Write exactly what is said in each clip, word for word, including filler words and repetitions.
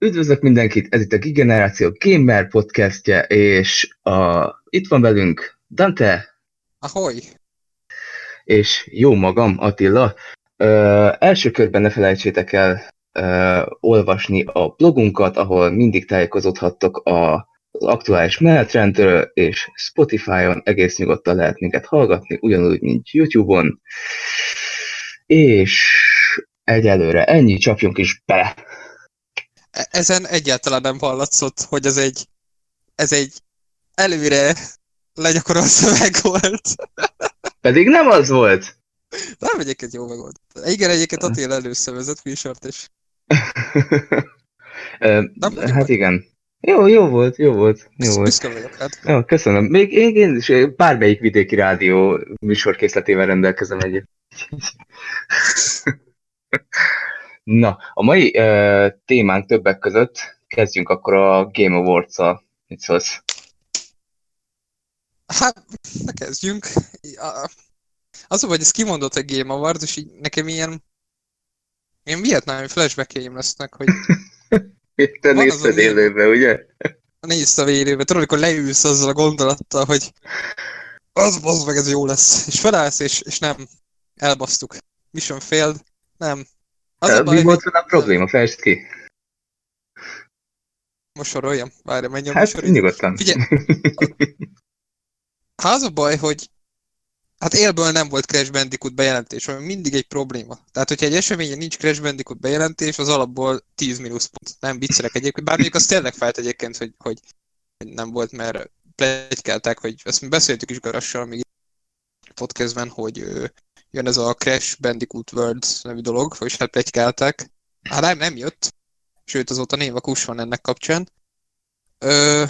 Üdvözlök mindenkit, ez itt a Gigeneráció Gamer podcastje, és a, itt van velünk Dante. Ahoy! És jó magam, Attila. Ö, első körben ne felejtsétek el ö, olvasni a blogunkat, ahol mindig tájékozódhattok a, az aktuális menetrendről, és Spotify-on egész nyugodtan lehet minket hallgatni, ugyanúgy, mint YouTube-on. És egyelőre ennyi, csapjunk is bele! Ezen egyáltalán nem hallatszott, hogy ez egy, ez egy előre lenyakorolt szöveg volt. Pedig nem az volt! Nem, egyébként jó megold. Igen, egyébként Attila először vezet műsort is. Nem, hát igen. Jó, jó volt, jó volt. Jó volt. Büszke vagyok, hát. Jó, köszönöm. Még én, én is bármelyik vidéki rádió műsorkészletével rendelkezem egyébként. Na, a mai uh, témánk többek között, kezdjünk akkor a Game Awards-al. Mit szólsz? Hát, ne kezdjünk. Az, hogy ez kimondott a Game Awards, és így nekem ilyen ilyen vietnámi flashback-jeim lesznek, hogy Te nézted élőbe, ugye? Néztem élőbe, tudod, amikor leülsz azzal a gondolattal, hogy az bazd meg, ez jó lesz. És felállsz, és, és nem. Elbasztuk. Mission failed. Nem. Az a baj, mi volt vele a probléma? Fejtsd ki. Most soroljam. Várj, menjem. Hát nyugodtan. Figyelj. Hát az a baj, hogy hát élből nem volt Crash Bandicoot bejelentés, ami mindig egy probléma. Tehát, hogyha egy eseményen nincs Crash Bandicoot bejelentés, az alapból tíz mínuszpont. Nem viccelek egyébként. Bár mondjuk az tényleg fájt egyébként, hogy, hogy nem volt, mert pletykálták, hogy ezt mi beszéltük is Garassal még podcastben, hogy jön ez a Crash Bandicoot World nevű dolog, vagyis hát pletykálták. Hát nem, nem jött. Sőt, azóta névakus van ennek kapcsán. Ö...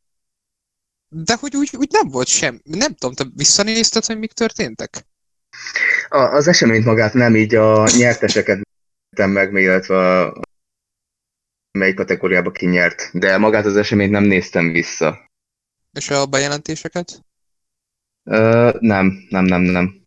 De hogy úgy, úgy nem volt sem. Nem tudom, te visszanézted, hogy mik történtek? A, az eseményt magát nem, így a nyerteseket néztem meg, még illetve a mely kategóriába kinyert, de magát az eseményt nem néztem vissza. És a bejelentéseket? Ö, nem, nem, nem, nem.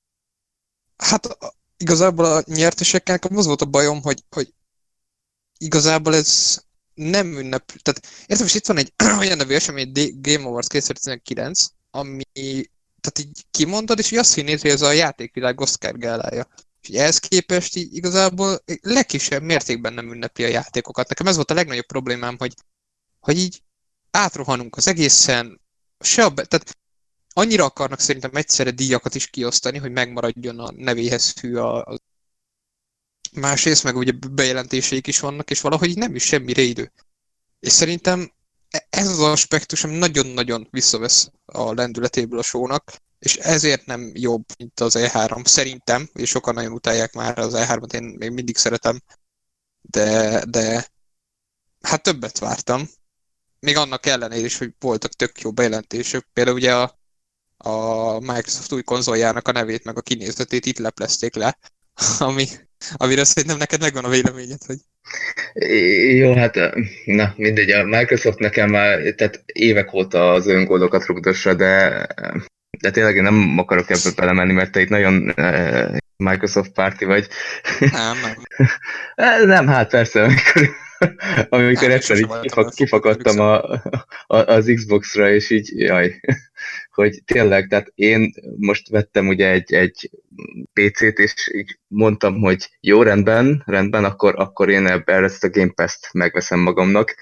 Hát igazából a nyertesekkel az volt a bajom, hogy, hogy igazából ez nem ünnep... Tehát értem, és itt van egy olyan nevű esemény, Game Awards kétezer-tizenkilenc, ami tehát így kimondod, és így azt hinnéd, hogy ez a játékvilág Oscar gálája. És ehhez képest így igazából legkisebb mértékben nem ünnepli a játékokat. Nekem ez volt a legnagyobb problémám, hogy, hogy így átrohanunk az egészen, se a be... Tehát annyira akarnak szerintem egyszerre díjakat is kiosztani, hogy megmaradjon a nevéhez hű a, a másrészt, meg ugye bejelentéseik is vannak, és valahogy nem is semmire idő. És szerintem ez az aspektus, ami nagyon-nagyon visszavesz a lendületéből a shownak, és ezért nem jobb, mint az E három. Szerintem, és sokan nagyon utálják már az E hármat, én még mindig szeretem, de, de hát többet vártam. Még annak ellenére is, hogy voltak tök jó bejelentések. Például ugye a, a Microsoft új konzoljának a nevét, meg a kinézetét itt leplezték le, ami, amire szerintem neked megvan a véleményed, hogy... Jó, hát na mindegy, a Microsoft nekem már, tehát évek óta az öngódokat rugdossa, de, de tényleg én nem akarok ebből belemenni, mert te itt nagyon uh, Microsoft párti vagy. Nem, nem. Nem, hát persze, amikor, amikor nem, egyszer így kifak, kifakadtam a, a, az Xbox-ra, és így, jaj, hogy tényleg, tehát én most vettem ugye egy, egy pé cét, és így mondtam, hogy jó, rendben, rendben, akkor, akkor én erre ezt a Game Pass-t megveszem magamnak,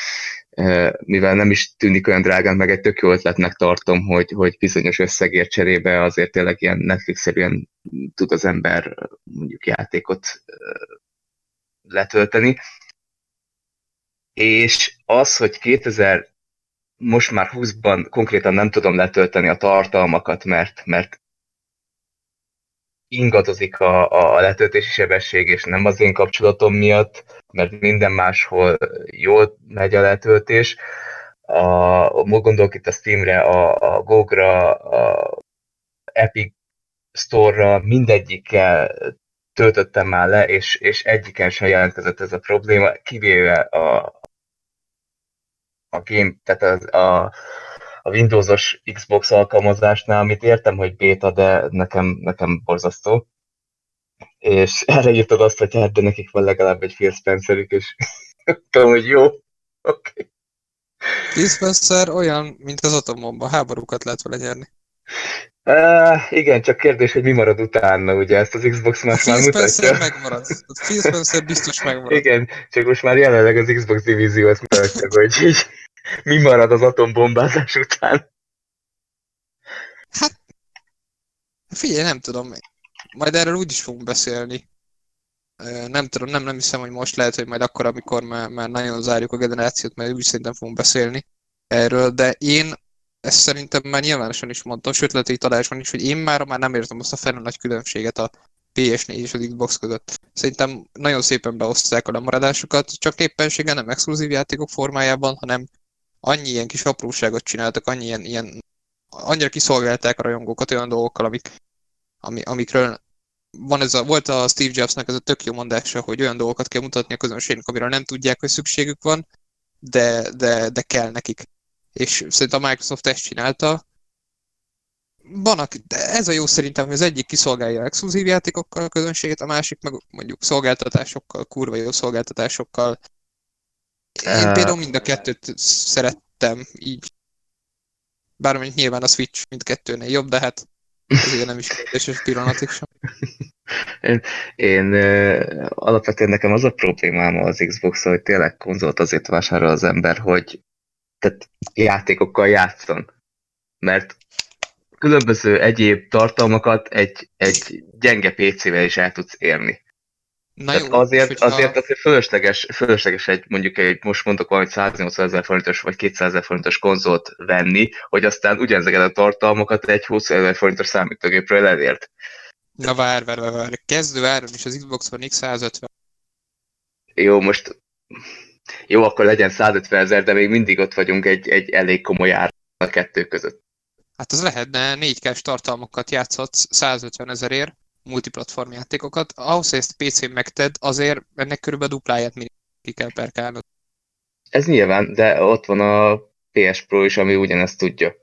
mivel nem is tűnik olyan drágán, meg egy tök jó ötletnek tartom, hogy, hogy bizonyos összegért cserébe azért tényleg ilyen Netflix-szerűen tud az ember mondjuk játékot letölteni. És az, hogy kétezer most már húszban konkrétan nem tudom letölteni a tartalmakat, mert, mert ingadozik a, a letöltési sebesség, és nem az én kapcsolatom miatt, mert minden máshol jól megy a letöltés. A, gondolok itt a Steamre, a, a gé o gé-ra, a Epic Store-ra, mindegyikkel töltöttem már le, és, és egyiken sem jelentkezett ez a probléma, kivéve a, a game, tehát a, a, a Windowsos Xbox alkalmazásnál, amit értem, hogy béta, de nekem, nekem borzasztó. És erre írtad azt, hogy hát, de nekik van legalább egy Phil Spencerük, és Tudom, hogy jó. Oké. Okay. Phil Spencer olyan, mint az atombomba, háborúkat lehet vele nyerni. Uh, igen, csak kérdés, hogy mi marad utána, ugye ezt az Xbox A most már Phil mutatja. Spencer megmarad. A Phil Spencer biztos megmarad. Igen, csak most már jelenleg az Xbox divízió ezt mutatja, hogy így mi marad az atombombázás után. Hát, figyelj, nem tudom. Majd erről úgy is fogunk beszélni. Nem tudom, nem, nem hiszem, hogy most lehet, hogy majd akkor, amikor már, már nagyon zárjuk a generációt, mert úgy szerintem fogunk beszélni erről, de én ezt szerintem már nyilvánosan is mondtam, sőt lehet, hogy találásban is, hogy én már, már nem értem azt a fenn nagy különbséget a pé es négy és az Xbox között. Szerintem nagyon szépen beosztják a lemaradásokat, csak éppenséggel nem exkluzív játékok formájában, hanem annyi ilyen kis apróságot csináltak, annyi ilyen, ilyen annyira kiszolgálták a rajongókat olyan dolgokkal, amik, ami, amikről van ez a, volt a Steve Jobsnak ez a tök jó mondása, hogy olyan dolgokat kell mutatni a közönségnek, amiről nem tudják, hogy szükségük van, de, de, de kell nekik. És szerintem a Microsoft ezt csinálta. Van, de ez a jó szerintem, hogy az egyik kiszolgálja exkluzív játékokkal a közönséget, a másik meg mondjuk szolgáltatásokkal, kurva jó szolgáltatásokkal. Én Uh, például mind a kettőt szerettem így. Bár mondjuk nyilván a Switch mindkettőnél jobb, de hát ezért nem is kérdéses pillanatig sem. Én, én uh, alapvetően nekem az a problémám az Xbox, hogy tényleg konzolt azért vásárol az ember, hogy tehát játékokkal játszon. Mert különböző egyéb tartalmakat egy, egy gyenge pé cével is el tudsz érni. Na Tehát jó, azért, hogyha... azért, azért fölösleges, fölösleges egy, mondjuk egy, most mondok valamit száznyolcvan ezer forintos vagy kétszázezer forintos konzolt venni, hogy aztán ugyanezeket a tartalmakat egy húszezer forintos számítógépről elért. Na várj, várj, várj, várj. Kezdő áron is az Xbox One X százötven. Jó, most jó, akkor legyen százötven ezer, de még mindig ott vagyunk egy, egy elég komoly ár a kettő között. Hát az lehetne, négy kás tartalmakat játszhatsz százötven ezerért, multiplatform játékokat. Ahhoz, hogy ezt pé cén megted, azért ennek körülbelül dupláját mindig ki kell perkálnod. Ez nyilván, de ott van a pé es Pro is, ami ugyanezt tudja.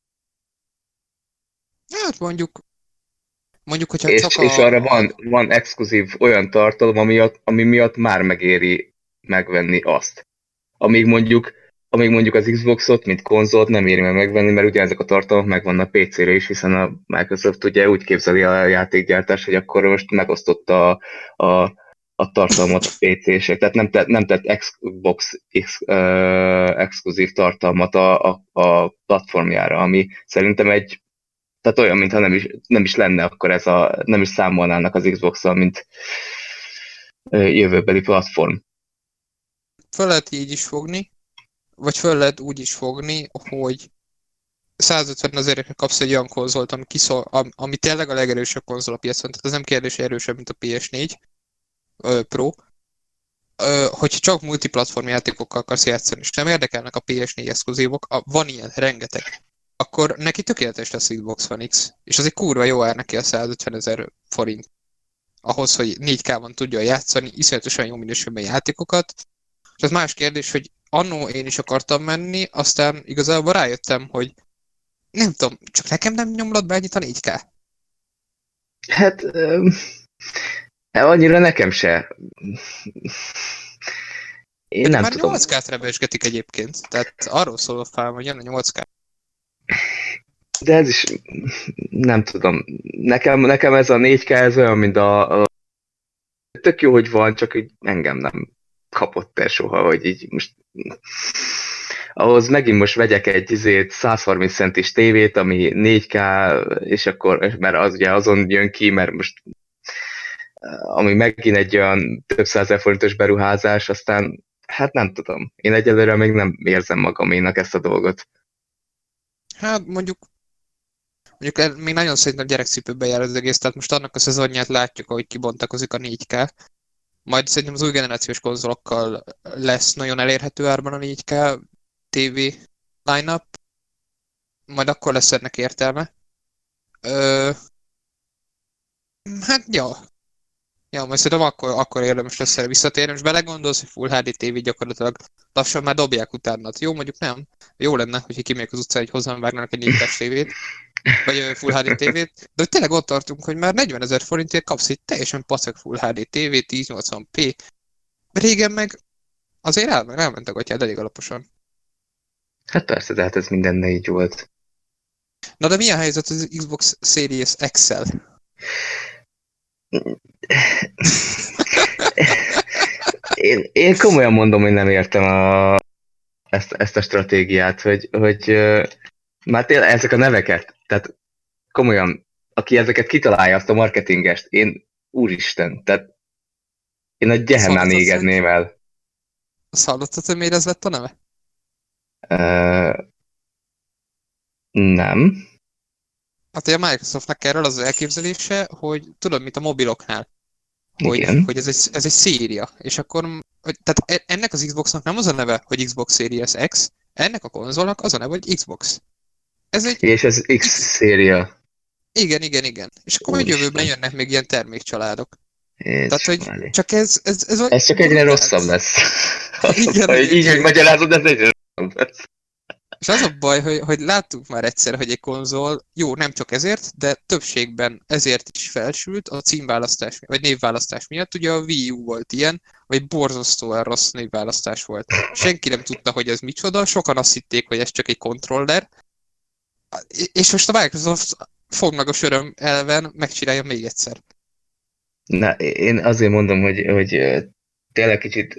Hát mondjuk, mondjuk, hogyha És, csak és a... arra van, van exkluzív olyan tartalom, ami miatt, ami miatt már megéri megvenni azt. Amíg mondjuk, amíg mondjuk az Xboxot, mint konzolt nem éri meg megvenni, mert ugye ezek a tartalmak megvannak pé cére is, hiszen a Microsoft ugye úgy képzeli a játékgyártás, hogy akkor most megosztotta a, a, a tartalmat a pé cések, tehát nem tett, nem tett Xbox ex, uh, exkluzív tartalmat a, a, a platformjára, ami szerintem egy, tehát olyan, mintha nem is, nem is lenne akkor ez a, nem is számolnának az Xbox-szal, mint uh, jövőbeli platform. Föl lehet így is fogni, vagy föl lehet úgy is fogni, hogy százötven ezerre kapsz egy olyan konzolt, ami, kiszol, ami tényleg a legerősebb konzol a piacon, tehát ez nem kérdés, hogy erősebb, mint a pé es négy ö, Pro. Ö, hogyha csak multiplatform játékokkal akarsz játszani, és nem érdekelnek a pé es négy exkluzívok, a, van ilyen, rengeteg, akkor neki tökéletes lesz Xbox One X, és az egy kurva jó ár neki a százötven ezer forint. Ahhoz, hogy négy ká-ban tudja játszani, iszonyatosan jó minőségben játékokat. És az más kérdés, hogy annó én is akartam menni, aztán igazából rájöttem, hogy nem tudom, csak nekem nem nyomlott be ennyit a négy ká. Hát, um, annyira nekem se. Én De nem már tudom. nyolc ká-t rebesgetik egyébként, tehát arról szól a fel, hogy jön a nyolc ká. De ez is, nem tudom. Nekem, nekem ez a négy ká, ez olyan, mint a, a... Tök jó, hogy van, csak így engem nem kapott el soha, hogy így most... Ahhoz megint most vegyek egy izét, száz harminc centis tévét, ami négy ká, és akkor, mert az ugye azon jön ki, mert most ami megint egy olyan több százezer forintos beruházás, aztán hát nem tudom. Én egyelőre még nem érzem magaménak ezt a dolgot. Hát mondjuk, mondjuk még nagyon szerintem gyerekcipőben jár az egész, tehát most annak a szezonját látjuk, ahogy kibontakozik a négy ká. Majd szerintem az új generációs konzolokkal lesz nagyon elérhető árban a négy ká té vé line-up. Majd akkor lesz ennek értelme. Ö... Hát, ja. Ja, majd szerintem akkor, akkor érdemes lesz erre visszatérni. Most belegondolsz, hogy Full há dé té vé gyakorlatilag lassan már dobják utánat. Jó, mondjuk nem. Jó lenne, hogyha kimegyek az utcán, hogy hozzám vágnának egy négy kás tévét. Vagy Full há dé tévét. De hogy tényleg ott tartunk, hogy már negyvenezer forintért kapsz egy teljesen pacek Full há dé tévét, ezernyolcvan pé. Régen meg azért el, elment a gatyád elég alaposan. Hát persze, de hát ez mindennek így volt. Na de milyen helyzet az Xbox Series X-el? Én, én komolyan mondom, hogy nem értem a, ezt, ezt a stratégiát, hogy, hogy uh, már tényleg ezek a neveket, tehát komolyan, aki ezeket kitalálja, azt a marketingest, én úristen, tehát én a gyehennán égedném el. Azt hallottad, hogy miért ez lett a neve? Uh, nem. Hát ugye a Microsoftnak erről az elképzelése, hogy tudod, mint a mobiloknál, hogy, Igen. hogy ez, egy, ez egy széria, és akkor, hogy, tehát e- ennek az Xboxnak nem az a neve, hogy Xbox Series X, ennek a konzolnak az a neve, hogy Xbox. Ez egy És ez X széria. Igen, igen, igen. És akkor majd jövőben jönnek még ilyen termékcsaládok. Tehát, hogy Mellé. csak ez... Ez, ez, ez csak egyre rosszabb lesz. Igen, baj, igen, így, igen. hogy magyarázod, ez egyre rosszabb lesz. És az a baj, hogy, hogy láttuk már egyszer, hogy egy konzol, jó, nem csak ezért, de többségben ezért is felsült a címválasztás, vagy névválasztás miatt. Ugye a Wii U volt ilyen, vagy borzasztóan rossz névválasztás volt. Senki nem tudta, hogy ez micsoda, sokan azt hitték, hogy ez csak egy kontroller. És most a Microsoft fognak öröm elven megcsinálja még egyszer. Na, én azért mondom, hogy, hogy tényleg kicsit...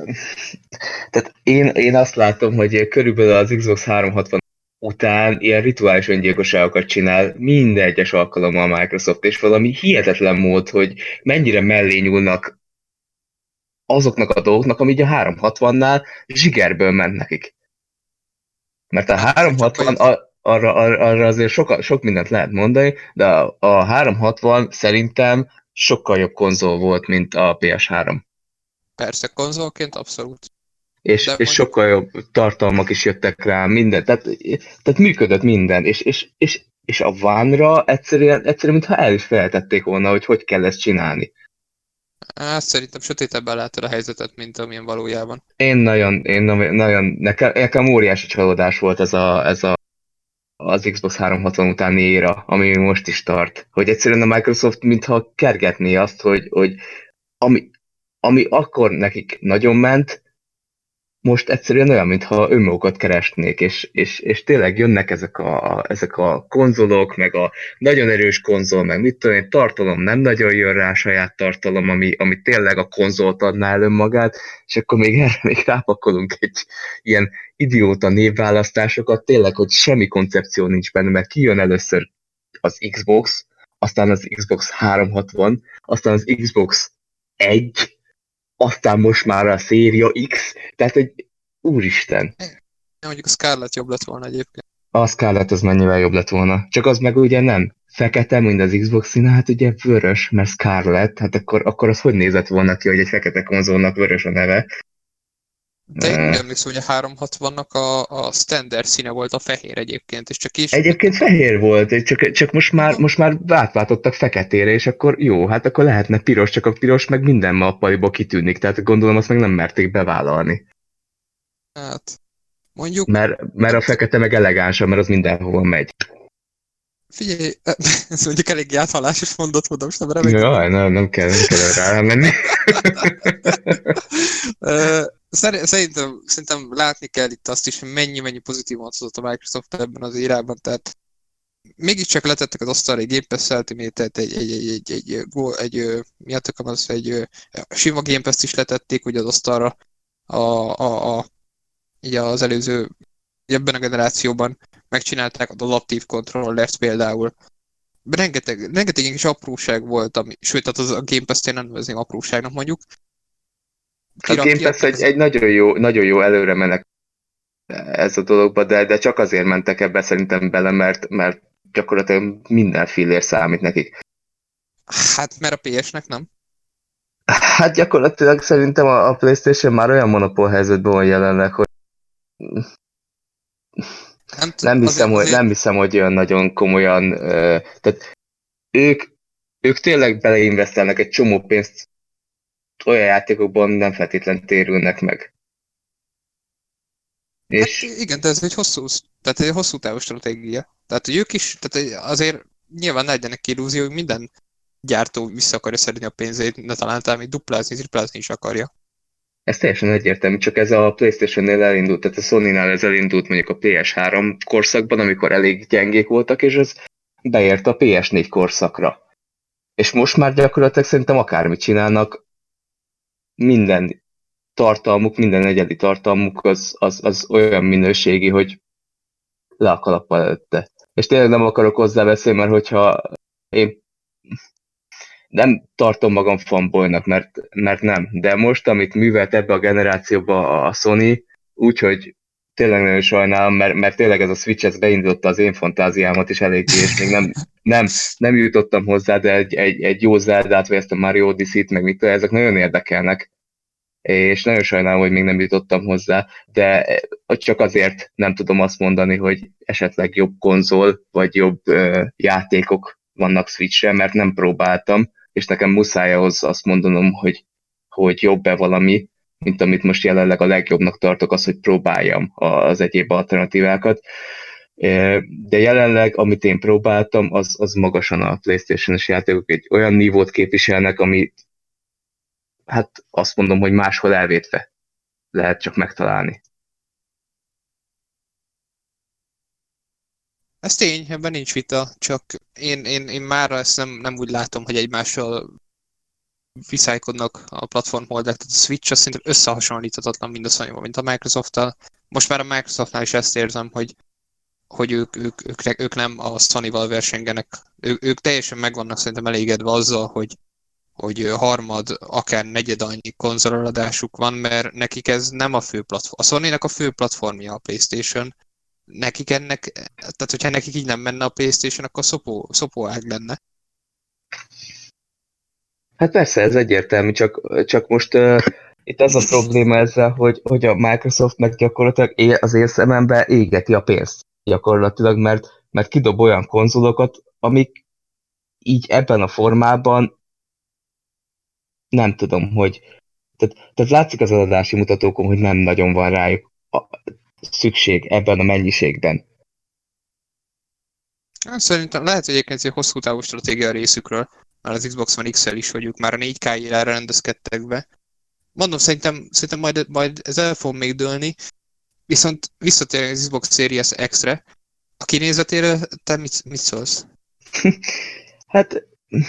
Tehát én, én azt látom, hogy körülbelül az Xbox háromszázhatvan után ilyen rituális öngyilkosságokat csinál minden egyes alkalommal a Microsoft, és valami hihetetlen mód, hogy mennyire mellé nyúlnak azoknak a dolgoknak, ami a háromszázhatvannál zsigerből ment nekik. Mert a háromszázhatvan... A, arra, arra azért sok, sok mindent lehet mondani, de a, a háromszázhatvan szerintem sokkal jobb konzol volt, mint a pé es három. Persze, konzolként abszolút. És, és mondjuk... sokkal jobb tartalmak is jöttek rá, minden, tehát, tehát működött minden, és, és, és, és a One-ra egyszerűen, egyszerűen, mintha el is felejtették volna, hogy hogy kell ezt csinálni. Hát szerintem sötétebben látod a helyzetet, mint amilyen valójában. Én nagyon, én nagyon, nekem, nekem óriási csalódás volt ez a, ez a az Xbox háromszázhatvan utáni éra, ami most is tart. Hogy egyszerűen a Microsoft mintha kergetné azt, hogy, hogy ami, ami akkor nekik nagyon ment, most egyszerűen olyan, mintha önmagukat keresnék, és, és, és tényleg jönnek ezek a, ezek a konzolok, meg a nagyon erős konzol, meg mit tudom én, tartalom nem nagyon jön rá, saját tartalom, ami, ami tényleg a konzolt adná el önmagát, és akkor még erre még rápakolunk egy ilyen idióta névválasztásokat, tényleg, hogy semmi koncepció nincs benne, mert kijön először az Xbox, aztán az Xbox háromszázhatvan, aztán az Xbox egy, aztán most már a Series X, tehát hogy úristen. Mondjuk a Scarlett jobb lett volna egyébként. A Scarlett az mennyivel jobb lett volna. Csak az meg ugye nem fekete, mint az Xbox színe, hát ugye vörös, mert Scarlett, hát akkor, akkor az hogy nézett volna ki, hogy egy fekete konzolnak vörös a neve. De én uh, emlékszem, hogy a háromszázhatvannak a, a standard színe volt a fehér egyébként, és csak később... Egyébként fehér volt, csak, csak most már, most már átváltottak feketére, és akkor jó, hát akkor lehetne piros, csak a piros meg minden mappaliból kitűnik, tehát gondolom azt meg nem merték bevállalni. Hát, mondjuk... Mert, mert a fekete meg elegánsabb, mert az mindenhova megy. Figyelj, ez mondjuk elég áthalásos mondat volt, most nem remélem. Jaj, nem, nem kell, nem kell rá menni. Szerintem, szerintem látni kell itt azt is, hogy mennyi-mennyi pozitívan hozott a Microsoft ebben az érában, tehát mégiscsak letettek az asztalra egy Game Pass Ultimate-et, egy, egy, egy, egy, egy, egy, egy mi az, egy sima Game Pass-t is letették ugye az asztalra a, a, a, ugye az előző, ebben a generációban megcsinálták az adaptív controllert például. Rengeteg, rengeteg ilyen kis apróság volt, ami, sőt, tehát az a Game Pass-t én nem nevezném apróságnak mondjuk. Kirak, a Game Pass egy, egy nagyon jó, nagyon jó előre mennek ez a dologba, de, de csak azért mentek ebbe szerintem bele, mert, mert gyakorlatilag minden fillér számít nekik. Hát, mert a pé es-nek nem? Hát gyakorlatilag szerintem a, a PlayStation már olyan monopól helyzetben van jelenleg, hogy nem, tud, nem, hiszem, azért, hogy, azért... nem hiszem, hogy olyan nagyon komolyan, uh, tehát ők, ők tényleg beleinvesztelnek egy csomó pénzt olyan játékokban, nem feltétlenül térülnek meg. És... Hát igen, de ez egy hosszú, tehát egy hosszú távú stratégia. Tehát, hogy ők is, tehát azért nyilván ne legyenek illúzió, hogy minden gyártó vissza akarja szedni a pénzét, de talán talán még duplázni, triplázni is akarja. Ez teljesen egyértelmű, csak ez a PlayStation-nél elindult, tehát a Sony-nál ez elindult mondjuk a pé es három korszakban, amikor elég gyengék voltak, és ez beért a pé es négy korszakra. És most már gyakorlatilag szerintem akármit csinálnak, minden tartalmuk, minden egyedi tartalmuk az, az, az olyan minőségi, hogy le a kalappal előtte. És tényleg nem akarok hozzáveszélni, mert hogyha én nem tartom magam fanboynak, mert, mert nem. De most, amit művelt ebbe a generációba a Sony, úgyhogy tényleg nagyon sajnálom, mert, mert tényleg ez a Switch, ez beindította az én fantáziámat is eléggé, és még nem, nem, nem jutottam hozzá, de egy, egy, egy jó Zeldát, vagy ezt a Mario Odyssey-t, meg mit, ezek nagyon érdekelnek. És nagyon sajnálom, hogy még nem jutottam hozzá, de csak azért nem tudom azt mondani, hogy esetleg jobb konzol, vagy jobb uh, játékok vannak Switchre, mert nem próbáltam, és nekem muszáj ahhoz azt mondanom, hogy, hogy jobb-e valami, mint amit most jelenleg a legjobbnak tartok, az, hogy próbáljam az egyéb alternatívákat. De jelenleg, amit én próbáltam, az, az magasan a PlayStation-es játékok egy olyan nívót képviselnek, ami hát azt mondom, hogy máshol elvétve lehet csak megtalálni. Ez tény, ebben nincs vita, csak én, én, én már ezt nem, nem úgy látom, hogy egymással viszálykodnak a platformholdek, tehát a Switch az szerintem összehasonlíthatatlan mind a Sony-val, mint a Microsoft-tal. Most már a Microsoftnál is ezt érzem, hogy, hogy ők, ők, ők, ők nem a Sony-val versengenek. Ő, ők teljesen meg vannak szerintem elégedve azzal, hogy, hogy harmad, akár negyed annyi konzoleladásuk van, mert nekik ez nem a fő platform. A Sony-nek a fő platformja a PlayStation. Nekik ennek, tehát hogyha nekik így nem menne a PlayStation, akkor szopó, szopóág lenne. Hát persze, ez egyértelmű, csak, csak most uh, itt az a probléma ezzel, hogy, hogy a Microsoft meg gyakorlatilag é, az én szemembe égeti a pénzt gyakorlatilag, mert, mert kidob olyan konzolokat, amik így ebben a formában nem tudom, hogy tehát, tehát látszik az eladási mutatókon, hogy nem nagyon van rájuk a szükség ebben a mennyiségben. Szerintem lehet, hogy egyébként egy hosszú távú stratégia a részükről, már az Xbox One X-el is, hogy ők már a négy ká-ra rendezkedtek be. Mondom, szerintem, szerintem majd, majd ez el fog még dőlni, viszont visszatérünk az Xbox Series X-re. A kinézetére te mit, mit szólsz? Hát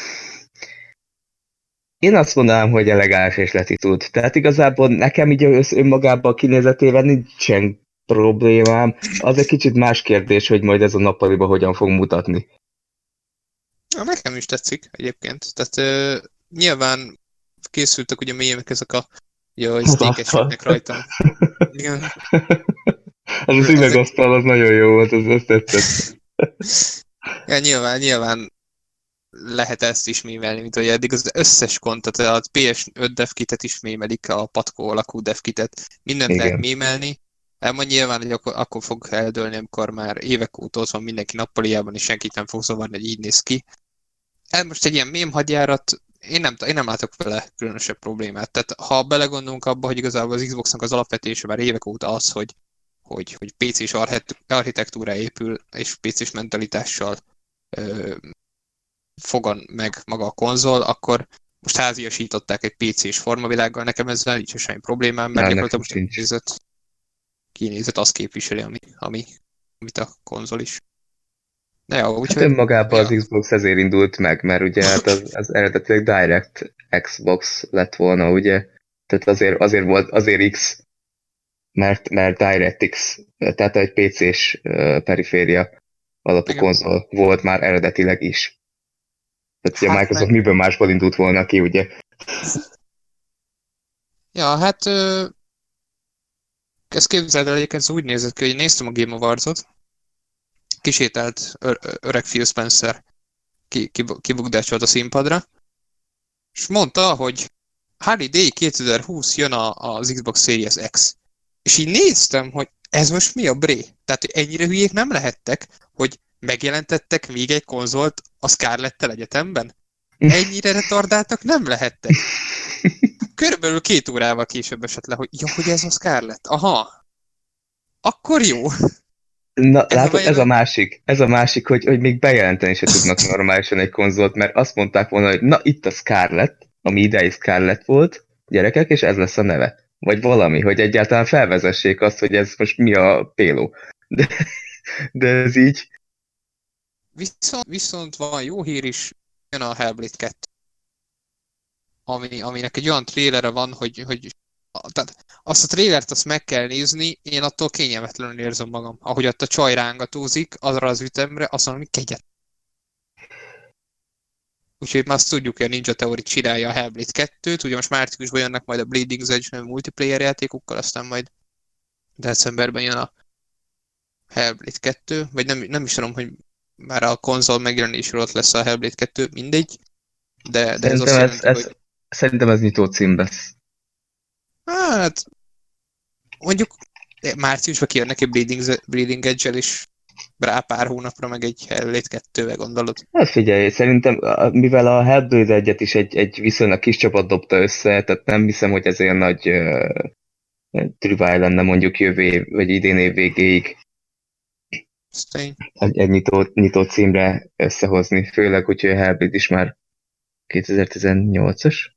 én azt mondanám, hogy elegáns és letitud. Tehát igazából nekem így önmagában a kinézetével nincsen problémám. Az egy kicsit más kérdés, hogy majd ez a nappaliba hogyan fog mutatni. Ja, nekem is tetszik egyébként. Tehát uh, nyilván készültek ugye mélyek ezek a jaj, sztékesülnek rajtam. Igen. Az az üvegasztal az nagyon jó volt, az azt tetszett. Ja, nyilván, nyilván lehet ezt is mémelni, mint hogy eddig az összes kontot, a pé es öt devkitet is mémelik, a patkó alakú devkitet, mindent Igen. lehet mémelni, de majd nyilván, hogy akkor, akkor fog eldőlni, amikor már évek óta ott van mindenki nappaliában, és senkit nem fog zavarni, hogy így néz ki. El most egy ilyen mém hadjárat, én nem, én nem látok vele különösebb problémát. Tehát ha belegondolunk abba, hogy igazából az Xboxnak az alapvetése már évek óta az, hogy, hogy, hogy pé cés architektúra épül, és pé cés mentalitással ö, fogan meg maga a konzol, akkor most háziasították egy pé cés formavilággal, nekem ezzel nincs semmi problémám, mert gyakorlatilag most kinézet, kinézet azt képviseli, ami, ami, amit a konzol is. De jó, úgy, hát hogy, önmagában ja. az Xbox ezért indult meg, mert ugye hát az, az eredetileg Direct Xbox lett volna, ugye? Tehát azért, azért volt, azért X, mert, mert DirectX, tehát egy pé cés periféria alapú Igen. konzol volt már eredetileg is. Tehát ugye Hát a Microsoft meg... miből másból indult volna ki, ugye? Ja, hát ö... ezt képzeld el, egyébként ez úgy nézett ki, hogy néztem a Game Awards-ot, kisételt ö- öreg Phil Spencer, ki- kibukdácsolt a színpadra, és mondta, hogy Holiday kétezer-húsz jön a, az Xbox Series X. És így néztem, hogy ez most mi a bré? Tehát ennyire hülyék nem lehettek, hogy megjelentettek még egy konzolt a Scarlett-tel egyetemben? Ennyire retardáltak nem lehettek. Körülbelül két órával később esett le, hogy ja, hogy ez a Scarlett. Aha. Akkor jó. Na, ez látod, a ez a másik, ez a másik, hogy, hogy még bejelenteni se tudnak normálisan egy konzolt, mert azt mondták volna, hogy na itt a Scarlett, ami idei Scarlett volt, gyerekek, és ez lesz a neve. vagy valami, hogy egyáltalán felvezessék azt, hogy ez most mi a péló. De, de ez így... Viszont, viszont van jó hír is, jön a Hellblade kettő, ami, aminek egy olyan trélere van, hogy, hogy tehát azt a trélert azt meg kell nézni, én attól kényelmetlenül érzem magam. Ahogy ott a csaj rángatózik, azra az ütemre, azt mondom, hogy kegyet. Úgyhogy már azt tudjuk, hogy a Ninja Theory csinálja a Hellblade kettőt, ugye most márciusban jönnek majd a Bleeding Edge nevű multiplayer játékokkal, aztán majd decemberben jön a Hellblade kettő, vagy nem, nem is tudom, hogy már a konzol megjelenésről ott lesz a Hellblade kettő, mindegy, de, de ez azt Szerintem ez, jelenti, ez, hogy szerintem ez nyitó cím lesz. hát mondjuk márciusban kijönnek egy Bleeding, Bleeding Edge-el is rá pár hónapra, meg egy Hellblade kettővel, gondolod? Hát figyelj, szerintem, a- mivel a Hellblade egyet is egy, egy viszonylag kis csapat dobta össze, tehát nem hiszem, hogy ez olyan nagy uh, trüváj lenne mondjuk jövő év, vagy idén év végéig Ez tény. egy, egy nyitó, nyitó címre összehozni, főleg, hogy a Hellblade is már kétezer-tizennyolcas?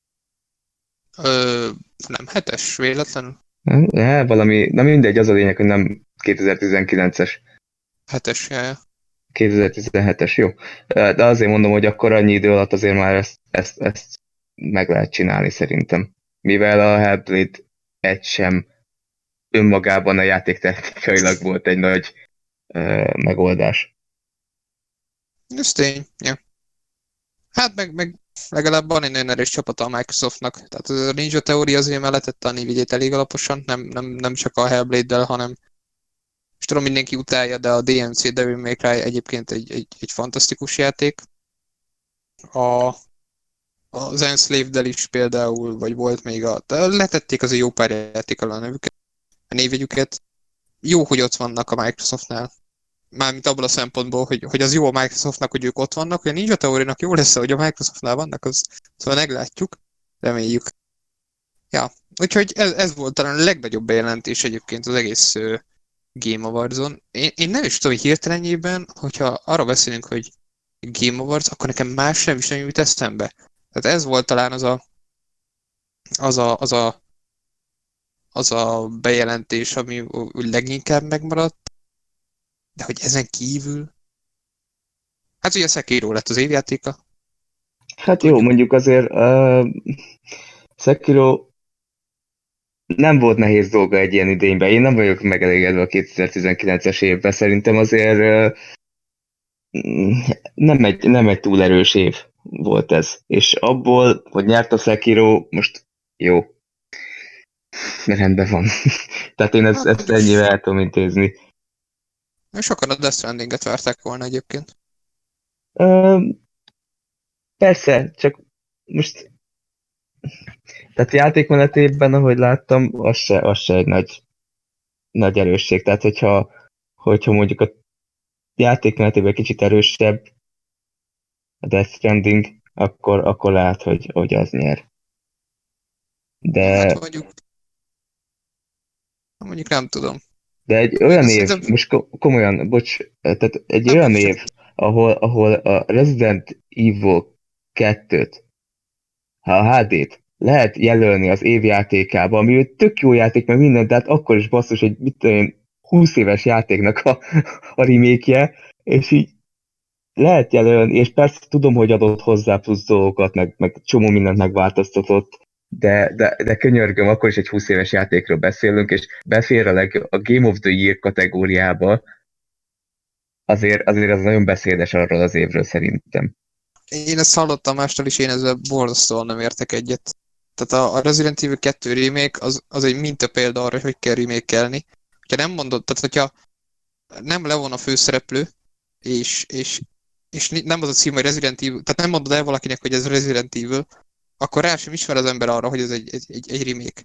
Ö, nem hetes véletlenül? Ja, valami, na mindegy, az a lényeg, hogy nem kétezer-tizenkilences. Hetes, jaj. kétezer-tizenhetes, jó. De azért mondom, hogy akkor annyi idő alatt azért már ezt, ezt, ezt meg lehet csinálni szerintem. Mivel a Hellblade egy sem önmagában a játéktechnikailag volt egy nagy uh, megoldás. Ez tény, ja. Hát meg, meg legalább van egy nagyon erős csapata a Microsoftnak. Tehát a Ninja Theory azért mellettette a Nvidia-t elég alaposan, nem, nem, nem csak a Hellblade-del, hanem és tudom, mindenki utálja, de a dé em cé Devil May Cry egyébként egy, egy, egy fantasztikus játék. A, az Enslaved-del is például, vagy volt még a... Letették azért jó pár játékkal a nevüket, a névjegyüket. Jó, hogy ott vannak a Microsoftnál. Mármint abból a szempontból, hogy, hogy az jó a Microsoftnak, hogy ők ott vannak, hogy a Ninja Theory-nak jó lesz, hogy a Microsoftnál vannak, az, szóval meglátjuk, reméljük. Ja, úgyhogy ez, ez volt talán a legnagyobb bejelentés egyébként az egész uh, Game Awards-on. Én, én nem is tudom, hogy hirtelenjében, hogyha arra beszélünk, hogy Game Awards, akkor nekem más nem is nem jut eszembe. Tehát ez volt talán az a az a, az a, az a bejelentés, ami úgy leginkább megmaradt. De hogy ezen kívül... Hát ugye a Sekiro lett az évjátéka. Hát jó, mondjuk azért uh, Sekiro nem volt nehéz dolga egy ilyen idényben. Én nem vagyok megelégedve a kétezer-tizenkilences évben. Szerintem azért uh, nem, egy, nem egy túl erős év volt ez. És abból, hogy nyert a Sekiro, most jó. Rendben van. Tehát én ezt, ezt ennyivel el tudom intézni. Sokan a Death Stranding-et várták volna egyébként. Uh, persze, csak most tehát játékmenetében, ahogy láttam, az se, az se egy nagy, nagy erősség. Tehát, hogyha, hogyha mondjuk a játékmenetében kicsit erősebb a Death Stranding, akkor, akkor lehet, hogy, hogy az nyer. De... Hát mondjuk... Mondjuk nem tudom. De egy olyan év, Szerintem... most komolyan, bocs, tehát egy nem olyan bocs. év, ahol, ahol a Resident Evil kettőt, ha a há dét lehet jelölni az évjátékába, ami tök jó játék, meg minden, tehát akkor is basszus, hogy mit tudom én, húsz éves játéknak a, a remake-je, és így lehet jelölni, és persze tudom, hogy adott hozzá plusz dolgokat, meg, meg csomó mindent megváltoztatott, de, de, de könyörgöm, akkor is egy húsz éves játékról beszélünk, és befér a, leg, a Game of the Year kategóriába, azért, azért az nagyon beszédes arról az évről szerintem. Én ezt hallottam mástól is, én ezzel borzasztóan nem értek egyet. Tehát a, a Resident Evil kettő remake az, az egy mintapélda arra, hogy hogy kell remake-elni. Ha nem mondod, tehát hogyha nem levon a főszereplő, és, és, és nem az a cím, hogy Resident Evil, tehát nem mondod el valakinek, hogy ez Resident Evil, akkor rá sem ismer az ember arra, hogy ez egy, egy, egy, egy remake.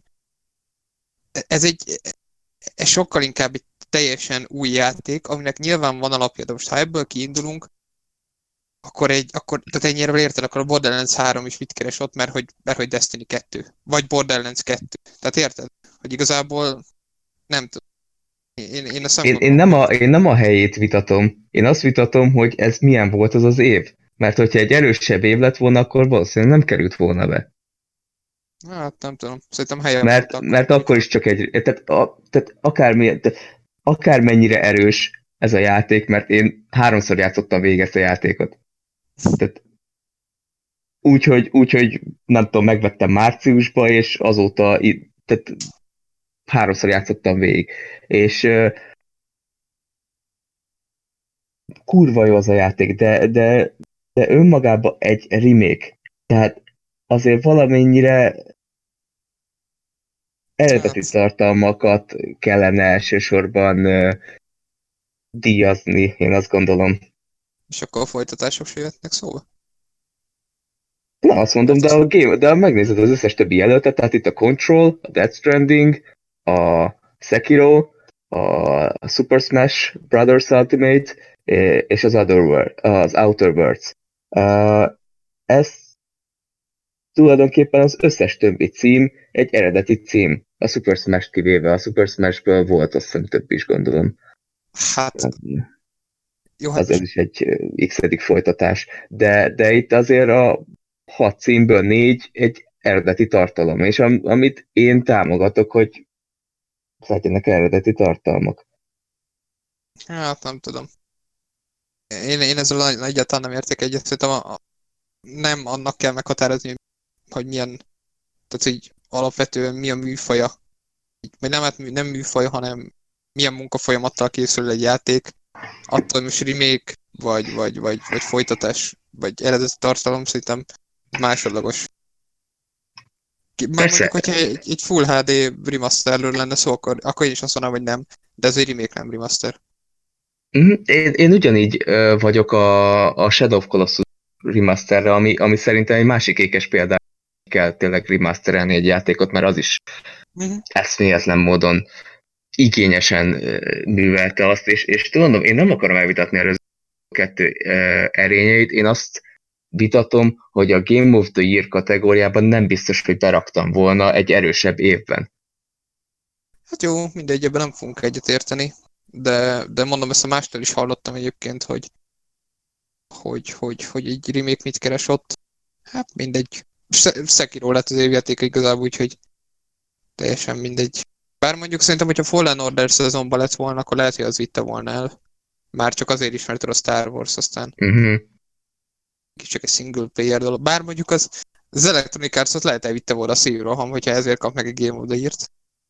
Ez egy ez sokkal inkább egy teljesen új játék, aminek nyilván van alapja, de most ha ebből kiindulunk, akkor egy, akkor, tehát ennyire érted, akkor a Borderlands három is mit keres ott, mert hogy, mert hogy Destiny kettő, vagy Borderlands kettő. Tehát érted? Hogy igazából nem tudom. Én, én, a én, én, nem a, én nem a helyét vitatom, én azt vitatom, hogy ez milyen volt az az év. Mert hogyha egy erősebb év lett volna, akkor valószínűleg nem került volna be. Hát nem tudom, szerintem helyen Mert, voltak. mert akkor is csak egy, tehát, a, tehát, akármi, tehát akármennyire erős ez a játék, mert én háromszor játszottam végig ezt a játékot. Tehát úgyhogy, úgyhogy nem tudom, megvettem márciusba, és azóta i- tehát háromszor játszottam végig. És uh, kurva jó az a játék, de, de, de önmagában egy remake. Tehát azért valamennyire eredeti Hát, tartalmakat kellene elsősorban uh, díjazni, én azt gondolom. és akkor a folytatások se jöhetnek szóba. Nem azt mondom, Hát de az, a game, de ha megnézed az összes többi jelöltet, tehát itt a Control, a Death Stranding, a Sekiro, a Super Smash Brothers Ultimate, eh, és az, Other World, az Outer Worlds. Uh, ez tulajdonképpen az összes többi cím egy eredeti cím. A Super Smash kivéve, a Super Smashből volt azt hiszem több is, gondolom. hát, jó, hát Az ez is egy eh, x-edik folytatás. De, de itt azért a hat címből négy egy eredeti tartalom, és am, amit én támogatok, hogy legyenek eredeti tartalmak. hát nem tudom. Én, én ezzel nagy- egyáltalán nem értek egyet, szerintem a, a, nem annak kell meghatározni, hogy milyen, tehát így alapvetően mi a műfaja. Így, vagy nem, hát mű- nem műfaj, hanem milyen munkafolyamattal készül egy játék. Attól, hogy most remake, vagy, vagy, vagy, vagy folytatás, vagy eredeti tartalom, szerintem másodlagos. Ki- Már mondjuk, Persze, hogyha egy, egy Full há dé remasterről lenne szó, akkor, akkor én is azt mondanám, hogy nem. De ez egy remake, nem remaster. mhm, én, én ugyanígy ö, vagyok a, a Shadow of Colossus remasterre, ami, ami szerintem egy másik ékes példa, kell tényleg remasterelni egy játékot, mert az is Mhm. eszméletlen módon igényesen ö, művelte azt, és, és tudom, én nem akarom elvitatni a kettő uh, erényeit, én azt vitatom, hogy a Game of the Year kategóriában nem biztos, hogy beraktam volna egy erősebb évben. Hát jó, mindegy, ebben nem fogunk egyetérteni. De, de mondom, ezt a mástól is hallottam egyébként, hogy, hogy, hogy, hogy egy remake mit keres ott. Hát mindegy. Se- Sekiro lett az évjáték igazából, úgyhogy teljesen mindegy. Bár mondjuk szerintem, hogyha Fallen Order szezonban lett volna, akkor lehet, hogy az vitte volna el. Már csak azért is, mert a Star Wars aztán Uh-huh. csak egy single player dolog. Bár mondjuk az, az Electronic Arts-ot lehet elvitte volna a szívroham, hogyha ezért kap meg egy Game of the Year-t.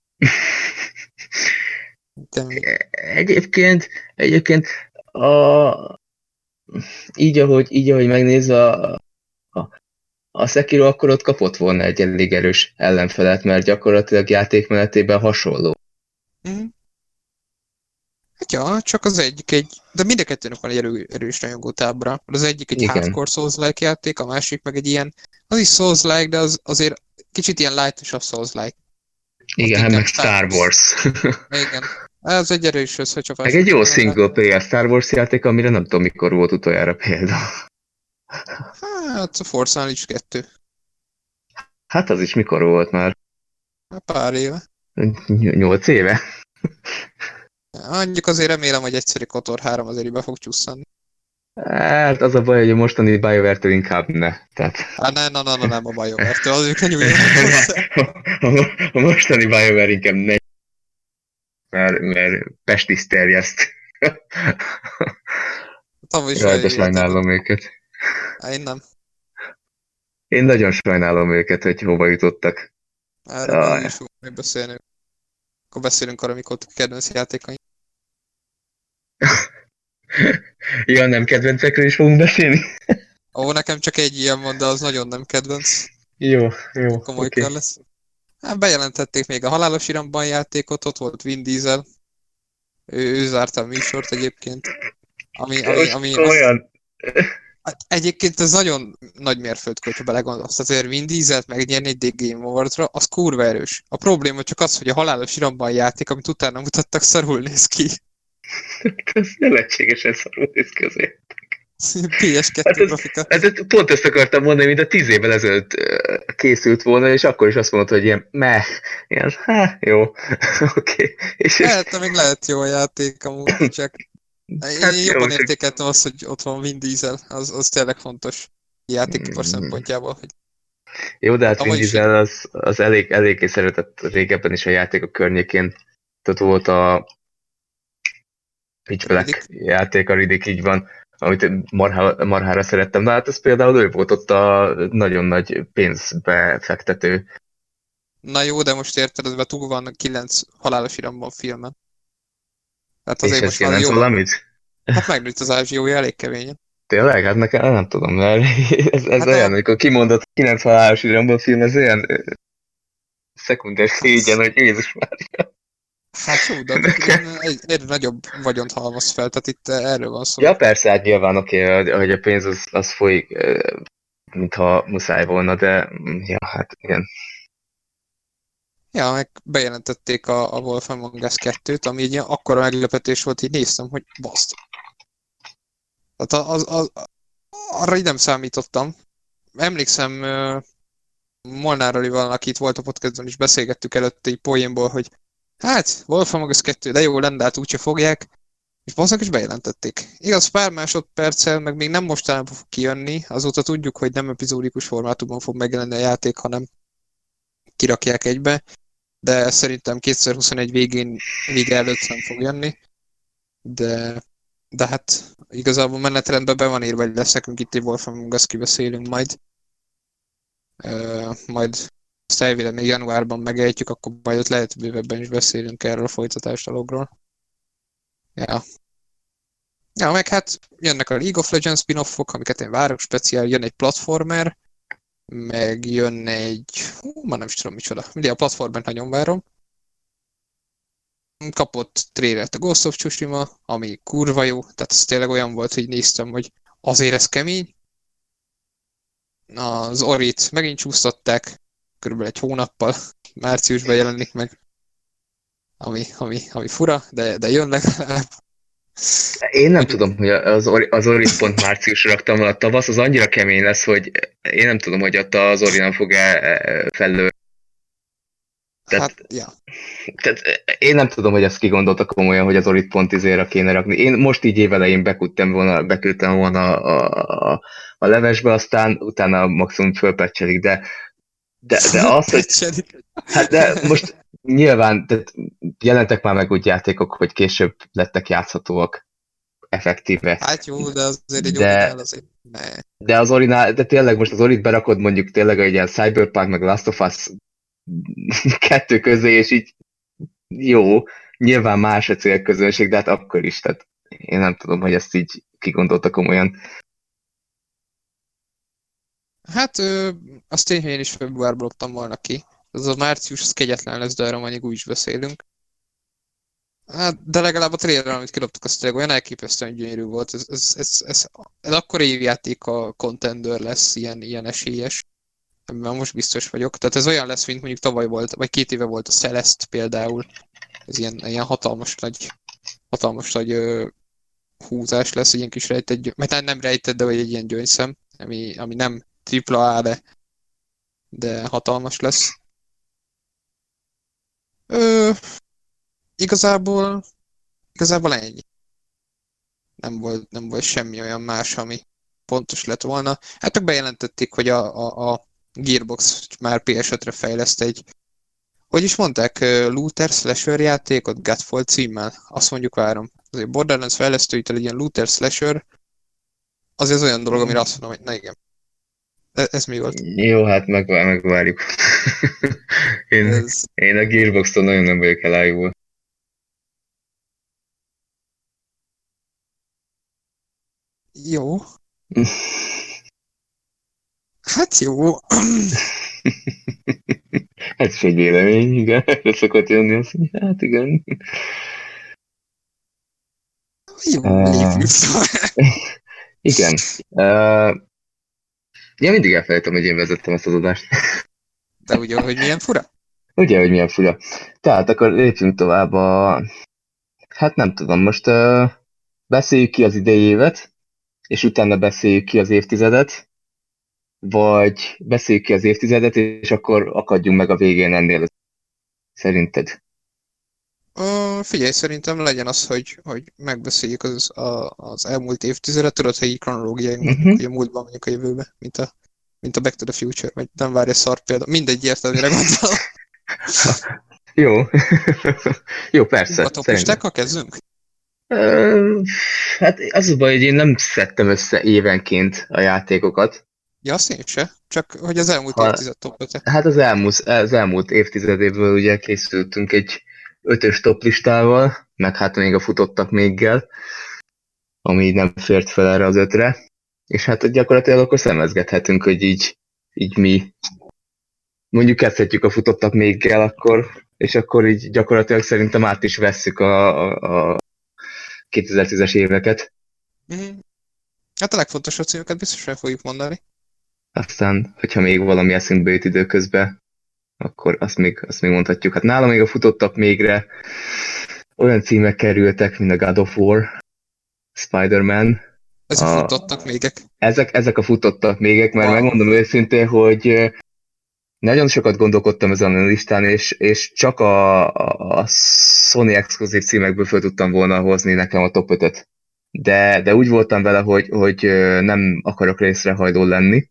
De mi? Egyébként, egyébként a, így, ahogy, így, ahogy megnézve a, a, a Sekiro, akkor ott kapott volna egy elég erős ellenfelet, mert gyakorlatilag játékmenetében hasonló. Mhm. Hát ja, csak az egyik egy... De mind a kettőnek van egy erő, erős rajongótábra. Az egyik egy Igen. hardcore Souls-like játék, a másik meg egy ilyen... Az is Souls-like, de az azért kicsit ilyen light-osabb Souls-like. Ott Igen, hát inkább meg Star Star Wars. Wars. Igen. Ez egy erős Meg összecsapás. egy jó Úgyhogy nagyon single lehet. player Star Wars játék, amire nem tudom mikor volt utoljára példa. Hát a Force Unleashed kettő. Hát az is mikor volt már? Hát pár éve. Nyolc éve? Mondjuk azért remélem, hogy egyszerű Kotor három azért így be fog csusszani. Hát az a baj, hogy a mostani BioWare-től inkább ne. Tehát... Hát ne, na, na, na, nem a BioWare-től, az ők ne nyúljanak hozzá. a, a mostani BioWare inkább ne, mert, mert pestis terjeszt. Tavaly is Jaj, olyan de jó volt ennek. sajnálom őket. Hát én nem. Én nagyon sajnálom őket, hogy hova jutottak. Erről majd Jaj. is fogunk még beszélni. Akkor beszélünk arra, mikor a kedvenc játékaink. Ja, nem kedvencekről is fogunk beszélni? Ó, nekem csak egy ilyen van, de az nagyon nem kedvenc. Jó, jó, Komoly oké. kör lesz. Hát bejelentették még a Halálos Iramban játékot, ott volt Vin Diesel. Ő, ő zárta a műsort egyébként. Ami, ami, Most ami az, komolyan. hát egyébként ez nagyon nagy mérföldkő, hogyha belegondolsz. Azért Vin Dieselt megnyerni egy The Game Awards-ra, az kurva erős. A probléma csak az, hogy a Halálos Iramban játék, amit utána mutattak, szarul néz ki. Ez nevetségesen szarul néz ki azért. pé es kettő Hát ez, grafika. hát ez, pont ezt akartam mondani, mint a tíz évvel ezelőtt ö, készült volna, és akkor is azt mondod, hogy ilyen meh, ilyen, hát jó, oké. Okay. És, és Lehet, még lehet jó a játék amúgy, csak hát én jó, jobban csak... értékeltem azt, hogy ott van Vin Diesel, az, az tényleg fontos játékipar Mm, szempontjából, hogy Jó, de hát Vin Amúgy is Diesel az, az elég, eléggé szeretett régebben is a játékok környékén. Tehát volt a Pitch Black Riddick. játék, a Riddick, így van, amit marhá, marhára szerettem. De hát ez például ő volt ott a nagyon nagy pénzbe fektető. Na jó, de most érted, ez túl van kilenc halálos iramban filmen. Tehát És azért ez most már jelent jó. valamit? Hát megnőtt az ázsiója elég keményen. Tényleg? Hát nekem nem tudom, mert ez, ez Hát olyan, a... amikor kimondott kilenc halálos iramban film, ez olyan ö, szekundes szégyen, hogy Jézus már. Hát jó, de addig egy, egyre nagyobb vagyont halmoz fel, tehát itt erről van szó. Ja, persze, hát nyilván oké, okay, hogy a pénz az, az folyik, ö, mintha muszáj volna, de mm, ja, hát igen. Ja, meg bejelentették a, a Wolf Among Us kettőt, ami egy ilyen akkora meglepetés volt, így néztem, hogy baszt. Tehát az, az, az, arra így nem számítottam. Emlékszem, uh, Molnár Rolival, aki itt volt a podcastban is, beszélgettük előtte egy poénból, hogy hát, Wolf Among Us kettő, de jó lenne, de hát úgyse fogják. És basszak is bejelentették. Igaz, pár másodperccel, meg még nem mostanában fog kijönni, azóta tudjuk, hogy nem epizódikus formátumban fog megjelenni a játék, hanem kirakják egybe, de szerintem kétezer-huszonegy végén, vége előtt nem fog jönni. De, de hát igazából menetrendben be van írva, hogy lesz nekünk itt egy Wolf Among Us, kibeszélünk majd. Uh, majd azt elvileg még januárban megejtjük, akkor majd ott lehet bővebben is beszélünk erről a folytatás dologról. Ja. Ja, meg hát jönnek a League of Legends spin-offok, amiket én várok speciál, jön egy platformer, meg jön egy... Hú, már nem is tudom micsoda. Mindig a platformert nagyon várom. Kapott trailert a Ghost of Tsushima, ami kurva jó, tehát ez tényleg olyan volt, hogy néztem, hogy azért ez kemény. Az Orit megint csúsztatták, körülbelül egy hónappal, márciusban jelenik meg, ami, ami, ami fura, de, de jön legalább. Én nem Mondjuk, tudom, hogy az, Ori, az Orit pont márciusra raktam volna, a tavasz az annyira kemény lesz, hogy én nem tudom, hogy ott az Ori nem fog el felől. Tehát, hát, ja. tehát én nem tudom, hogy ezt kigondoltak komolyan, hogy az Orit pont izéra kéne rakni. Én most így évelején beküldtem volna, beküldtem volna a, a, a levesbe, aztán utána maximum fölpecselik, de, de, de az, hogy... Hát de most nyilván tehát jelentek már meg úgy játékok, hogy később lettek játszhatóak effektíve. Hát jó, de azért egy de, originál azért ne. De az originál, de tényleg most az Orit berakod mondjuk tényleg egy ilyen Cyberpunk meg Last of Us kettő közé, és így jó, nyilván más a célközönség, de hát akkor is, tehát én nem tudom, hogy ezt így kigondolta komolyan. Hát ö, azt én, hogy én is februárban loptam volna ki. Az a március, az kegyetlen lesz, de erről majd úgy is beszélünk. Hát, de legalább a trailer, amit kiloptuk, az tényleg olyan elképesztően gyönyörű volt. Ez, ez, ez, ez, ez akkor évjáték a contender lesz, ilyen, ilyen esélyes. Amiben most biztos vagyok. Tehát ez olyan lesz, mint mondjuk tavaly volt, vagy két éve volt a Celeste például. Ez ilyen, ilyen hatalmas nagy, hatalmas nagy ö, húzás lesz, egy ilyen kis rejtett, mert nem rejtett, de vagy egy ilyen gyöngyszem, ami, ami nem tripla A, de, de hatalmas lesz. Ö, igazából, igazából ennyi. Nem volt, nem volt semmi olyan más, ami pontos lett volna. Hát meg bejelentették, hogy a, a, a Gearbox már P S ötre fejleszt egy, hogy is mondták, looter slasher játékot Godfall címmel. Azt mondjuk várom. Azért Borderlands fejlesztőitől egy ilyen looter slasher, az az olyan dolog, amire azt mondom, hogy na igen. Ez, ez mi volt? Jó, hát meg, megvárjuk. én, Ez... én a Gearbox-tól nagyon nem vagyok elájúval. Jó. Hát jó. Ez is egy vélemény, igen. Erre szokott jönni azt, hogy hát igen. Jó, Uh, lépjünk. igen. Uh, ja, mindig elfelejtem, hogy én vezettem ezt az adást. De ugye, hogy milyen fura? Ugye, hogy milyen fura. Tehát akkor lépjünk tovább a... Hát nem tudom, most uh, beszéljük ki az idei évet, és utána beszéljük ki az évtizedet, vagy beszéljük ki az évtizedet, és akkor akadjunk meg a végén ennél. Szerinted? Uh, figyelj, szerintem legyen az, hogy, hogy megbeszéljük az, a, az elmúlt évtizedet, tudod, hogy így kronológiai, uh-huh. hogy a múltban mondjuk a jövőbe, mint a, mint a Back to the Future, vagy nem várja szar példa. Mindegy, érted, mire gondolom. Jó. Jó, persze. A topistákkal kezdünk? Uh, hát az a baj, hogy én nem szedtem össze évenként a játékokat. Ja, azt én se. Csak, hogy az elmúlt Ha, évtized top öt. Hát az elmúlt, az elmúlt évtizedéből ugye készültünk egy ötös top listával, meg hát még a futottak méggel, ami nem fért fel erre az ötre. És hát gyakorlatilag akkor szemezgethetünk, hogy így, így mi mondjuk kezdhetjük a futottak méggel akkor, és akkor így gyakorlatilag szerintem át is vesszük a, a, a kétezer-tízes éveket. Mm-hmm. Hát a legfontosabb címeket biztosan fogjuk mondani. Aztán, hogyha még valami eszünkbe jut időközben, akkor azt még, azt még mondhatjuk. Hát nálam még a futottak mégre olyan címek kerültek, mint a God of War, Spider-Man. Ezek a futottak mégek. Ezek, ezek a futottak mégek, mert wow. Megmondom őszintén, hogy nagyon sokat gondolkodtam ezen a listán, és, és csak a, a Sony exkluzív címekből fel tudtam volna hozni nekem a top ötöt. De, de úgy voltam vele, hogy, hogy nem akarok részrehajló lenni,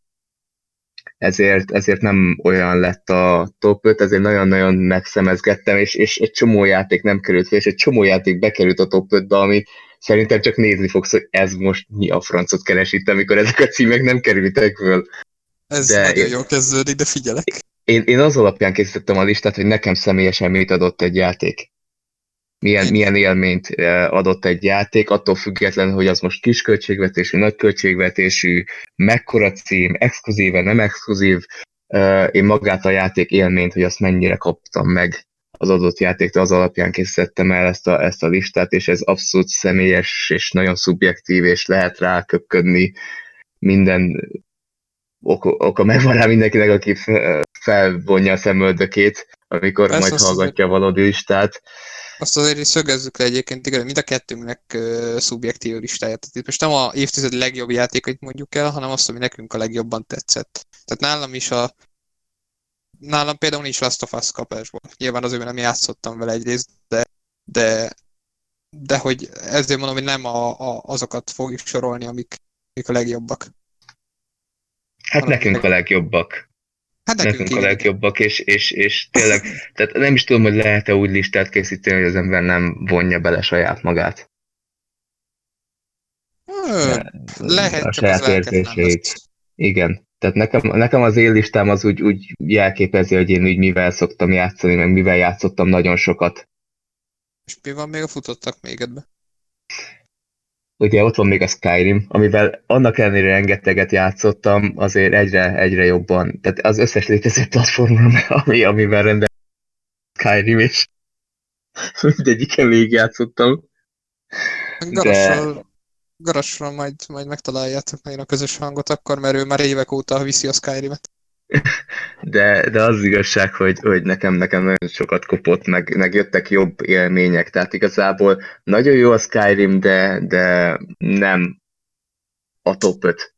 ezért, ezért nem olyan lett a top öt, ezért nagyon-nagyon megszemezgettem, és, és egy csomó játék nem került fel, és egy csomó játék bekerült a top ötbe, ami szerintem csak nézni fogsz, hogy ez most mi a francot keres itt, amikor ezek a címek nem kerültek föl. Ez de nagyon én, jól kezdődik, de figyelek. Én, én az alapján készítettem a listát, hogy nekem személyesen mit adott egy játék. Milyen, milyen élményt adott egy játék, attól függetlenül, hogy az most kisköltségvetésű, nagyköltségvetésű, mekkora cím, exkluzíve, nem exkluzív. Én magát a játék élményt, hogy azt mennyire kaptam meg az adott játéktól, az alapján készítettem el ezt a, ezt a listát, és ez abszolút személyes, és nagyon szubjektív, és lehet rá köpködni minden oka, oka megvan rá mindenkinek, aki felvonja a szemöldökét, amikor Persze majd hallgatja a valódi listát. Azt azért is szögezzük le egyébként, igen, mind a kettőnknek uh, szubjektív listáját. Tehát itt most nem a évtized legjobb játékait mondjuk el, hanem azt, ami nekünk a legjobban tetszett. Tehát nálam is a... Nálam például nincs Last of Us kapásból. Nyilván azért nem játszottam vele egyrészt, de, de, de hogy ezért mondom, hogy nem a, a, azokat fogjuk sorolni, amik, amik a legjobbak. Hát nekünk a legjobbak. Hát nekünk, nekünk a legjobbak, és, és, és tényleg, tehát nem is tudom, hogy lehet-e úgy listát készíteni, hogy az ember nem vonja bele saját magát. Ö, lehet, a csak saját érzéseit. Igen. Tehát nekem, nekem az én listám az úgy, úgy jelképezi, hogy én úgy mivel szoktam játszani, meg mivel játszottam nagyon sokat. És mi van még a futottak még ebben? Ugye ott van még a Skyrim, amivel annak ellenére rengeteget játszottam, azért egyre, egyre jobban, tehát az összes létező platformon, ami, amivel rendelkezik Skyrim, és mindegyiken végig játszottam. Garassal, de... Garassal majd, majd megtaláljátok meg a közös hangot akkor, mert ő már évek óta viszi a Skyrimet. De, de az igazság, hogy, hogy nekem, nekem nagyon sokat kopott, meg, meg jöttek jobb élmények, tehát igazából nagyon jó a Skyrim, de, de nem a top öt.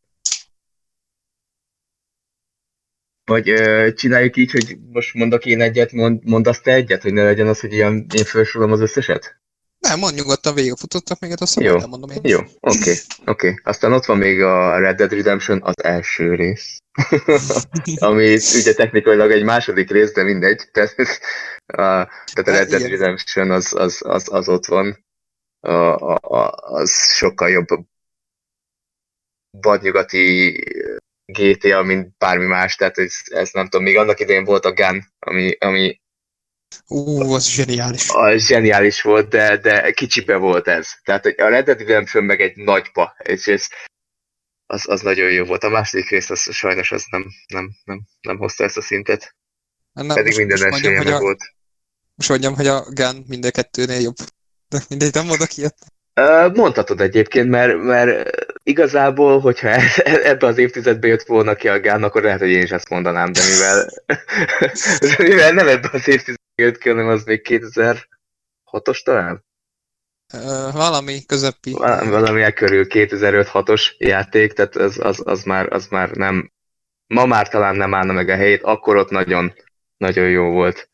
Vagy ö, csináljuk így, hogy most mondok én egyet, mond, mondasz te egyet, hogy ne legyen az, hogy ilyen, én felsorolom az összeset? Nem, mondj nyugodtan, végigfutottak még, aztán jó, elmondom én. Jó, oké, okay, oké. Okay. Aztán ott van még a Red Dead Redemption, az első rész. Ami ugye technikailag egy második rész, de mindegy. Tehát a, tehát a Red Dead Redemption az, az, az, az ott van. A, a, a, az sokkal jobb vadnyugati gé té á, mint bármi más. Tehát ez, ez nem tudom, még annak idején volt a Gun, ami, ami Ú, az zseniális. Az zseniális volt, de, de kicsibe volt ez. Tehát a Red Dead Redemption meg egy nagypa, és ez, az, az nagyon jó volt. A második rész az sajnos az nem, nem, nem, nem hozta ezt a szintet. Nem, Pedig most, minden most esélye mondjam, volt. A, most mondjam, hogy a Gun mind a kettőnél jobb. De mindegy, nem mondok ilyet. Mondhatod egyébként, mert, mert igazából, hogyha ebbe az évtizedbe jött volna ki a Gun, akkor lehet, hogy én is ezt mondanám, de mivel, mivel nem ebbe az évtizedbe jött ki, hanem az még kétezer-hatos talán? Uh, valami közepi. Valami, valami körül kétezer-öt-hatos játék, tehát az, az, az, már, az már nem, ma már talán nem állna meg a helyét, akkor ott nagyon, nagyon jó volt.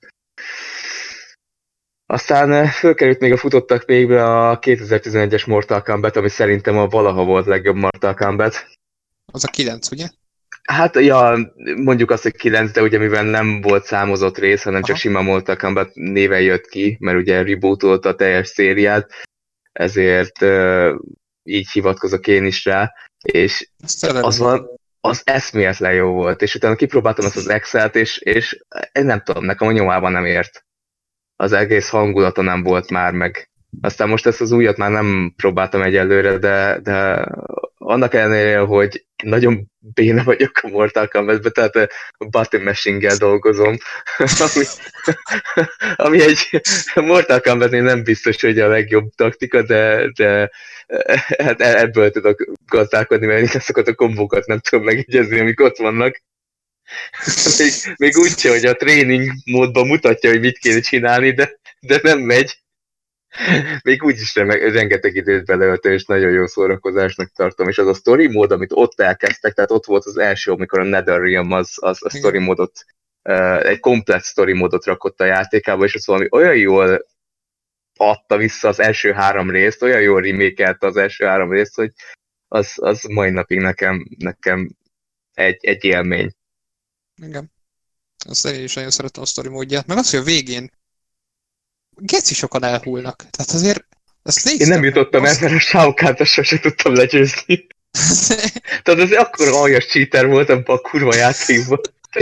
Aztán fölkerült még a futottak végre a kétezer-tizenegyes Mortal Kombat, ami szerintem a valaha volt legjobb Mortal Kombat. Az a kilenc, ugye? Hát, ja, mondjuk azt, hogy kilenc, de ugye mivel nem volt számozott rész, hanem csak Aha. sima Mortal Kombat néven jött ki, mert ugye rebootolta a teljes szériát, ezért uh, így hivatkozok én is rá, és az van, az eszméletlen jó volt, és utána kipróbáltam ezt az Excel-t, és, és én nem tudom, nekem a nyomában nem ért. Az egész hangulata nem volt már meg. Aztán most ezt az újat már nem próbáltam egyelőre, de, de annak ellenére, hogy nagyon béna vagyok a Mortal Kombatbe, tehát a button mashing-gel dolgozom, ami, ami egy Mortal Kombatnél nem biztos, hogy a legjobb taktika, de, de hát ebből tudok gazdálkodni, mert én azokat a kombókat nem tudom megegyezni, amik ott vannak. még, még úgy sem, hogy a tréning módban mutatja, hogy mit kéne csinálni, de, de nem megy. Még úgyis rengeteg időt beleöltem, és nagyon jó szórakozásnak tartom, és az a story mód, amit ott elkezdtek, tehát ott volt az első, amikor a NetherRealm az, az a story módot, uh, egy komplet story módot rakott a játékába, és az valami olyan jól adta vissza az első három részt, olyan jól remake-elte az első három részt, hogy az, az mai napig nekem, nekem egy, egy élmény. Igen. Azt én is nagyon szeretem a sztori módját. Meg az, hogy a végén geci sokan elhullnak. Tehát azért ezt néztem. Én nem jutottam el, mert a Shao Kahnt azt sosem tudtam legyőzni. Tehát ez akkor aljas cheater volt abban a kurva játékban.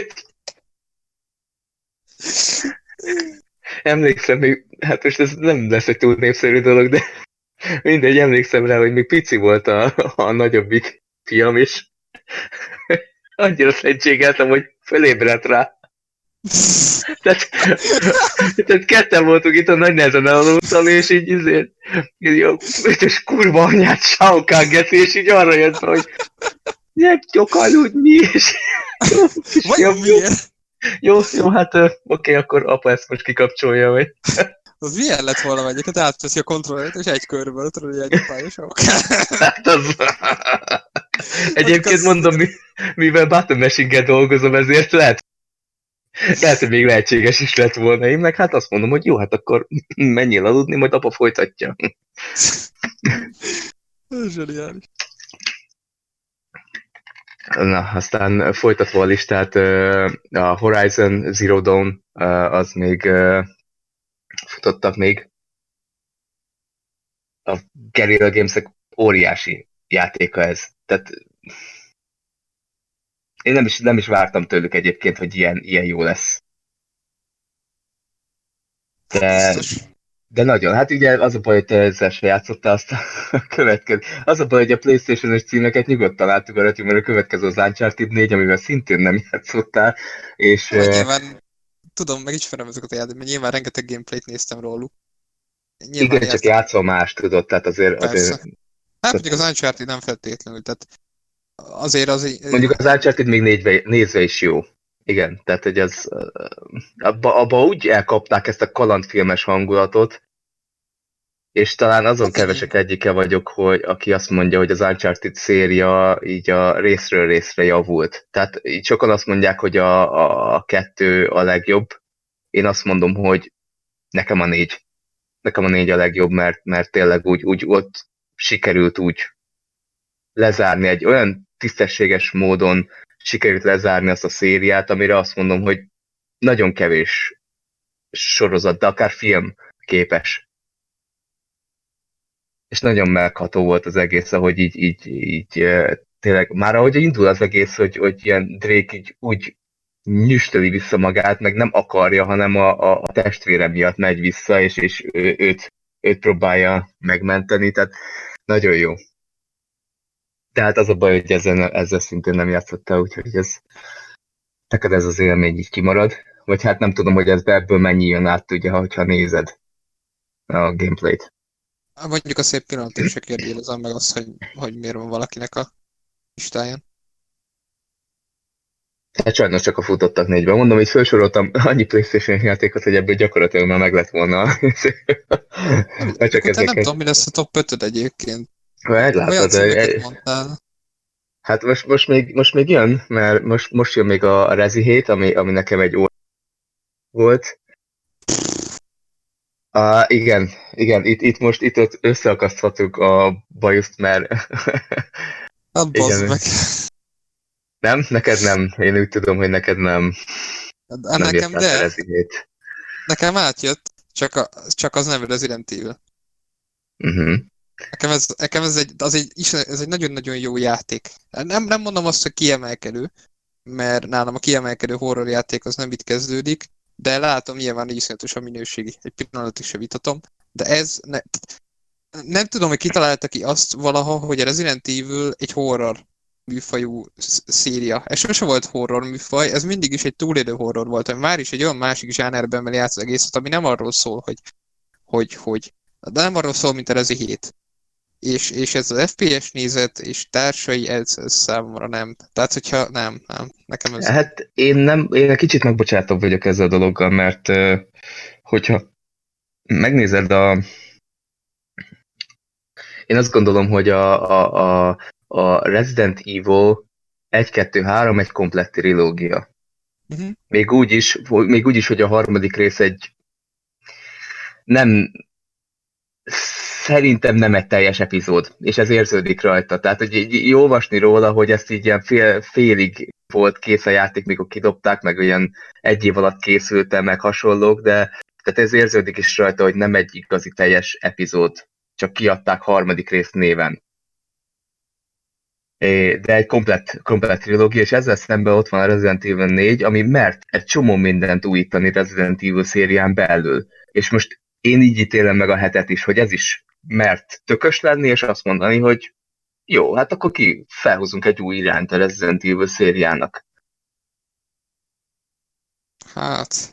Emlékszem még, hát most ez nem lesz egy túl népszerű dolog, de mindegy, emlékszem rá, hogy még pici volt a, a nagyobbik fiam, és annyira szentségeltem, hogy fölébredt rá. tehát, tehát ketten voltunk itt, a nagy nehezen elaludtam, és így izért, és kurva anyát Shao Kahn geci, és így arra jött, hogy nem tudok aludni, és Vajon miért? Jó, jó, hát oké, okay, akkor apa ezt most kikapcsolja, vagy. Az milyen lett volna egyébként, átveszi a kontrollert, és egy körből, tudod, hogy egy pályás Shao Kahn. Hát az... Egyébként mondom, mi, mivel button mashing-gel dolgozom, ezért lehet, lehet, hogy még lehetséges is lett volna. Én meg hát azt mondom, hogy jó, hát akkor menjél aludni, majd apa folytatja. Ez zseniális. Na, aztán folytatva a listát, a Horizon Zero Dawn, az még futottak még. A Guerrilla Games-ek óriási játéka ez. Tehát én nem is, nem is vártam tőlük egyébként, hogy ilyen, ilyen jó lesz. De, de nagyon. Hát ugye az a baj, hogy te ezzel se játszottál, azt a következő. Az a baj, hogy a PlayStation-es címeket nyugodtan láttuk a mert a következő az Uncharted négy, amivel szintén nem játszottál. És, uh... nyilván tudom, meg ismerem ezeket a játékokat, mert nyilván rengeteg gameplayt néztem róluk. Nyilván igen, csak játszol más, tudod, tehát azért... azért hát mondjuk az Uncharted nem feltétlenül, tehát azért az... Mondjuk az Uncharted még négyve, nézve is jó. Igen, tehát hogy az... Abba, abba úgy elkapták ezt a kalandfilmes hangulatot, és talán azon hát kevesek egyike vagyok, hogy aki azt mondja, hogy az Uncharted széria így a részről részre javult. Tehát így sokan azt mondják, hogy a, a, a kettő a legjobb. Én azt mondom, hogy nekem a négy. Nekem a négy a legjobb, mert, mert tényleg úgy, úgy ott sikerült úgy lezárni, egy olyan tisztességes módon sikerült lezárni azt a szériát, amire azt mondom, hogy nagyon kevés sorozat, de akár film képes. És nagyon megható volt az egész, ahogy így, így, így tényleg, már ahogy indul az egész, hogy, hogy ilyen Drake így úgy nyüstöli vissza magát, meg nem akarja, hanem a, a, a testvére miatt megy vissza, és, és ő, őt, őt próbálja megmenteni, tehát nagyon jó. Tehát az a baj, hogy ezzel, ezzel szintén nem játszottál, úgyhogy ez, neked ez az élmény így kimarad. Vagy hát nem tudom, hogy ez ebből mennyi jön át, ugye, hogyha nézed a gameplayt. Mondjuk a szép pillanatot se kérdőjelezem meg azt, hogy, hogy miért van valakinek a listáján. Hát sajnos csak a futottak négyben. Mondom, hogy felsoroltam annyi PlayStation játékot, hogy ebből gyakorlatilag már meg lett volna. Hát csak ezeket... nem tudom, mi lesz a top ötöd egyébként. Meglátod, de... Hát most, most, még, most még jön, mert most, most jön még a, a Rezi hét, ami, ami nekem egy óra volt. Uh, igen, igen, itt, itt most itt összeakaszthatunk a bajuszt, mert... Hát bazd meg. Nem? Neked nem. Én úgy tudom, hogy neked nem. De Nem nekem jött át a de, Resident. nekem átjött, csak, a, csak az nem Resident Evil. Uh-huh. Nekem ez, nekem ez egy, az egy, is- ez egy nagyon-nagyon jó játék. Nem, nem mondom azt, hogy kiemelkedő, mert nálam a kiemelkedő horror játék az nem itt kezdődik, de látom nyilván, hogy iszonyatos a minőségi. Egy pillanatig se vitatom. De ez, ne, nem tudom, hogy kitalálta ki azt valaha, hogy a Resident Evil egy horror műfajú sz- széria. Ez sose volt horror műfaj, ez mindig is egy túlélő horror volt, ami már is egy olyan másik zsánerben emeli át az egészet, ami nem arról szól, hogy, hogy, hogy de nem arról szól, mint a Rezi hét. És, és ez az ef pé es nézet és társai, ez, ez számomra nem. Tehát, hogyha nem, nem, nekem ez... Hát én nem, én egy kicsit megbocsátóbb vagyok ezzel a dologgal, mert ö, hogyha megnézed a... Én azt gondolom, hogy a, a, a, a Resident Evil egy kettő három egy komplett trilógia. Uh-huh. Még úgy is, még úgy is, hogy a harmadik rész egy nem, szerintem nem egy teljes epizód, és ez érződik rajta. Tehát, hogy így, így olvasni róla, hogy ezt így ilyen fél, félig volt kész a játék, mikor kidobták, meg olyan egy év alatt készült, meg hasonlók, de tehát ez érződik is rajta, hogy nem egy igazi teljes epizód, csak kiadták harmadik rész néven. É, de egy komplett, komplett trilógia, és ezzel szemben ott van a Resident Evil négy, ami mert egy csomó mindent újítani Resident Evil szérián belül. És most én így ítélem meg a hetet is, hogy ez is mert tökös lenni, és azt mondani, hogy jó, hát akkor ki felhozunk egy új irányt a Resident Evil szériának. Hát...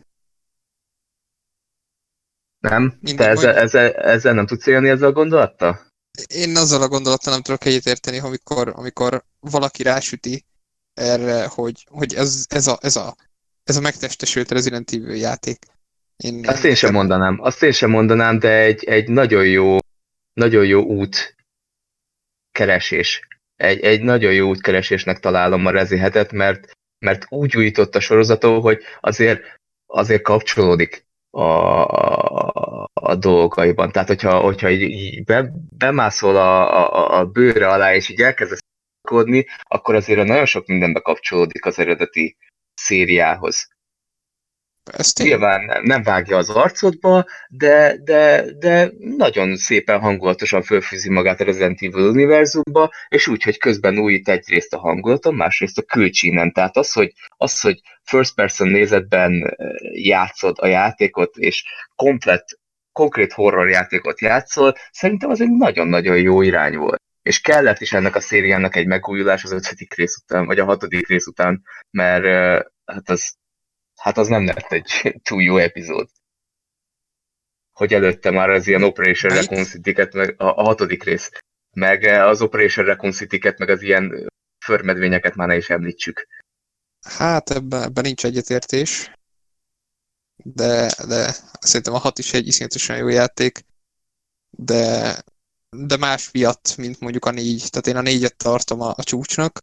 Nem? Te Mindegy, ezzel, majd... ezzel, ezzel nem tudsz élni ezzel a gondolattal? Én azzal a gondolattal nem tudok egyetérteni, amikor, amikor valaki rásüti erre, hogy, hogy ez, ez, a, ez, a, ez a megtestesült Resident Evil játék. Én, Azt én én sem nekem... mondanám, azt én sem mondanám, de egy, egy nagyon jó, nagyon jó út keresés. Egy, egy nagyon jó útkeresésnek találom a Rezi hetet, mert, mert úgy újított a sorozató, hogy azért, azért kapcsolódik a, a, a dolgaiban. Tehát, hogyha, hogyha így, így be, bemászol a, a, a bőre alá, és így elkezdesz kodni, akkor azért nagyon sok mindenbe kapcsolódik az eredeti szériához. Ez tény. Nyilván nem, nem vágja az arcodba, de, de, de nagyon szépen hangulatosan fölfűzi magát a Resident Evil univerzumba, és úgy, hogy közben újít egyrészt a hangulaton, másrészt a külcsínen. Tehát az, hogy, az, hogy first person nézetben játszod a játékot, és komplett, konkrét horror játékot játszol, szerintem az egy nagyon-nagyon jó irány volt. És kellett is ennek a szériának egy megújulás az ötödik rész után, vagy a hatodik rész után, mert hát az Hát az nem lett egy túl jó epizód. Hogy előtte már az ilyen Operation Melyik? Raccoon City-ket, meg a, a hatodik rész, meg az Operation Raccoon City-ket, meg az ilyen förmedvényeket már ne is említsük. Hát ebben, ebben nincs egyetértés, de, de szerintem a hat is egy iszonyatosan jó játék, de, de más miatt, mint mondjuk a négy. Tehát én a négyet tartom a, a csúcsnak.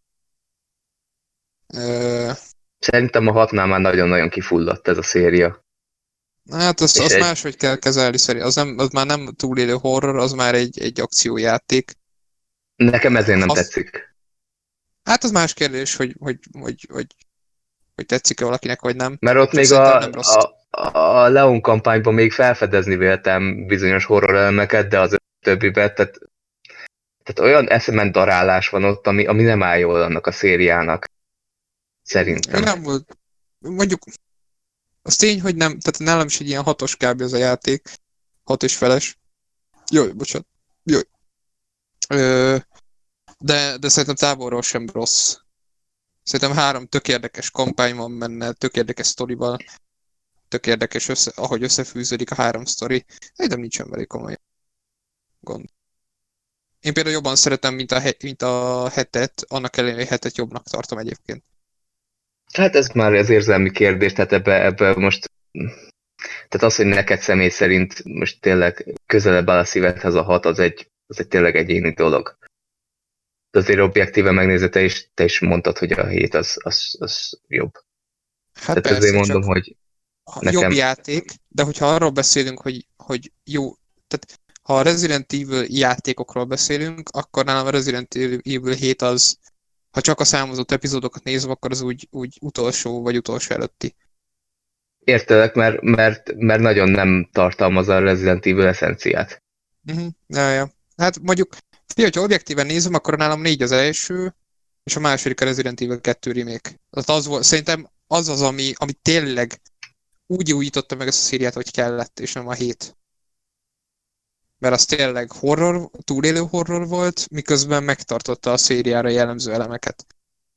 Ö, Szerintem a hatnál már nagyon-nagyon kifulladt ez a széria. hát azt, És azt egy- máshogy kell kezelni szerintem. Az, nem, az már nem túlélő horror, az már egy, egy akciójáték. Nekem ezért nem Az- tetszik. Hát az más kérdés, hogy, hogy, hogy, hogy, hogy tetszik-e valakinek, vagy nem. Mert ott Csak még szerintem a, nem rossz. a, a Leon kampányban még felfedezni véltem bizonyos horror elemeket, de az többiben, tehát, tehát olyan eszement darálás van ott, ami, ami nem áll jól annak a szériának. Szerintem. Nem volt, mondjuk, az tény, hogy nem, tehát nálam is egy ilyen hatos kb. Az a játék, hat és feles. Jó, bocsánat, jó. Ö, de, de szerintem távolról sem rossz. Szerintem három tök érdekes kampány van benne, tök érdekes sztorival, tök érdekes, össze, ahogy összefűződik a három sztori. Szerintem nincsen vele komoly gond. Én például jobban szeretem, mint a, he, mint a hetet, annak ellenére, hogy hetet jobbnak tartom egyébként. Hát ez már az érzelmi kérdés, tehát ebbe, ebbe most... Tehát az, hogy neked személy szerint most tényleg közelebb áll a szívedhez a hat, az egy, az egy tényleg egyéni dolog. De azért objektíven megnézve, te is, te is mondtad, hogy a hét az, az, az jobb. Hát Tehát persze, ezért mondom, csak hogy jobb nekem- játék, de hogyha arról beszélünk, hogy, hogy jó, tehát ha a Resident Evil játékokról beszélünk, akkor nálam a Resident Evil hét az, ha csak a számozott epizódokat nézem, akkor az úgy, úgy utolsó vagy utolsó előtti. Értelek, mert, mert, mert nagyon nem tartalmaz a Resident Evil eszenciát. Uh-huh. Ja, ja. Hát mondjuk, figyelj, hogyha objektíven nézem, akkor nálam négy az első, és a második a Resident Evil kettő remake. Az, az volt, szerintem az az, ami, ami tényleg úgy újította meg ezt a szériát, hogy kellett, és nem a hét. Mert az tényleg horror, túlélő horror volt, miközben megtartotta a szériára jellemző elemeket.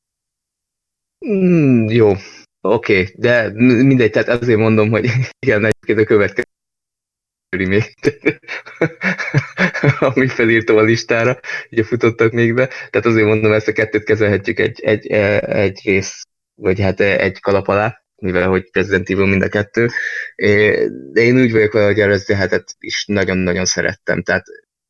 Mm, jó, oké, okay, de mindegy, tehát azért mondom, hogy igen, egyébként a következő remake, ami felírtam a listára, ugye futottak még be, tehát azért mondom, ezt a kettőt kezelhetjük egy, egy, egy rész, vagy hát egy kalap alá, mivel hogy Resident Evil mind a kettő, de én úgy vagyok vele, hogy a Resident Evil-et is nagyon-nagyon szerettem, tehát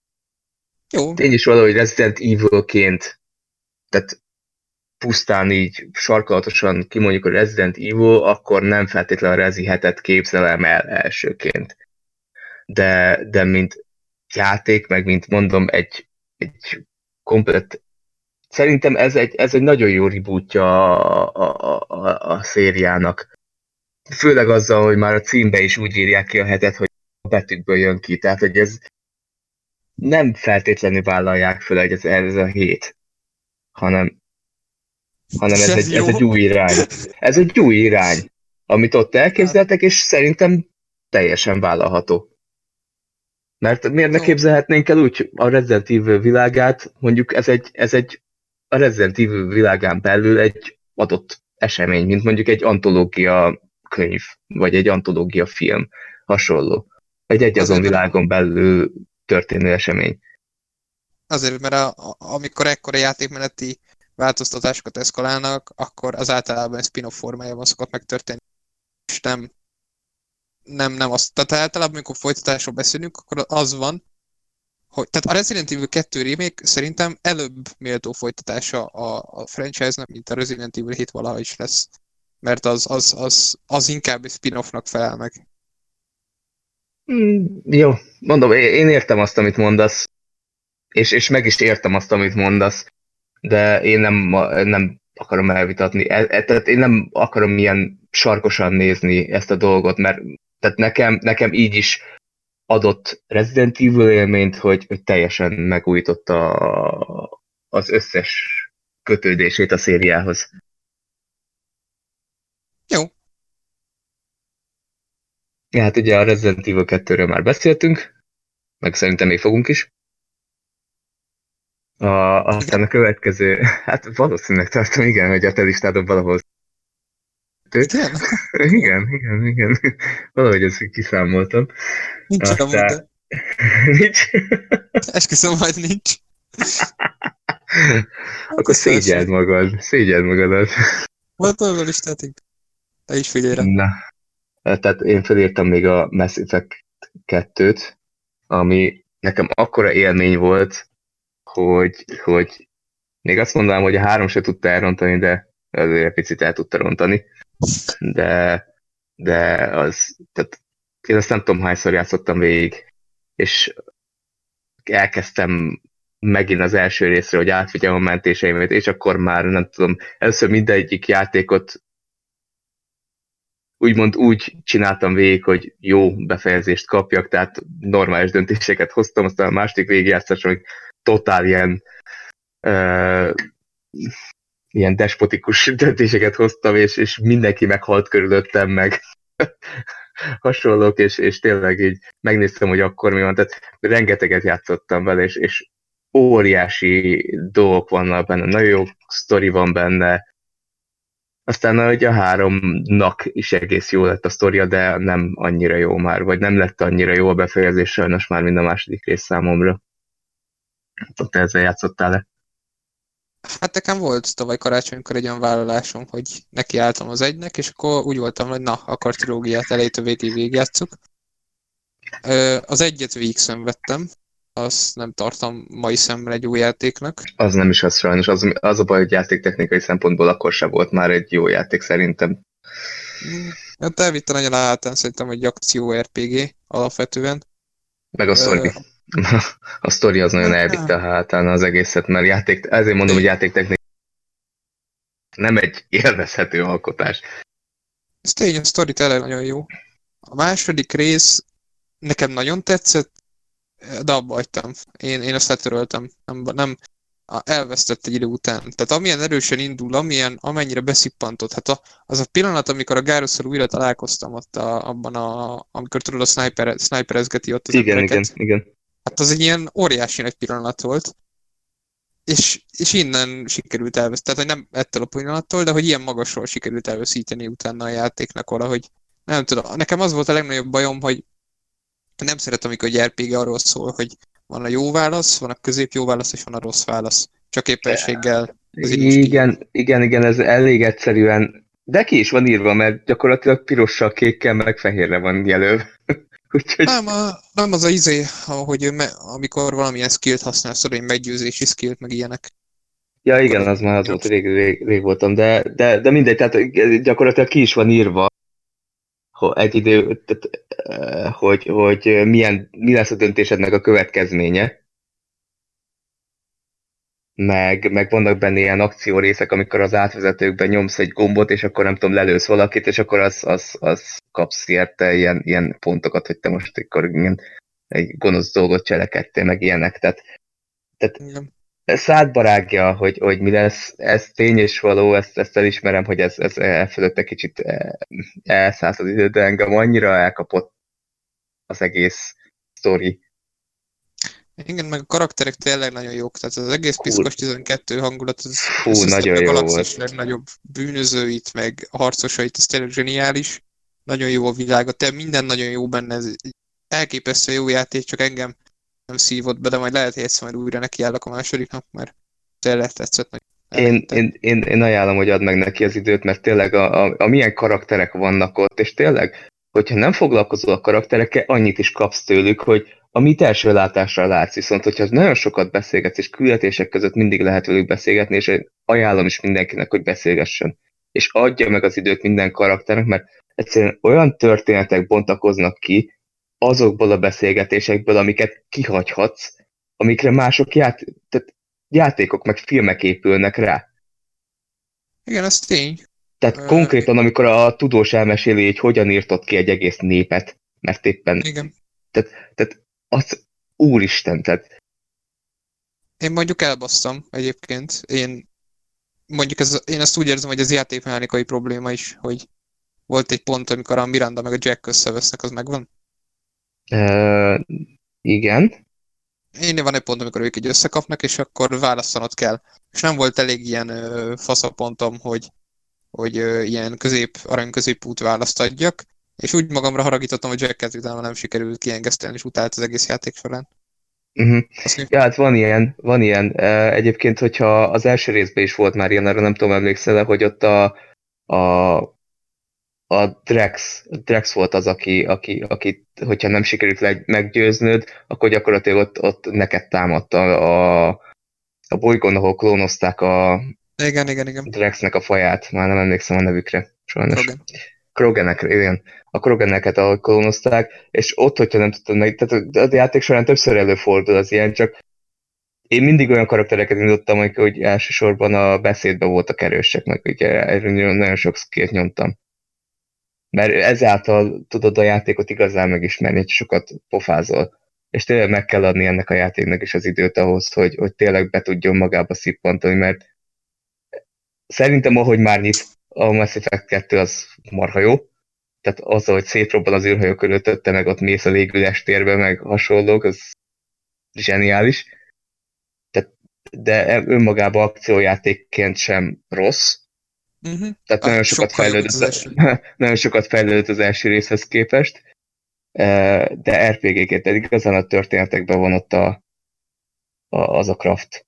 jó. Én is valahogy Resident Evil-ként, tehát pusztán így sarkalatosan kimondjuk a Resident Evil, akkor nem feltétlenül a Rezi hetet képzelem el elsőként. De, de mint játék, meg mint mondom, egy, egy komplet... Szerintem ez egy, ez egy nagyon jó rebootja a, a, a, a szériának. Főleg azzal, hogy már a címbe is úgy írják ki a hetet, hogy a betűkből jön ki. Tehát, hogy ez nem feltétlenül vállalják fel, hogy ez, ez a hét, hanem, hanem ez, egy, ez egy új irány. Ez egy új irány, amit ott elképzeltek, és szerintem teljesen vállalható. Mert miért ne képzelhetnénk el úgy a Resident Evil világát, mondjuk ez egy, ez egy a Resident Evil világán belül egy adott esemény, mint mondjuk egy antológia könyv, vagy egy antológia film, hasonló. Egy egy azon világon belül történő esemény. Azért, mert a, a, amikor ekkora játékmeneti változtatásokat eszkalálnak, akkor az általában spin-off formájában szokott megtörténni, és nem nem, nem azt. Tehát általában, amikor folytatásról beszélünk, akkor az van, hogy, tehát a Resident Evil kettő remake szerintem előbb méltó folytatása a, a franchise-nak, mint a Resident Evil hét valaha is lesz. Mert az, az, az, az inkább egy spin-offnak felel meg. Mm, jó, mondom, én értem azt, amit mondasz, és, és meg is értem azt, amit mondasz, de én nem, nem akarom elvitatni. E, e, tehát én nem akarom ilyen sarkosan nézni ezt a dolgot, mert tehát nekem, nekem így is adott Resident Evil élményt, hogy, hogy teljesen megújította a, az összes kötődését a szériához. Jó. Ja, hát ugye a Resident Evil kettőről már beszéltünk, meg szerintem még fogunk is. A, aztán a következő, hát valószínűleg tartom, igen, hogy a te listádon valahol. Igen? igen, igen, igen. Valahogy ezt kiszámoltam. Nincs aztán... amúgy, de... nincs? Esküszöm, majd nincs. Akkor szégyeld magad, szégyeld magadat. Volt olyan listát, te is figyelj rá. Na, tehát én felírtam még a Mass Effect kettőt, ami nekem akkora élmény volt, hogy, hogy még azt mondanám, hogy a három se tudta elrontani, de azért egy picit el tudta rontani. De, de az, tehát én azt nem tudom hányszor játszottam végig, és elkezdtem megint az első részre, hogy átvigyem a mentéseimet, és akkor már nem tudom, először mindegyik játékot úgymond úgy csináltam végig, hogy jó befejezést kapjak, tehát normális döntéseket hoztam, aztán a második végigjátszáson, hogy totál ilyen uh, ilyen despotikus döntéseket hoztam, és, és mindenki meghalt körülöttem, meg hasonlók, és, és tényleg így megnéztem, hogy akkor mi van, tehát rengeteget játszottam vele, és, és óriási dolgok vannak benne, nagyon jó sztori van benne, aztán ugye a háromnak is egész jó lett a sztoria, de nem annyira jó már, vagy nem lett annyira jó a befejezés sajnos már, mint a második rész számomra. Te ezzel játszottál-e? Hát nekem volt tavaly karácsonykor egy olyan vállalásom, hogy nekiálltam az egynek, és akkor úgy voltam, hogy na, akkor trilógiát elejétől végig végigjátszuk. Az egyet végig szenvedtem, azt nem tartom mai szemmel egy jó játéknak. Az nem is az sajnos, az, az a baj, hogy játéktechnikai szempontból akkor sem volt már egy jó játék szerintem. Hát elvitte nagyon a hátán, szerintem egy akció er pé gé alapvetően. Meg a sztori. A sztori az nagyon elvitte a hátán az egészet, mert játék, ezért mondom, hogy játéktechnikai Nem egy élvezhető alkotás. Ez tény, a sztori tényleg nagyon jó. A második rész nekem nagyon tetszett, de abba hagytam. Én, én azt letöröltem. Nem, nem, elvesztett egy idő után. Tehát amilyen erősen indul, amilyen, amennyire beszippantott, hát a, az a pillanat, amikor a Gárosszal újra találkoztam ott a, abban a, amikor tudod a sniper, sniperezgeti ott az Igen, embereket. igen, igen. Hát az egy ilyen óriási nagy pillanat volt. És, és innen sikerült elveszteni, tehát hogy nem ettől a pillanattól, de hogy ilyen magasról sikerült elveszíteni utána a játéknak valahogy. Nem tudom, nekem az volt a legnagyobb bajom, hogy nem szeretem, amikor egy er pé gé arról szól, hogy van a jó válasz, van a közép jó válasz, és van a rossz válasz. Csak éppenséggel. Igen, igen, igen, ez elég egyszerűen, de ki is van írva, mert gyakorlatilag pirossal, kékkel, meg fehérre van jelölve. Úgyhogy... Nem, a, nem az a izé, hogy me, amikor valamilyen skillt használsz, hogy meggyőzési skillt, meg ilyenek. Ja igen, az már az volt, rég, rég, rég voltam, de, de, de mindegy, tehát gyakorlatilag ki is van írva, hogy egy idő, tehát, hogy, hogy milyen, mi lesz a döntésednek a következménye. Meg, meg vannak benne ilyen akciórészek, amikor az átvezetőkben nyomsz egy gombot, és akkor nem tudom, lelősz valakit, és akkor az, az, az kapsz érte ilyen, ilyen pontokat, hogy te most akkor ilyen, egy gonosz dolgot cselekedtél, meg ilyenek. Tehát, tehát szádbarágja, hogy, hogy mi lesz, ez tény és való, ezt, ezt elismerem, hogy ez, ez elfölötte kicsit elszállt az idő, de engem annyira elkapott az egész sztori. Igen, meg a karakterek tényleg nagyon jók, tehát az egész Piszkos tizenkettő hangulat, az Fú, nagyon a jó galaxis volt. legnagyobb bűnözőit, meg harcosait, ez tényleg zseniális. Nagyon jó a világa, te minden nagyon jó benne, ez elképesztő jó játék, csak engem nem szívott be, de majd lehet, hogy egyszer majd újra nekiállok a másodiknak, mert tényleg tetszett. Én, én, én, én ajánlom, hogy add meg neki az időt, mert tényleg a, a, a milyen karakterek vannak ott, és tényleg, hogyha nem foglalkozol a karakterekkel, annyit is kapsz tőlük, hogy amit első látásra látsz, viszont hogyha nagyon sokat beszélgetsz, és küldetések között mindig lehet velük beszélgetni, és én ajánlom is mindenkinek, hogy beszélgessen. És adja meg az időt minden karakternek, mert egyszerűen olyan történetek bontakoznak ki azokból a beszélgetésekből, amiket kihagyhatsz, amikre mások ját... Tehát játékok meg filmek épülnek rá. Igen, ez tény. Tehát uh, konkrétan, amikor a tudós elmeséli, hogy hogyan írtott ki egy egész népet, mert éppen... Igen. Tehát, tehát az úristen, tehát... Én mondjuk elbasztam egyébként. Én mondjuk ez, én ezt úgy érzem, hogy ez játékmechanikai probléma is, hogy volt egy pont, amikor a Miranda meg a Jack összevesznek, az megvan? Uh, igen. Én van egy pont, amikor ők így összekapnak, és akkor választanod kell. És nem volt elég ilyen ö, faszapontom, hogy, hogy ö, ilyen közép, arany középút választ adjak, és úgy magamra haragítottam, hogy Jacket utána nem sikerült kiengesztelni, és utált az egész játék során. Uh-huh. Ja, hát van ilyen, van ilyen. Uh, egyébként, hogyha az első részben is volt már ilyen, arra nem tudom, emlékszel, hogy ott a, a a Drex, Drex volt az, aki, aki, aki hogyha nem sikerült le, meggyőznöd, akkor gyakorlatilag ott, ott neked támadt a, a, a bolygón, ahol klónozták a igen, igen, igen. Drexnek a faját. Már nem emlékszem a nevükre, sajnos. Krogan. Kroganekre, igen. A Kroganeket, ahol klónozták, és ott, hogyha nem tudtad meg, tehát a játék során többször előfordul az ilyen, csak én mindig olyan karaktereket indítottam, hogy, hogy elsősorban a beszédben voltak erősek, meg ugye erről nagyon sok skillt nyomtam. Mert ezáltal tudod a játékot igazán megismerni, hogy sokat pofázol. És tényleg meg kell adni ennek a játéknak is az időt ahhoz, hogy, hogy tényleg be tudjon magába szippantani, mert szerintem ahogy már nyit a Mass Effect kettő az marha jó. Tehát azzal, hogy szétrobban az űrhajó körülötte, meg ott mész a légüles térbe, meg hasonlók, az zseniális. Tehát, de önmagában akciójátékként sem rossz. Uh-huh. Tehát nagyon sokat, fejlődött, az nagyon sokat fejlődött az első részhez képest, de er pé gé-ként igazán a történetekben van ott a, a, az a craft.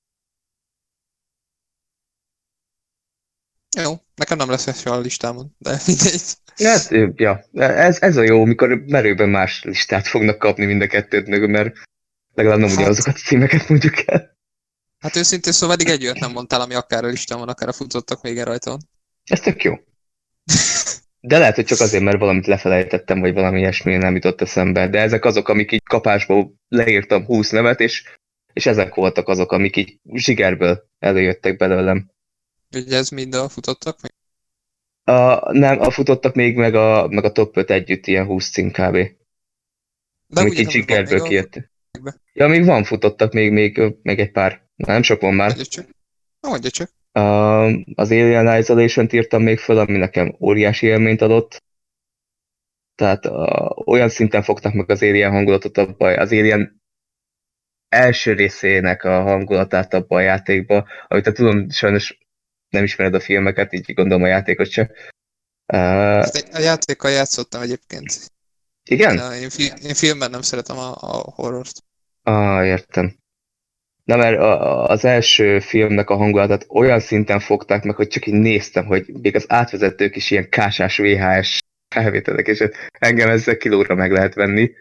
Jó, nekem nem lesz ez a listámon, de mindegy. Ez, ja, ez, ez a jó, mikor merőben más listát fognak kapni mind a kettőt mögül, mert legalább nem hát, ugyanazokat a címeket mondjuk el. Hát őszintén szóval eddig egy olyat nem mondtál, ami akár a listámon, akár a futottak még rajta van. Ez tök jó. De lehet, hogy csak azért, mert valamit lefelejtettem, vagy valami ilyesmi nem jutott eszembe. De ezek azok, amik így kapásból leírtam húsz nevet, és, és ezek voltak azok, amik így zsigerből előjöttek belőlem. Ugye ez mind a futottak még? A, nem, a futottak még meg a, meg a top öt együtt ilyen húsz cím kb. De Amik úgy így értem, hogy van még Jiggerből a kijött. futottakban. Ja, még van futottak, még, még, még egy pár. Nem sok van már. Mondja csak. Na, mondja csak. A, az Alien Isolation-t írtam még föl, ami nekem óriási élményt adott. Tehát a, olyan szinten fogtak meg az Alien hangulatot abban, az Alien első részének a hangulatát abban a játékba, amit a tudom, sajnos nem ismered a filmeket, így gondolom a játékot sem. Uh, Hát a játékkal játszottam egyébként. Én, igen? a, én, fi, én filmben nem szeretem a, a horrort. Ah, értem. Na, mert a, az első filmnek a hangulatát olyan szinten fogták meg, hogy csak így néztem, hogy még az átvezetők is ilyen kásás vé há es felvételek, és engem ezzel kilóra meg lehet venni.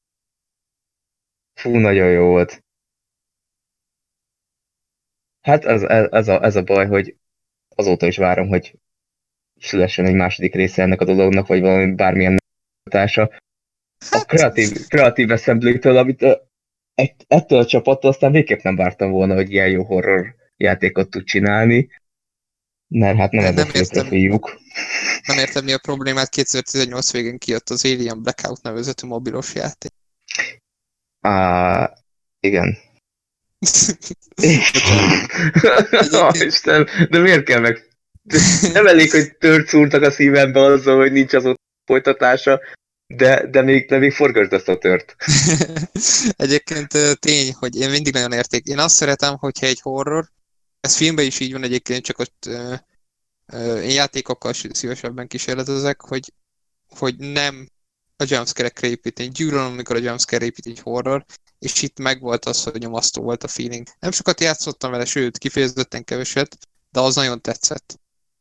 Fú, nagyon jó volt. Hát ez, ez, ez, a, ez a baj, hogy azóta is várom, hogy szülessen egy második része ennek a dolognak, vagy valami bármilyen hatása. A Hát, kreatív, kreatív Assembly-től, amit ett, ettől a csapattól aztán végképp nem vártam volna, hogy ilyen jó horror játékot tud csinálni, mert hát nem ez a nem fő értem, profiuk. nem értem mi a problémát, kétezer-tizennyolc végén kijött az Alien Blackout nevezetű mobilos játék. Á, igen. Egyébként... Isten, de miért kell meg? Nem elég, hogy tört szúrtak a szívembe azzal, hogy nincs azon folytatása, de, de, még, de még forgasd azt a tört. Egyébként tény, hogy én mindig nagyon érték. Én azt szeretem, hogyha egy horror, ez filmben is így van egyébként, csak ott ö, ö, én játékokkal szívesebben kísérletezek, hogy, hogy nem a jumpscare-ekre épít. Én gyűlölöm, amikor a jumpscare épít egy horror, és itt megvolt az, hogy nyomasztó volt a feeling. Nem sokat játszottam vele, sőt, kifejezetten keveset, de az nagyon tetszett.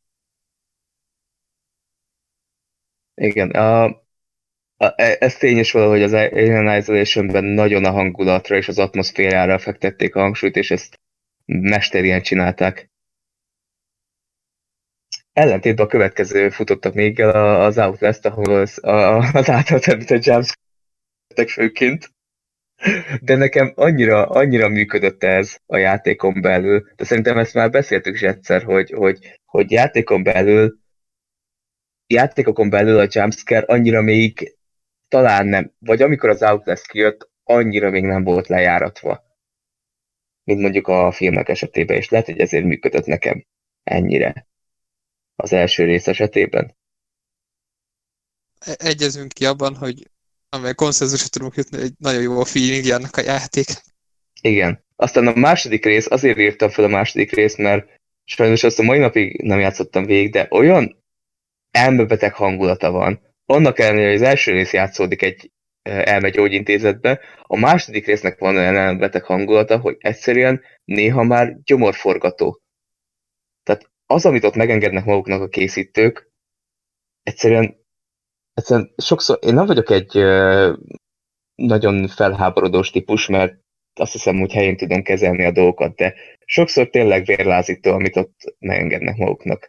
Igen, a, a, ez tényes valahogy az Alien Isolation-ben nagyon a hangulatra és az atmoszférára fektették a hangsúlyt, és ezt mesterien csinálták. Ellentétben a következő futottak még el az Outlast, ahol az, a, az által említett jumpscare főként. De nekem annyira, annyira működött ez a játékon belül, de szerintem ezt már beszéltük is egyszer, hogy, hogy, hogy játékon belül játékokon belül a jumpscare annyira még talán nem, vagy amikor az Outlast kijött, annyira még nem volt lejáratva, mint mondjuk a filmek esetében, és lehet, hogy ezért működött nekem ennyire az első rész esetében. Egyezünk ki abban, hogy amely konszenzusra tudunk jutni, hogy nagyon jó a feeling annak a játék. Igen. Aztán a második rész, azért írtam fel a második részt, mert sajnos azt a mai napig nem játszottam végig, de olyan elmebeteg hangulata van. Annak ellenére, hogy az első rész játszódik egy elmegyógyintézetbe, a második résznek van olyan elmebeteg hangulata, hogy egyszerűen néha már gyomorforgató. Tehát az, amit ott megengednek maguknak a készítők, egyszerűen, egyszerűen sokszor, én nem vagyok egy uh, nagyon felháborodós típus, mert azt hiszem, hogy helyén tudom kezelni a dolgokat, de sokszor tényleg vérlázító, amit ott megengednek maguknak.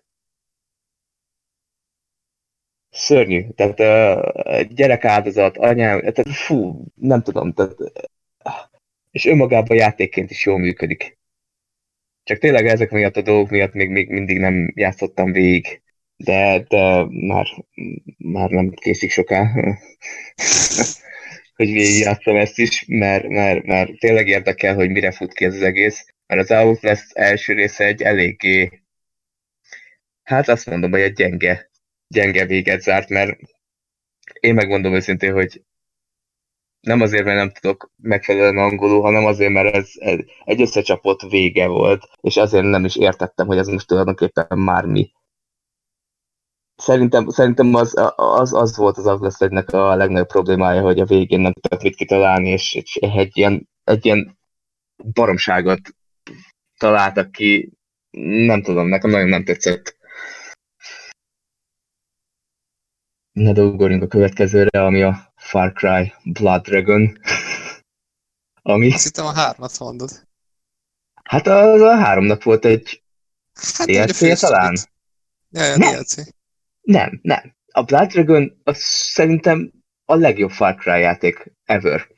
Szörnyű. Tehát uh, gyerek áldozat, anyám, tehát fú, nem tudom. Tehát, és önmagában játékként is jól működik. Csak tényleg ezek miatt a dolgok miatt még, még mindig nem játszottam végig. De, de már, már nem készik soká, hogy végigjátszom ezt is, mert, mert, mert tényleg érdekel, hogy mire fut ki ez az egész. Mert az Outlast első része egy eléggé, hát azt mondom, hogy egy gyenge, gyenge véget zárt, mert én megmondom őszintén, hogy nem azért, mert nem tudok megfelelően angolul, hanem azért, mert ez, ez egy összecsapott vége volt, és azért nem is értettem, hogy ez most tulajdonképpen már mi. Szerintem, szerintem az, az, az volt az Outlast-nek a legnagyobb problémája, hogy a végén nem tudtak mit kitalálni, és, és egy, ilyen, egy ilyen baromságot találtak ki. Nem tudom, nekem nagyon nem tetszett. Ne dolgorjunk a következőre, ami a Far Cry Blood Dragon. Ami... Azt hittem a hármat mondod. Hát az a háromnak volt egy Hát, dé el cé talán? Ja, ja, Nem. dé el cé. Nem, nem. A Blood Dragon az szerintem a legjobb Far Cry játék ever.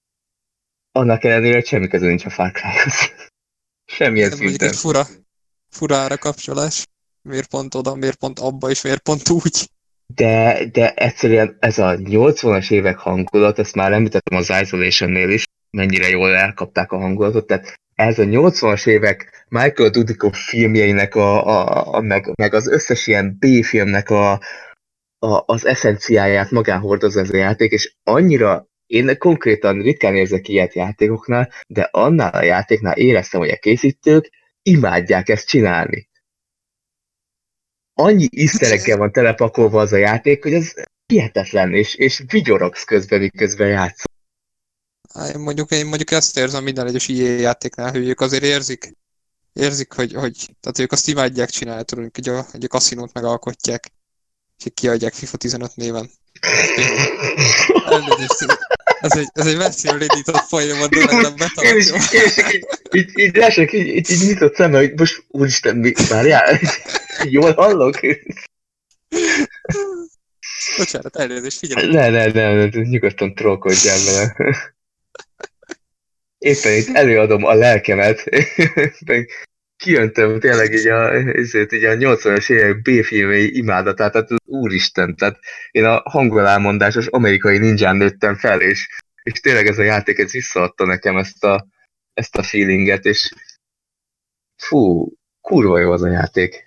Annak ellenére, hogy semmi közül nincs a Far Cryhoz. Semmilyen Ez mondjuk szinten. egy fura, furára kapcsolás. Miért pont oda, miért pont abba, és miért pont úgy. De, de egyszerűen ez a nyolcvanas évek hangulat, ezt már említettem az Isolation-nél is, mennyire jól elkapták a hangulatot, tehát ez a nyolcvanas évek Michael Dudikoff filmjeinek, a, a, a, meg, meg az összes ilyen B-filmnek a, a, az eszenciáját magán hordozza ez a játék, és annyira, én konkrétan ritkán érzek ilyet játékoknál, de annál a játéknál éreztem, hogy a készítők imádják ezt csinálni. Annyi iszterekkel van telepakolva az a játék, hogy ez hihetetlen, és, és vigyorogsz közben, miközben játszol. Én mondjuk, én mondjuk ezt érzem minden egyes i á játéknál, hogy ők azért érzik, érzik, hogy, hogy tehát ők azt imádják csinálni, tudod, hogy a, hogy a kaszinót megalkotják, és kiadják FIFA tizenöt néven. Elnézést, ez egy, ez egy messziről indított folyamat, de nem betalak. És, és így, így, így lássak, így, így, így nyitott szemmel, hogy most úristen, mi, várjál, jól hallok? Bocsánat, elnézést, figyelj. Ne, ne, ne, ne, nyugodtan trollkodjál vele. Éppen itt előadom a lelkemet, kijöntöm tényleg így a, ezért így a nyolcvanas évek B-filmei imádatát, tehát úristen, tehát én a hangolámondásos amerikai ninján nőttem fel, és, és tényleg ez a játék, ez visszaadta nekem ezt a, ezt a feelinget, és fú, kurva jó az a játék.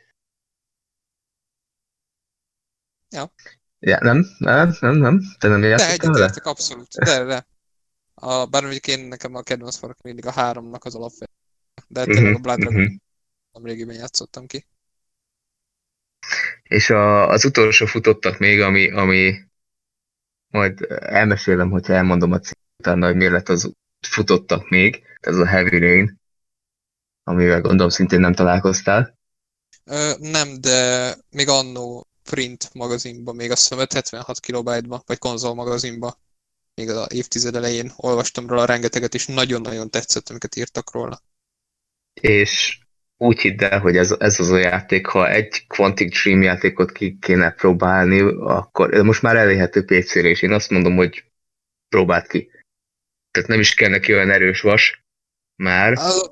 Ja. Ja, nem, nem, nem, nem, te nem játszottál vele? De abszolút, de, de. A, bár mondjuk én nekem a kedvenc farok mindig a háromnak az alapvető. De tényleg uh-huh, a Blood Dragon uh-huh. nem régiben játszottam ki. És a, az utolsó futottak még, ami, ami majd elmesélem, hogyha elmondom a címet utána, hogy miért lett az futottak még, ez a Heavy Rain, amivel gondolom szintén nem találkoztál. Ö, nem, de még annó print magazinban, még azt hiszem hetvenhat kilobájtban, vagy konzol magazinban, még az évtized elején olvastam róla rengeteget, és nagyon-nagyon tetszett, amiket írtak róla. És úgy hidd el, hogy ez, ez az a játék, ha egy Quantic Dream játékot ki kéne próbálni, akkor most már elérhető pé cére, és én azt mondom, hogy próbáld ki. Tehát nem is kell neki olyan erős vas, már. Az...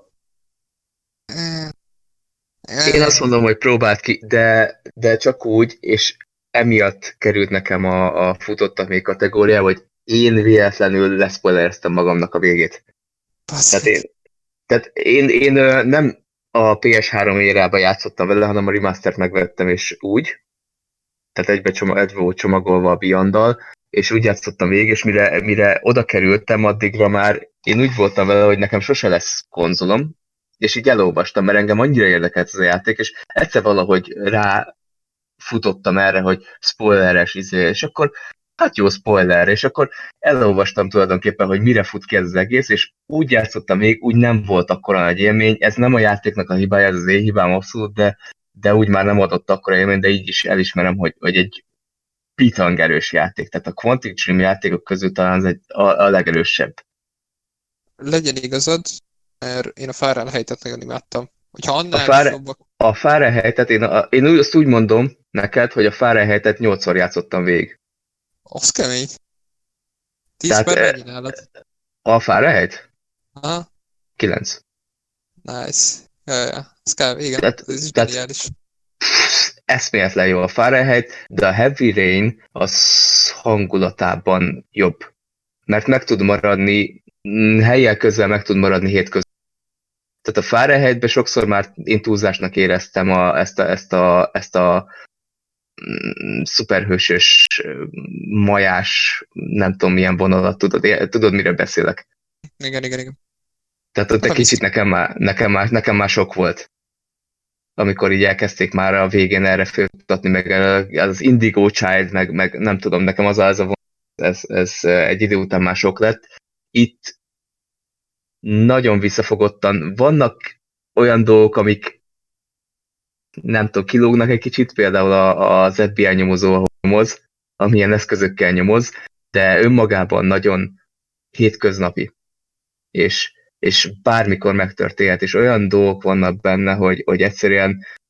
Én azt mondom, hogy próbáld ki, de, de csak úgy, és emiatt került nekem a, a futottak még kategóriába, hogy én véletlenül leszpoilereztem magamnak a végét. Tehát én, tehát én, én nem a pé es három érában játszottam vele, hanem a remastert megvettem, és úgy. Tehát egybe, csomag, egybe volt csomagolva a Beyond-dal, és úgy játszottam végig, és mire, mire oda kerültem, addigra már én úgy voltam vele, hogy nekem sose lesz konzolom, és így elolvastam, mert engem annyira érdekelt ez a játék, és egyszer valahogy ráfutottam erre, hogy spoileres izé, és akkor hát jó spoiler, és akkor elolvastam tulajdonképpen, hogy mire fut ki ez az egész, és úgy játszottam még, úgy nem volt akkora nagy élmény, ez nem a játéknak a hibája, ez az én hibám abszolút, de, de úgy már nem adott akkora élmény, de így is elismerem, hogy, hogy egy pitang erős játék, tehát a Quantic Dream játékok közül talán ez egy, a, a legerősebb. Legyen igazad, mert én a Fahrenheit-et nagyon imádtam. Hogyha annál a Fahre- jobbak... A Fahrenheit-et, én, a, én úgy, azt úgy mondom neked, hogy a Fahrenheit-et nyolcszor játszottam végig. Az kemény. tíz per mennyi nálad? A Fahrenheit? Aha. kilenc. Nice. Ja, ja. Ez kell, igen. Tehát, ez is tehát, geniális. eszméletlen jó a Fahrenheit, de a Heavy Rain az hangulatában jobb. Mert meg tud maradni, helyjel közben meg tud maradni hétközben. Tehát a Fahrenheitben sokszor már én túlzásnak éreztem a, ezt a, ezt a, ezt a mm, szuperhősös, majás, nem tudom milyen vonalat, tudod, tudod mire beszélek? Igen, igen, igen. Tehát ott egy kicsit nekem már, nekem, már, nekem már sok volt. Amikor így elkezdték már a végén erre fölmutatni, meg az Indigo Child, meg, meg nem tudom, nekem az az a vonat, ez, ez egy idő után már sok lett. Itt nagyon visszafogottan vannak olyan dolgok, amik nem tudom, kilógnak egy kicsit, például az ef bé i nyomozó, ahol nyomoz, amilyen eszközökkel nyomoz, de önmagában nagyon hétköznapi. És, és bármikor megtörténhet, és olyan dolgok vannak benne, hogy, hogy egyszerűen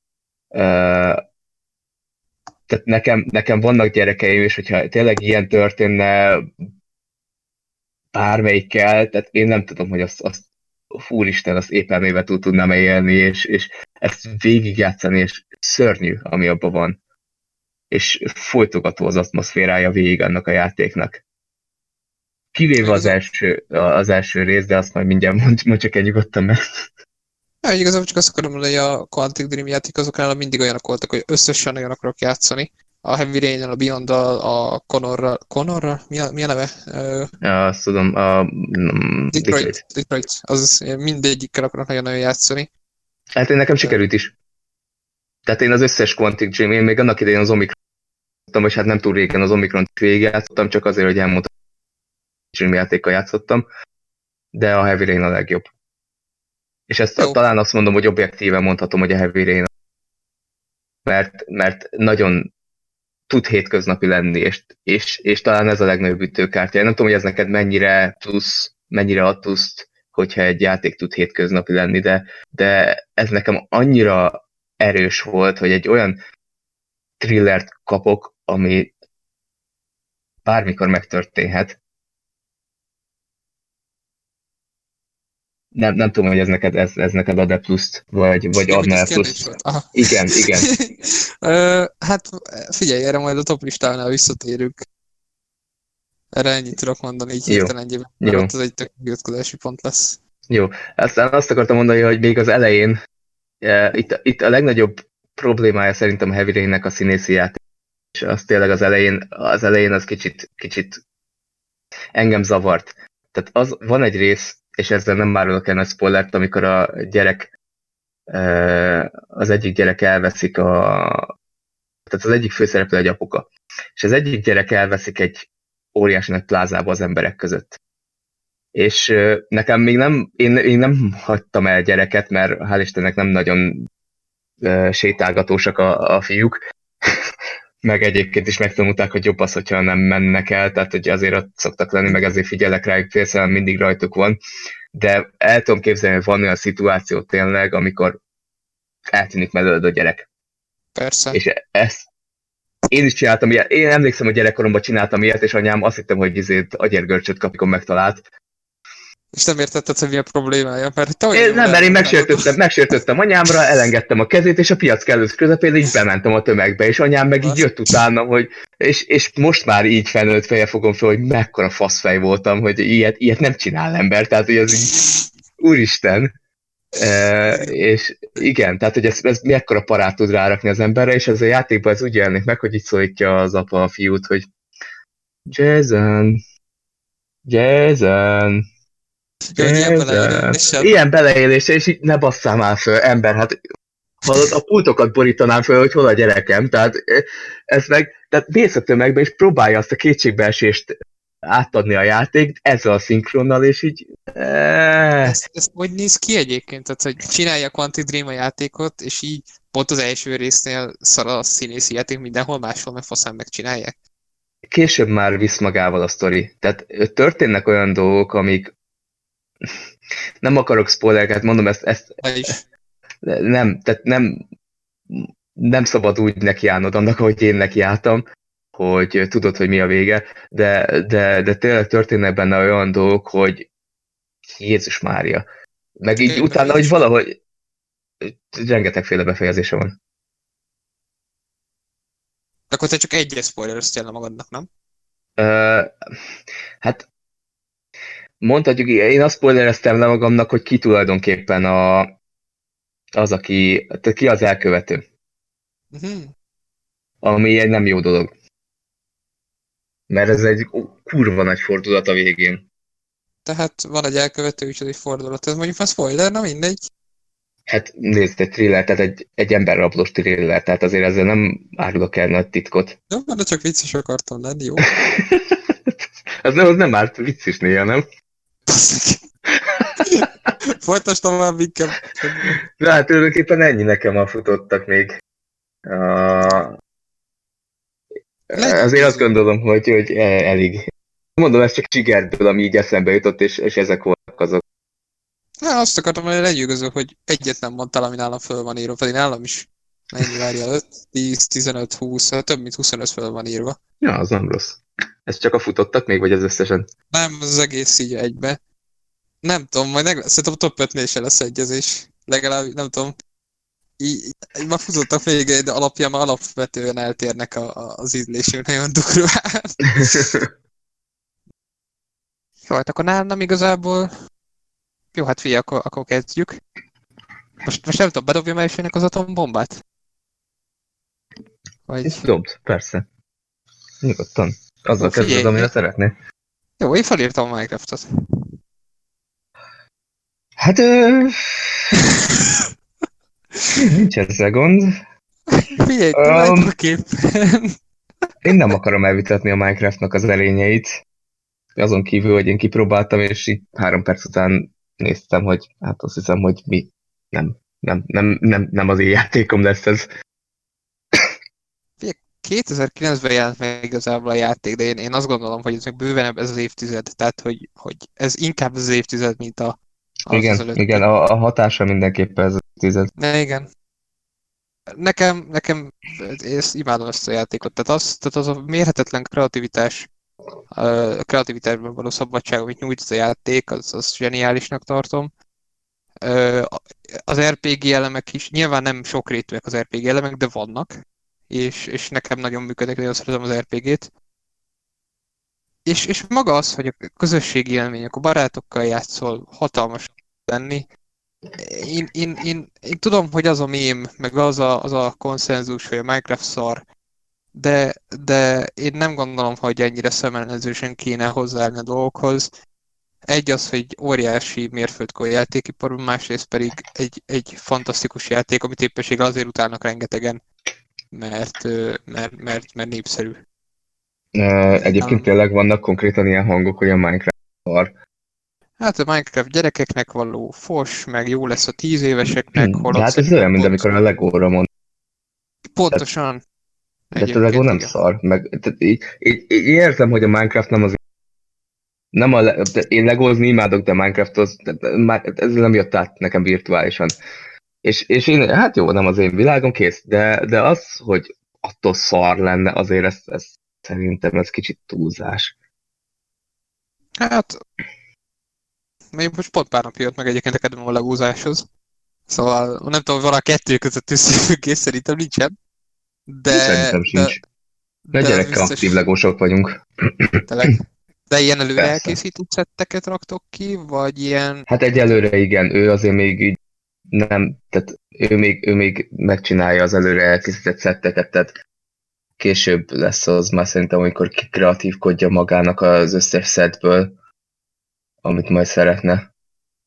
uh, tehát nekem, nekem vannak gyerekeim, és hogyha tényleg ilyen történne bármelyikkel, tehát én nem tudom, hogy azt, azt úristen, azt éppen túl tudnám élni, és, és ezt végigjátszani, és szörnyű, ami abban van. És folytogató az atmoszférája végig annak a játéknak. Kivéve az első, az első rész, de azt majd mindjárt mond, mond csak egy nyugodtan meg. Ja, igazából csak azt akarom mondani, hogy a Quantic Dream játék azoknál mindig olyanok voltak, hogy összesen olyan akarok játszani. A Heavy Rain-nel, a Beyond-dal, a Connorral. Connorral? Mi a, mi a neve? Ja, azt tudom, a... Mm, Detroit. Detroit. Az mindegyikkel akarok nagyon-nagyon játszani. Hát én nekem sikerült is. Tehát én az összes Quantic Dream, én még annak idején az Omicron, vagy hát nem túl régen az Omicron végigjátszottam, csak azért, hogy elmondtam, hogy Dream játékkal játszottam, de a Heavy Rain a legjobb. És ezt a, talán azt mondom, hogy objektíven mondhatom, hogy a Heavy Rain, mert, mert nagyon tud hétköznapi lenni, és, és, és talán ez a legnagyobb ütőkártya. Én nem tudom, hogy ez neked mennyire plusz, mennyire ad pluszt, hogyha egy játék tud hétköznapi lenni, de, de ez nekem annyira erős volt, hogy egy olyan thrillert kapok, ami bármikor megtörténhet. Nem, nem tudom, hogy ez neked, ez, ez neked ad-e pluszt, vagy, vagy adna-e pluszt. Igen, igen. uh, hát figyelj, erre majd a top listánál visszatérünk. Erre ennyit tudok mondani, így hirtelenjében, mert ott az egy tök meggyőzködési pont lesz. Jó, aztán azt akartam mondani, hogy még az elején, uh, itt, itt a legnagyobb problémája szerintem a Heavy Rainnek a színészi játék, és az tényleg az elején, az elején az kicsit, kicsit engem zavart. Tehát az, van egy rész, és ezzel nem márulok el nagy spoilert, amikor a gyerek, az egyik gyerek elveszik a... Tehát az egyik főszereplő egy apuka. És az egyik gyerek elveszik egy óriási nagy plázába az emberek között. És nekem még nem... Én, én nem hagytam el gyereket, mert hál' Istennek nem nagyon sétálgatósak a, a fiúk. Meg egyébként is megtanulták, hogy jobb az, hogyha nem mennek el, tehát hogy azért ott szoktak lenni, meg azért figyelek rájuk, félszerelem mindig rajtuk van, de el tudom képzelni, hogy van olyan szituáció tényleg, amikor eltűnik mellőled a gyerek. Persze. És ezt én is csináltam ilyet, én emlékszem, hogy gyerekkoromban csináltam ilyet, és anyám azt hittem, hogy izét agyérgörcsöt kap, amikor megtalált. És nem értetted, hogy mi a problémája? Mert te én, nem, mert én megsértődtem, megsértődtem anyámra, elengedtem a kezét, és a piac kellős közepén így bementem a tömegbe, és anyám meg így jött utána, hogy, és, és most már így felnőtt feje fogom fel, hogy mekkora faszfej voltam, hogy ilyet, ilyet nem csinál ember, tehát hogy ez így, úristen. E, és igen, tehát hogy ez, ez mekkora parát tud rárakni az emberre, és ez a játékban ez úgy jelenik meg, hogy így szólítja az apa a fiút, hogy Jason, Jason, Jó, ilyen beleéléssel. Ilyen beleéléssel, és így ne basszám már föl, ember, hát hallod, a pultokat borítanám föl, hogy hol a gyerekem, tehát ez meg, tehát mész a tömegbe, és próbálja azt a kétségbeesést átadni a játék ezzel a szinkronnal, és így... Ez, ez hogy néz ki egyébként? Tehát, hogy csinálja Quantic Dream a játékot, és így pont az első résznél szar a színészi játék, mindenhol máshol meg faszán megcsinálják? Később már visz magával a sztori. Tehát történnek olyan dolgok, amik nem akarok spoilereket, mondom ezt, ezt nem, tehát nem, nem szabad úgy nekiállnod annak, ahogy én nekiálltam, hogy tudod, hogy mi a vége, de, de, de tényleg történnek benne olyan dolgok, hogy Jézus Mária. Meg így Én utána, hogy valahogy rengetegféle befejezése van. De akkor te csak egyes spoileröztél magadnak, nem? Uh, hát mondhatjuk, én azt spoilereztem le magamnak, hogy ki tulajdonképpen a, az, aki, tehát ki az elkövető. Uh-huh. Ami egy nem jó dolog. Mert ez egy kurva nagy fordulat a végén. Tehát van egy elkövető, úgyhogy egy fordulat. Ez mondjuk már spoiler, na mindegy. Hát nézd, egy thriller, tehát egy, egy emberrablós thriller, tehát azért ezzel nem árulok el nagy titkot. Jó, de csak vicces akartam lenni, jó? az, nem, az nem árt vicces néha, nem? Folytasd tovább inkább. De hát tulajdonképpen ennyi nekem a futottak még. Uh, azért azt gondolom, hogy, hogy elég. Mondom, ez csak Csigerből, ami így eszembe jutott, és, és ezek voltak azok. Hát azt akartam, hogy legyőgöző, hogy egyet nem mondtál, ami nálam föl van írva, pedig nálam is mennyi várja öt, tíz, tizenöt, húsz, több mint huszonöt föl van írva. Ja, az nem rossz. Ez csak a futottak még, vagy az összesen? Nem, az egész így egybe. Nem tudom, majd meg, szerintem a top ötnél se lesz egyezés. Legalább, nem tudom. Így, így már futottak még egy, de alapján már alapvetően eltérnek a, a, az ízlésünk nagyon durván. Jó, hát akkor nálam igazából... Jó, hát figyelj, akkor, akkor kezdjük. Most, most nem tudom, bedobjam elsőnek az atombombát? Vagy... Ezt dobd, persze. Nyugodtan. Azzal Ó, figyelj, kezded, amire én- szeretnél. Jó, én felírtam a Minecraftot. Hát, ö... nincs ezzel gond. Figyelj, Um, tulajdonképpen... Én nem akarom elvitatni a Minecraftnak az erényeit. Azon kívül, hogy én kipróbáltam, és így három perc után néztem, hogy hát azt hiszem, hogy mi nem, nem, nem, nem, nem az én játékom lesz ez. kétezer-kilencben jelent meg igazából a játék, de én, én azt gondolom, hogy ez még bőven ez az évtized, tehát hogy, hogy ez inkább az évtized, mint a, az Igen, az előtti. igen, a, a hatása mindenképpen ez a tízed. Ne, igen. Nekem, nekem, én ezt imádom ezt a játékot, tehát az, tehát az a mérhetetlen kreativitás, a kreativitásban való szabadság, amit nyújt az a játék, az, az zseniálisnak tartom. Ö, Az er pé gé elemek is, nyilván nem sokrétűek az er pé gé elemek, de vannak, és, és nekem nagyon működik, nagyon szeretem az er pé gét. És, és maga az, hogy a közösségi élmények, a barátokkal játszol, hatalmas lenni. Én, én, én, én tudom, hogy az a mém, meg az a, az a konszenzus, hogy a Minecraft szar, de, de én nem gondolom, hogy ennyire szemellenzősen kéne hozzáállni a dolgokhoz. Egy az, hogy óriási mérföldkő játékiparban, másrészt pedig egy, egy fantasztikus játék, amit éppenséggel azért utálnak rengetegen, mert, mert, mert, mert népszerű. Uh, egyébként tényleg vannak konkrétan ilyen hangok, hogy a Minecraft szar. Hát a Minecraft gyerekeknek való fos, meg jó lesz a tíz éveseknek, holott Hát ez szerintem olyan, mint pont- amikor a Legóra mond. pontosan. De a Lego nem igen. szar. Meg, tehát így, így, így érzem, hogy a Minecraft nem az nem a, le- de én legózni imádok, de Minecrafthoz de- de már ez nem jött át nekem virtuálisan. És, és én, hát jó, nem az én világom, kész, de, de az, hogy attól szar lenne, azért ez, ez szerintem ez kicsit túlzás. Hát, még most pont pár napja jött meg egyébként a kedvem a legózáshoz. Szóval nem tudom, hogy van a kettő között összefüggés, szerintem nincsen. De, Szerintem de, sincs. de De az gyerekkel biztos, aktív legósok vagyunk. tényleg. De ilyen előre Persze. elkészített szetteket raktok ki, vagy ilyen... Hát egyelőre igen, ő azért még így nem, tehát ő még, ő még megcsinálja az előre elkészített szetteket, tehát később lesz az már szerintem, amikor kikreatívkodja magának az összes szetből, amit majd szeretne.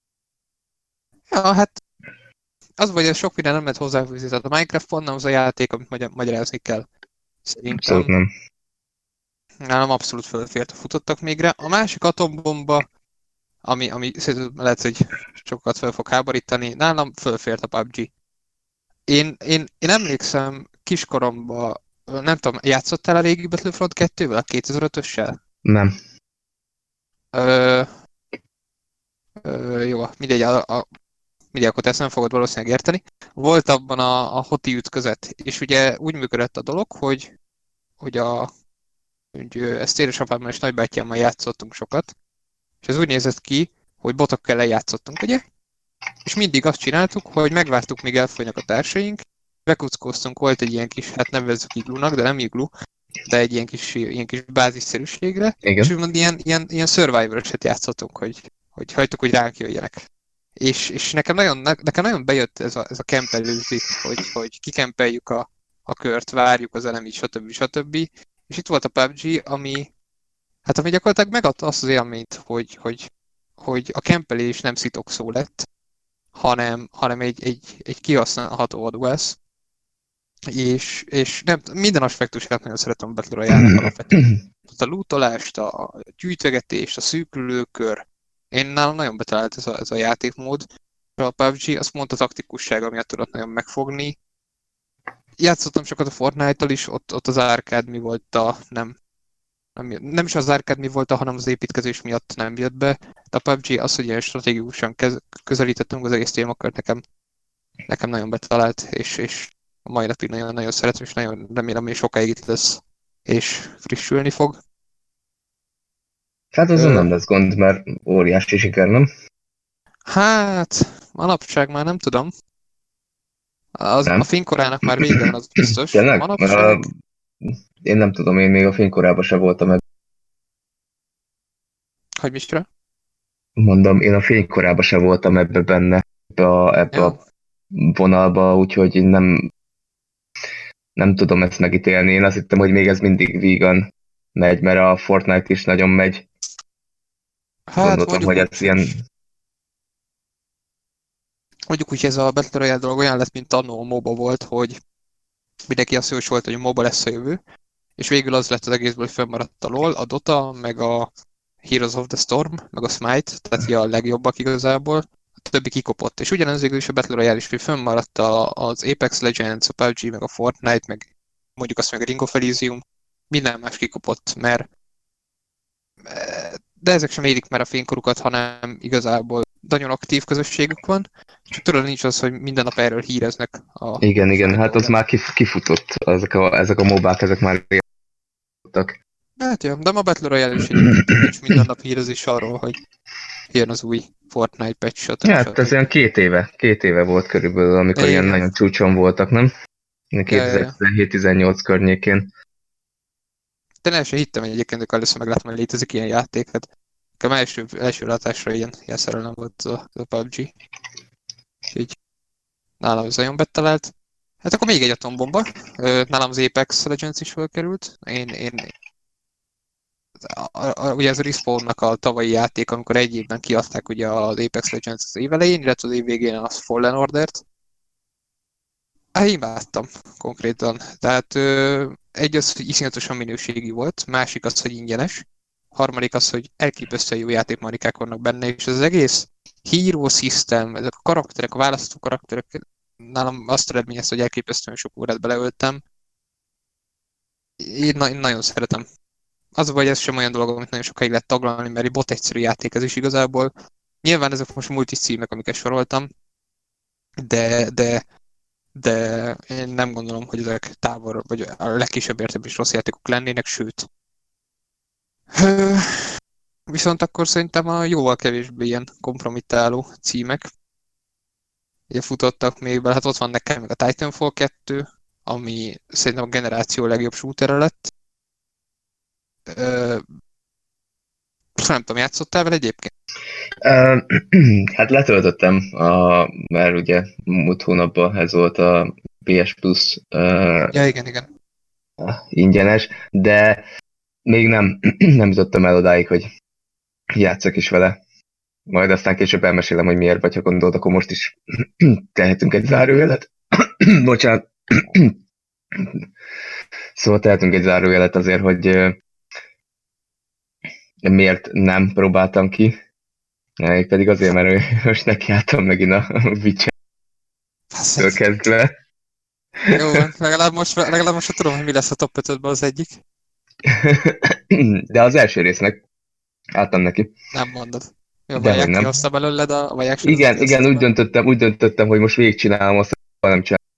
Ja, hát az vagy, hogy sok minden nem lehet hozzáfűzni. Tehát a Minecraft pont nem az a játék, amit magyar- magyarázni kell. Szerintem. Abszolút nem. Nálam abszolút fölfért, futottak mégre. A másik atombomba, ami, ami szerintem lehet, hogy sokat fel fog háborítani, nálam fölfért a pé u bé gé. Én, én, én emlékszem kiskoromban, nem tudom, játszottál a régi Battlefront kettővel, a kétezer-ötössel? Nem. Ö, ö, jó, mindegy, a, a, mindegy, akkor te ezt nem fogod valószínűleg érteni. Volt abban a, a hoti ütközet, és ugye úgy működött a dolog, hogy, hogy a hogy ö, ezt édesapámmal és nagybátyámmal játszottunk sokat, és ez úgy nézett ki, hogy botokkal ellen játszottunk, ugye? És mindig azt csináltuk, hogy megvártuk, míg elfogynak a társaink, bekuckóztunk, volt egy ilyen kis, hát nevezzük iglunak, de nem iglu, de egy ilyen kis, ilyen kis bázisszerűségre, Igen. és úgymond ilyen, ilyen, ilyen survivor-öset játszottunk, hogy, hogy hagytuk, hogy ránk jöjjenek. És, és nekem, nagyon, nekem nagyon bejött ez a, ez a kempelőzi, hogy, hogy kikempeljük a, a kört, várjuk az enemit, stb. stb. És itt volt a pé u bé gé, ami, hát ami gyakorlatilag megadta azt az élményt, hogy, hogy, hogy a kempelés nem szitokszó lett, hanem, hanem egy, egy, egy kihasználható aduász. És, és nem, minden aspektusát nagyon szeretem a Battle Royale-nek alapvetően. A lootolást, a gyűjtögetést, a szűkülőkör. Én nálam nagyon betalált ez a, ez a játékmód. A pé u bé gé azt mondta, a taktikussága miatt tudott nagyon megfogni. Játszottam sokat a Fortnite-tal is, ott, ott az arcade mi volt a... Nem, nem, nem is az arcade mi volt, hanem az építkezés miatt nem jött be. De a pé u bé gé az, hogy ilyen stratégikusan kez, közelítettünk az egész témakört, nekem, nekem nagyon betalált, és, és a mai napig nagyon, nagyon szeretem, és nagyon remélem, hogy sokáig itt lesz, és frissülni fog. Hát azon Ö, nem lesz gond, mert óriási siker, nem? Hát, manapság már nem tudom. Az, a Nem? fénykorának már vége van, az biztos. Tényleg? Uh, Manapság, én nem tudom, én még a fénykorában se voltam ebben. hogy misra? Mondom, én a fénykorában se voltam ebbe benne, ebbe a, ebbe Jó. a vonalba, úgyhogy én nem, nem tudom ezt megítélni. Én azt hittem, hogy még ez mindig vegan megy, mert a Fortnite is nagyon megy. Hát Gondoltam, mondjuk hogy úgy, ez ilyen... mondjuk úgy, ez a Battle Royale dolog olyan lett, mint annó a MOBA volt, hogy mindenki azt jósolt, hogy a MOBA lesz a jövő, és végül az lett az egészből, hogy fennmaradt a LoL, a Dota, meg a Heroes of the Storm, meg a Smite, tehát ki a legjobbak igazából, a többi kikopott. És ugyanez végül is a Battle Royale is, hogy fönnmaradt a, az Apex Legends, a pé u bé gé, meg a Fortnite, meg mondjuk azt meg a Ring of Elysium, minden más kikopott, mert de ezek sem élik már a fénykorukat, hanem igazából nagyon aktív közösségük van, csak tudod, nincs az, hogy minden nap erről híreznek a Igen, igen, hát az Fortnite-on. már kif- kifutott, ezek a, ezek a mobák, ezek már futottak. Hát jó, de ma Battle Royale is egyébként nincs minden nap hírezés arról, hogy jön az új Fortnite patch, Ja, stb. hát ez olyan stb. két éve, két éve volt körülbelül, amikor ilyen Igen. nagyon csúcson voltak, nem? Ja, ja, ja. kétezer-tizenhét-tizennyolc környékén. De el sem hittem egyébként, amikor először megláttam, hogy létezik ilyen játék. Hát nekem első, első látásra ilyen, ilyen szerelem volt az a, az a pé u bé gé. Úgyhogy nálam ez nagyon betalált. Hát akkor még egy atombomba. Ö, Nálam az Apex Legends is felkerült. Én, én, a, a, ugye ez a Respawnnak a tavalyi játék, amikor egy évben kiadták ugye az Apex Legends az év elején, illetve az év végén a Fallen Ordert. Hát imádtam konkrétan. Tehát ö, egy az, hogy iszonyatosan minőségi volt, másik az, hogy ingyenes, harmadik az, hogy elképesztően jó játékmechanikák vannak benne, és az egész hero system, ezek a karakterek, a választó karakterek, nálam azt eredményezte, hogy elképesztően sok órát beleöltem. Én, na- én nagyon szeretem. Az a baj, ez sem olyan dolog, amit nagyon sokáig lehet taglalni, mert egy bot egyszerű játék ez is igazából. Nyilván ezek most multis címek, amiket soroltam, de, de de én nem gondolom, hogy ezek távol, vagy a legkisebb értelemben is rossz játékok lennének, sőt. Ö, Viszont akkor szerintem a jóval kevésbé ilyen kompromittáló címek ugye futottak még bele. Hát ott van nekem meg a Titanfall kettő, ami szerintem a generáció legjobb shootere lett. Ö, nem tudom, játszottál vele egyébként? Uh, hát letöltöttem, a, mert ugye múlt hónapban ez volt a pé es Plus uh, Ja, igen, igen. ingyenes, de még nem, nem jutottam el odáig, hogy játszok is vele. Majd aztán később elmesélem, hogy miért, vagy ha gondolod, akkor most is tehetünk egy zárójelet. Bocsánat. Szóval tehetünk egy zárójelet azért, hogy uh, miért nem próbáltam ki. Még pedig azért, mert most nekiálltam megint a Witcher-től kezdve. Jó van, legalább most, legalább most tudom, hogy mi lesz a top ötödben az egyik. De az első résznek álltam neki. Nem mondod. Jó, De hogy vagy nem. kihozta belőled a vagy Igen, igen, úgy döntöttem, úgy döntöttem, hogy most végigcsinálom azt, hogy nem csinálom.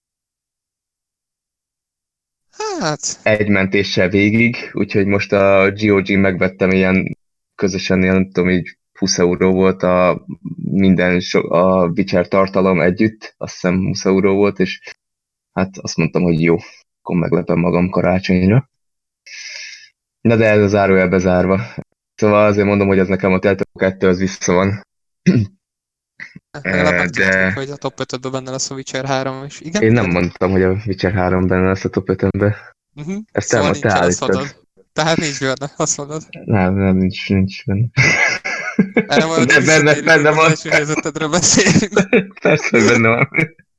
Hát, Egy mentéssel végig, úgyhogy most a gé o gé megvettem ilyen közösen, ilyen, nem tudom, így húsz euró volt a minden so, a Witcher tartalom együtt, azt hiszem húsz euró volt, és hát azt mondtam, hogy jó, akkor meglepem magam karácsonyra. Na de ez a zárójel bezárva. Szóval azért mondom, hogy ez nekem a Telltale kettő az vissza van. legalább megtudtuk, De hogy a top ötödben benne lesz a Witcher három is. Igen? én nem Igen? mondtam, hogy a Witcher három benne lesz a top ötömben. Uh-huh. Ezt Szóval te, te nincsen, azt állítod. mondod. Tehát nincs benne, azt mondod. Nem, nem, nincs, nincs benne. Erre majd De benne, benne az van. első helyzetedről beszélünk. Persze, hogy benne van.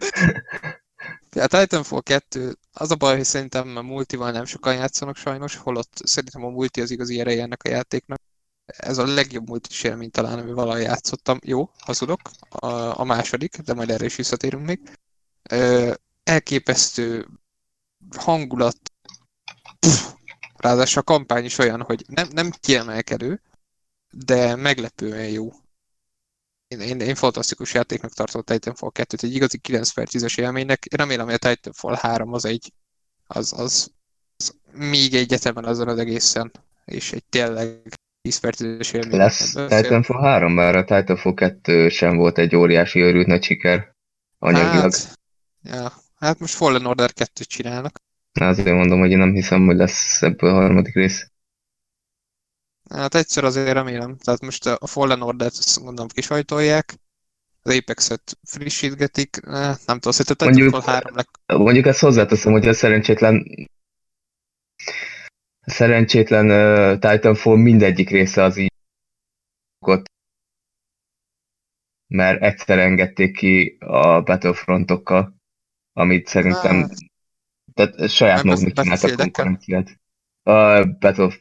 A Titanfall kettő, az a baj, hogy szerintem a multival nem sokan játszanak sajnos, holott szerintem a multi az igazi ereje ennek a játéknak. Ez a legjobb multis élmény talán, ami valaha játszottam. Jó, hazudok, a, a második, de majd erre is visszatérünk még. Ö, elképesztő hangulat, pff, ráadásul a kampány is olyan, hogy nem, nem kiemelkedő, de meglepően jó. Én, én, én fantasztikus játéknak tartom a Titanfall kettőt, egy igazi kilenc per tízes élménynek. Én remélem, hogy a Titanfall három az egy, az, az, az még egy egyetemen azon az egészen, és egy tényleg tíz per tízes élmény. Lesz Titanfall három, bár a Titanfall kettő sem volt egy óriási őrült nagy siker anyagilag. Hát, ja, hát most Fallen Order kettőt csinálnak. Azért mondom, hogy én nem hiszem, hogy lesz ebből a harmadik rész. Hát egyszer azért remélem. Tehát most a Fallen Order-t azt gondolom kisajtolják, az Apex-et frissítgetik, nem tudom, szerintem Titanfall három leg... Mondjuk ezt hozzáteszem, hogy a szerencsétlen szerencsétlen uh, Titanfall mindegyik része az így ott, mert egyszer engedték ki a Battlefrontokkal, amit szerintem ah, tehát saját maguknak csináltak konkurenciát. A Battlefield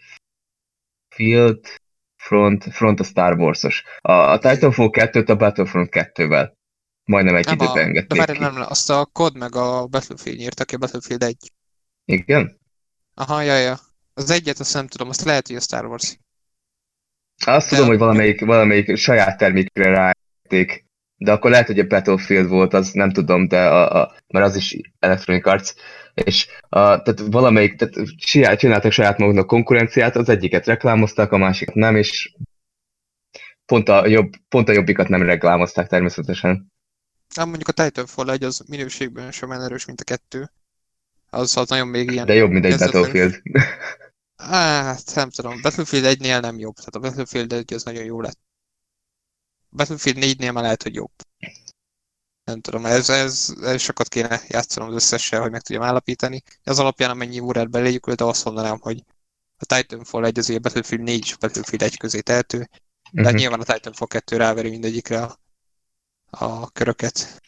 Front, Front a Star Wars-os. A, a Titanfall kettőt a Battlefront kettővel majdnem egy nem időben a, engedték de ki. Nem, azt a COD meg a Battlefield írtak ki, a Battlefield egy. Igen? Aha, jaj, jaj. Az egyet azt nem tudom, azt lehet, hogy a Star Wars. Azt de tudom, a... hogy valamelyik, valamelyik saját termékre rájötték, de akkor lehet, hogy a Battlefield volt, az nem tudom, de a, a, mert az is Electronic Arts, és a, tehát valamelyik, tehát csináltak saját maguknak konkurenciát, az egyiket reklámozták, a másikat nem, és pont a, jobb, pont a jobbikat nem reklámozták természetesen. Nem, mondjuk a Titanfall egy az minőségben sem olyan erős, mint a kettő. Az, az nagyon még ilyen... De jobb, mint egy Battlefield. Hát, nem tudom. Battlefield egynél nem jobb. Tehát a Battlefield egy az nagyon jó lett. Battlefield négynél már lehet, hogy jobb. Nem tudom, ez, ez, ez sokat kéne játszanom az összessel, hogy meg tudjam állapítani. Az alapján amennyi órát beléjük, de azt mondanám, hogy a Titanfall egy azért a Battlefield négy és a Battlefield egy közé tehető. De uh-huh. nyilván a Titanfall kettő ráveri mindegyikre a, a köröket.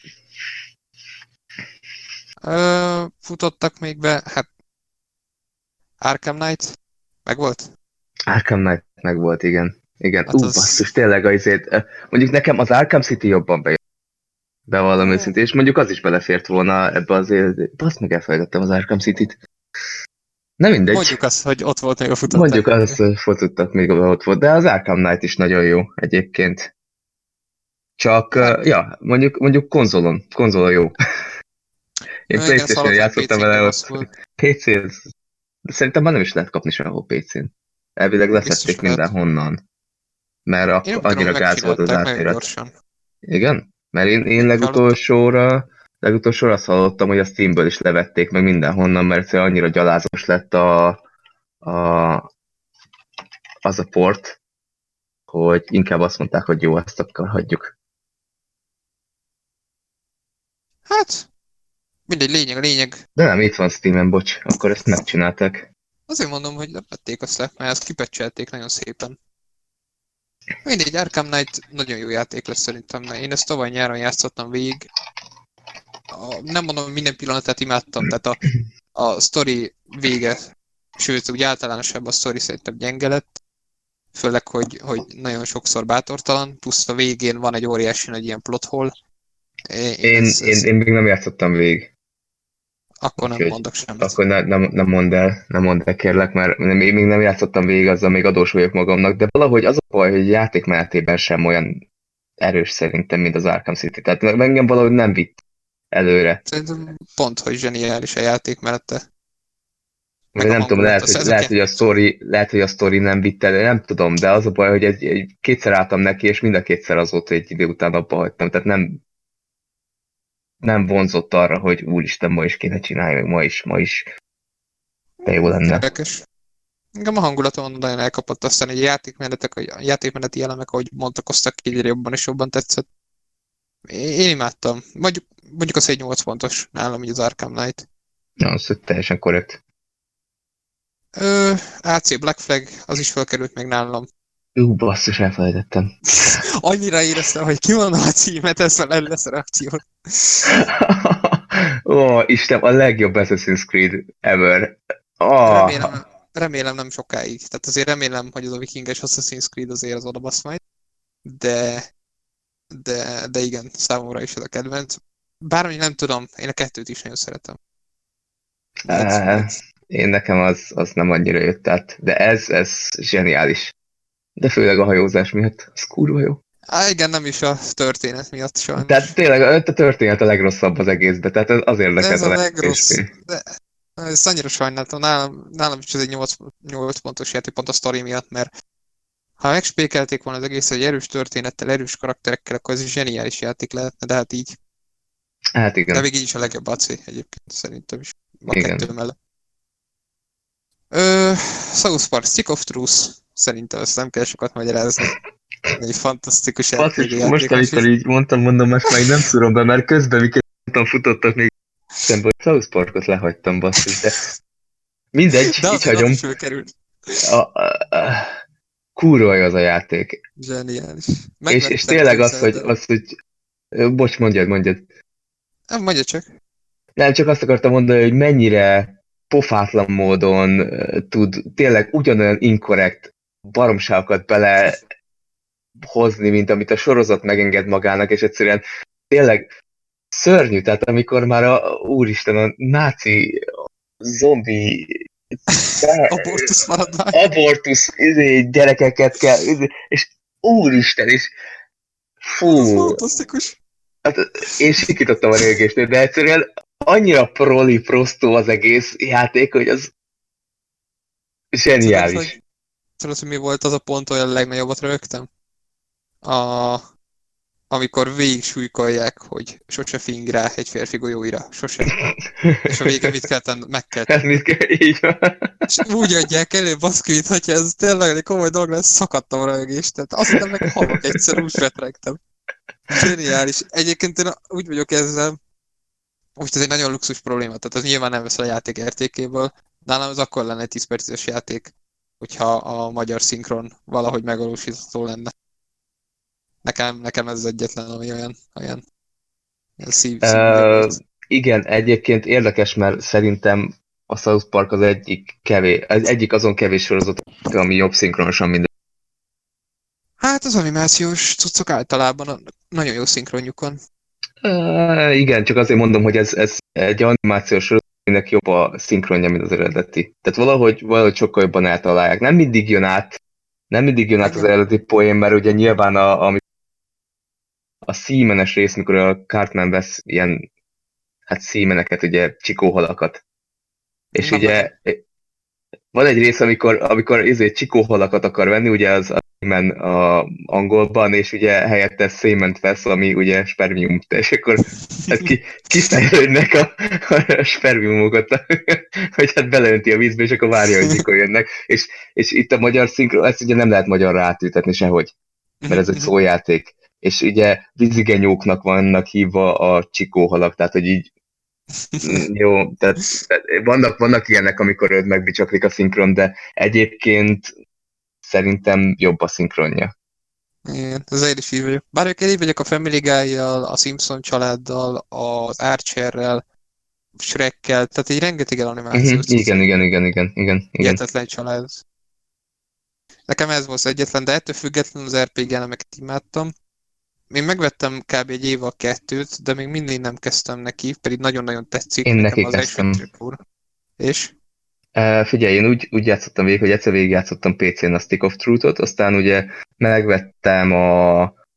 Ö, futottak még be, hát Arkham Knight megvolt? Arkham Knight megvolt, igen. Igen, hát ú, az... basszus, tényleg azért, mondjuk nekem az Arkham City jobban bejött. Bevallom őszintén, és mondjuk az is belefért volna ebbe azért, basz, meg elfelejtettem az Arkham City-t. Nem mindegy. Mondjuk azt, hogy ott volt még a futottak. Mondjuk azt, hogy futottak még ott volt, de az Arkham Knight is nagyon jó egyébként. Csak, hát, ja, mondjuk, mondjuk konzolon, konzolon jó. Én PlayStation-en játszottam vele ott. pé cé, szerintem már nem is lehet kapni sehol pé cén. Elvileg leszették mindenhonnan. Mert akkor annyira gáz volt az átméret. Igen? Mert én, én legutolsóra, legutolsóra azt hallottam, hogy a Steamből is levették meg mindenhonnan, mert annyira gyalázos lett a, a, az a port, hogy inkább azt mondták, hogy jó, ezt akkor hagyjuk. Hát, mindegy, lényeg a lényeg. De nem, itt van Steamen, bocs, akkor ezt megcsinálták. Azért mondom, hogy levették azt le, mert ezt kipecselték nagyon szépen. Mindegy, Arkham Knight nagyon jó játék lesz szerintem, mert én ezt tavaly nyáron játszottam végig. A, nem mondom, hogy minden pillanatát imádtam, tehát a, a sztori vége, sőt, úgy általánosabb a sztori szerintem gyenge lett. Főleg, hogy, hogy nagyon sokszor bátortalan, plusz a végén van egy óriási nagy ilyen plot hole. Én, én, ez, ez... én, én még nem játszottam végig. Akkor nem Úgyhogy, mondok semmit. Akkor ne, nem, nem mondd el, nem mondd el kérlek, mert nem, én még nem játszottam végig, azzal még adós vagyok magamnak, de valahogy az a baj, hogy játékmenetében sem olyan erős szerintem, mint az Arkham City. Tehát engem valahogy nem vitt előre. Szerintem pont, hogy zseniális a játékmenete. Nem tudom, lehet, hogy, lehet, hogy a story, lehet, hogy a story nem vitt elő, nem tudom, de az a baj, hogy egy, egy, kétszer álltam neki, és mind a kétszer azóta egy idő után abba hagytam. Tehát nem nem vonzott arra, hogy úristen, ma is kéne csinálni, meg ma is, ma is. De jó lenne. Érdekes. Engem a hangulatom nagyon elkapott, aztán egy játékmenetek, a játékmeneti elemek, ahogy mondtakoztak, egyre jobban és jobban tetszett. Én imádtam. Mondjuk, mondjuk az egy nyolc pontos nálam, így az Arkham Knight. Ja, az teljesen korrekt. Ö, á cé Black Flag, az is felkerült meg nálam. Ú, basszus, elfelejtettem. Annyira éreztem, hogy kimondom a címet, ez fel lesz a reakciót. Ó, Isten, a legjobb Assassin's Creed ever. Oh. Remélem, remélem nem sokáig. Tehát azért remélem, hogy az a vikinges Assassin's Creed azért az odabasz majd. De, de, de igen, számomra is ez a kedvenc. Bármi nem tudom, én a kettőt is nagyon szeretem. Uh, én nekem az, az nem annyira jött át, de ez, ez zseniális. De főleg a hajózás miatt, az kurva jó. Á, igen, nem is a történet miatt sajnos. Tehát tényleg a történet a legrosszabb az egészben, tehát az érdekelt ez a, a legrossz. De ezt annyira sajnáltam, nálam, nálam is ez egy nyolc pontos játék, pont a sztori miatt, mert Ha megspékelték volna az egész egy erős történettel, erős karakterekkel, akkor ez egy zseniális játék lehetne, de hát így. Hát igen. De még így is a legjobb á cé egyébként, szerintem is. A Igen. kettő mellett. Ö, South Park, Stick of Truth. Szerintem ezt nem kell sokat magyarázni. Egy fantasztikus Basszus, játék. most amikor így mondtam, mondom, most már így nem szúrom be, mert közben mikor futottak még szemben, hogy South Parkot lehagytam, basszus, de mindegy, de így hagyom. A, a, a, kurva jó az a játék. Zseniális. És, és tényleg az, hogy, az, hogy... Bocs, mondjad, mondjad. Nem, mondja csak. Nem, csak azt akartam mondani, hogy mennyire pofátlan módon uh, tud tényleg ugyanolyan inkorrekt baromságokat bele hozni, mint amit a sorozat megenged magának, és egyszerűen tényleg szörnyű, tehát amikor már a úristen, a náci zombi de, abortusz maradvány. Abortusz izé, gyerekeket kell, izé, és úristen, és fú. Fantasztikus. Hát én sikítottam a rögést, de egyszerűen annyira proli, prostó az egész játék, hogy az zseniális. Tudod, hogy, tudod, hogy mi volt az a pont, hogy a legnagyobbat rögtem? A... amikor végig súlykolják, hogy sose fing rá egy férfi golyóira, sose. És a vége mit kell tenni? Meg kell tenni. Ez mit kell, így van. És úgy adják elő, baszki, mint hogyha ez tényleg egy komoly dolog lesz, szakadtam a rögést. Tehát azt hiszem, meg hallok egyszer, úgy retregtem. Geniális. Egyébként én úgy vagyok ezzel, most ez egy nagyon luxus probléma, tehát az nyilván nem veszel a játék értékéből. Nálam az akkor lenne egy tíz perces játék, hogyha a magyar szinkron valahogy megvalósítható lenne. Nekem, nekem ez az egyetlen, ami olyan, olyan, olyan szív, szív uh, igen, egyébként érdekes, mert szerintem a South Park az egyik kevés, az egyik azon kevés sorozat, ami jobb szinkronosan minden. Hát az animációs cuccok általában nagyon jó szinkronjukon. Uh, igen, csak azért mondom, hogy ez, ez egy animációs sorozat, aminek jobb a szinkronja, mint az eredeti. Tehát valahogy, valahogy sokkal jobban eltalálják. Nem mindig jön át, nem mindig jön át az eredeti poén, mert ugye nyilván a, a, a szímenes rész, mikor a Cartman vesz ilyen hát szímeneket, ugye csikóhalakat. És Na, ugye meg. van egy rész, amikor, amikor izé csikóhalakat akar venni, ugye az Seaman a angolban, és ugye helyette Seament vesz, ami ugye spermium, és akkor hát ki, kiszállődnek a, a spermiumokat, hogy hát beleönti a vízbe, és akkor várja, hogy mikor jönnek. És, és itt a magyar szinkron, ezt ugye nem lehet magyarra átültetni sehogy, mert ez egy szójáték. És ugye vízigenyóknak vannak hívva a csikóhalak, tehát hogy így jó, tehát, tehát vannak, vannak ilyenek, amikor őt megbicsaklik a szinkron, de egyébként szerintem jobb a szinkronja. Igen, azért is így vagyok. Bár ők így vagyok a Family Guy-jal, a Simpson családdal, az Archerrel, Shrekkel, tehát egy rengeteg animációs. Uh-huh, igen, igen, igen, igen, igen. Hihetetlen család. Nekem ez volt az egyetlen, de ettől függetlenül az er pé gé elemeket imádtam. Én megvettem kb. Egy év a kettőt, de még mindig nem kezdtem neki, pedig nagyon-nagyon tetszik. Én neki kezdtem. És? Uh, figyelj, én úgy, úgy játszottam végig, hogy egyszer végig játszottam pé cén a Stick of Truth-ot, aztán ugye megvettem a...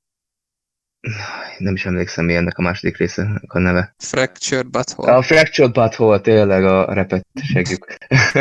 nem is emlékszem, mi ennek a második része a neve. Fractured Butthole. A Fractured Butthole, tényleg a repet segjük.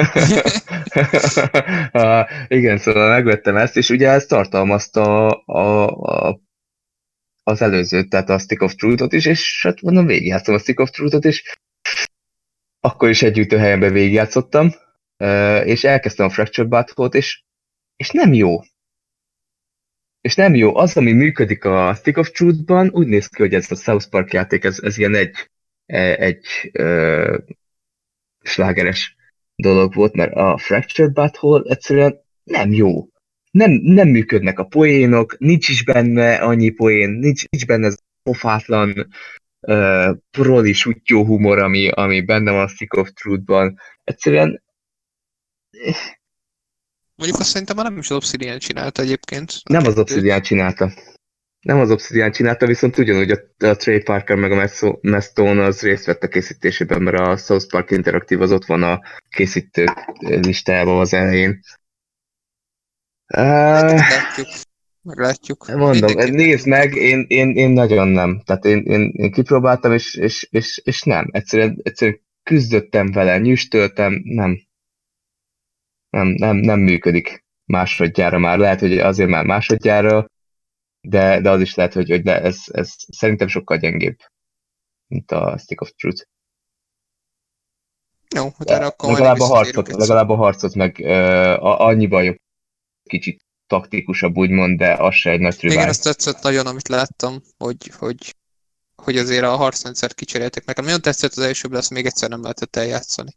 uh, igen, szóval megvettem ezt, és ugye ez tartalmazta a, a, az előzőt, tehát a Stick of Truth-ot is, és hát mondom, végigjátszom a Stick of Truth-ot, és akkor is egy gyűjtőhelyenben végigjátszottam, és elkezdtem a Fractured Butthole-t, és, és nem jó. És nem jó. Az, ami működik a Stick of Truth-ban, úgy néz ki, hogy ez a South Park játék, ez, ez ilyen egy, egy uh, slágeres dolog volt, mert a Fractured Butthole egyszerűen nem jó. Nem, nem működnek a poénok, nincs is benne annyi poén, nincs, nincs benne ez pofátlan uh, proli sutyó humor, ami, ami benne van a Stick of Truth-ban. Egyszerűen... Mondjuk azt szerintem már nem is az Obsidian csinálta egyébként. Nem az Obsidian csinálta. Nem az Obsidian csinálta, viszont ugyanúgy a, a Trey Parker meg a Matt Stone az részt vett a készítésében, mert a South Park Interactive az ott van a készítő listában az elején. Uh, meglátjuk. Meglátjuk. Mondom, nézd meg, én, én, én nagyon nem. Tehát én, én, én kipróbáltam, és, és, és, és nem. Egyszerűen, egyszerűen küzdöttem vele, nyüstöltem, nem. Nem, nem, nem működik. másodjára már, lehet, hogy azért már másodjára, de, de az is lehet, hogy, hogy de ez, ez szerintem sokkal gyengébb, mint a Stick of Truth. Jó, hát erre De akkor majd legalább a visszatérünk harcot, egyszer. legalább a harcot meg uh, annyiban jobb, kicsit taktikusabb úgymond, de az se egy nagy Igen, tribály. azt tetszett nagyon, amit láttam, hogy, hogy, hogy azért a harcrendszert kicseréltek. Nekem nagyon tetszett az elsőből, azt még egyszer nem lehetett eljátszani.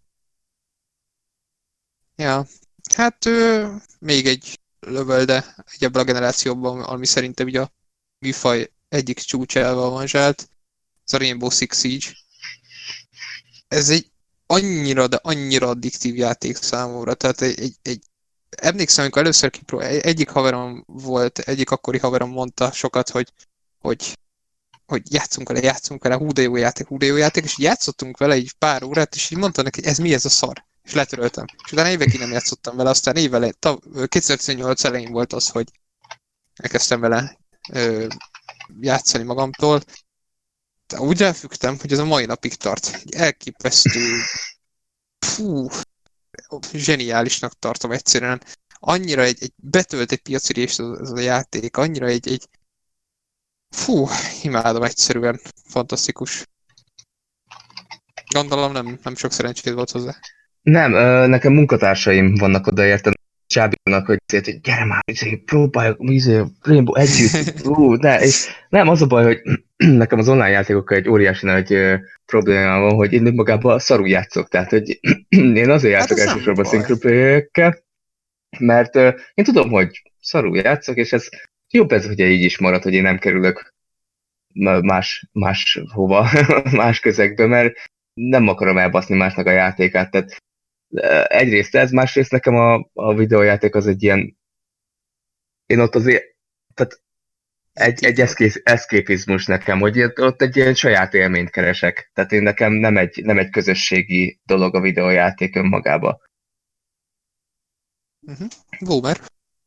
Ja, hát ő, még egy lövölde egy ebből a generációban, ami szerintem így a műfaj egyik csúcsával avanzsált, az a Rainbow Six Siege. Ez egy annyira, de annyira addiktív játék számomra, tehát egy, egy, egy emlékszem, amikor először kipróbáltam, egyik haverom volt, egyik akkori haverom mondta sokat, hogy, hogy, hogy játszunk vele, játszunk vele, hú de jó játék, hú de jó játék, és így játszottunk vele egy pár órát, és így mondta neki, hogy ez mi ez a szar, és letöröltem. És utána évekig nem játszottam vele, aztán évele, kétezer-tizennyolc elején volt az, hogy elkezdtem vele ö, játszani magamtól. De úgy elfüggtem, hogy ez a mai napig tart. Egy elképesztő, fú, zseniálisnak tartom egyszerűen. Annyira egy, egy betölt egy piaci részt ez, ez a játék, annyira egy, egy fú, imádom egyszerűen, fantasztikus. Gondolom nem, nem sok szerencséd volt hozzá. Nem, ö, nekem munkatársaim vannak oda, értem, csábítanak, hogy, azért, hogy gyere már, izé, próbáljuk, izé, Rainbow együtt, ú, ne, és nem, az a baj, hogy nekem az online játékokkal egy óriási nagy ö, problémám van, hogy én magában szarul játszok, tehát, hogy én azért Hát játszok ez nem elsősorban baj. szinkroplayerekkel, mert ö, én tudom, hogy szarul játszok, és ez jobb ez, hogy így is marad, hogy én nem kerülök más, más hova, más közegbe, mert nem akarom elbaszni másnak a játékát, tehát egyrészt ez, másrészt nekem a, a videójáték az egy ilyen, én ott azért, tehát egy, egy eszkéz, eszképizmus nekem, hogy ott egy ilyen saját élményt keresek, tehát én nekem nem egy, nem egy közösségi dolog a videójáték önmagába. Uh-huh. Boomer.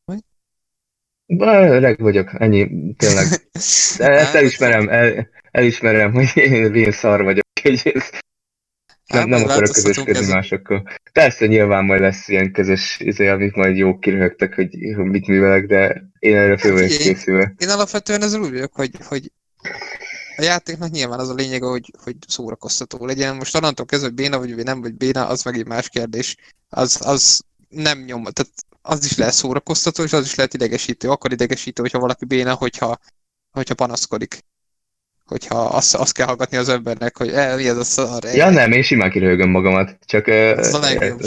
Öreg vagyok, ennyi, tényleg. De ezt elismerem, el, elismerem, hogy én, én szar vagyok, hogy nem, nem akarok közösködni másokkal. Persze nyilván majd lesz ilyen közös izé, amik majd jók kiröhögtek, hogy mit művelek, de én erre fél vagyok készülve. Én alapvetően ezzel úgy vagyok, hogy, hogy a játéknak nyilván az a lényege, hogy, hogy szórakoztató legyen. Most onnantól kezdve, hogy béna vagy, vagy nem vagy béna, az meg egy más kérdés. Az, az nem nyom, tehát az is lehet szórakoztató, és az is lehet idegesítő. Akkor idegesítő, hogyha valaki béna, hogyha, hogyha panaszkodik. Hogyha azt, azt kell hallgatni az embernek, hogy eh, mi ez a szar. Eh. Ja nem, én simán kiröhögöm magamat, csak... Ez a legjobb.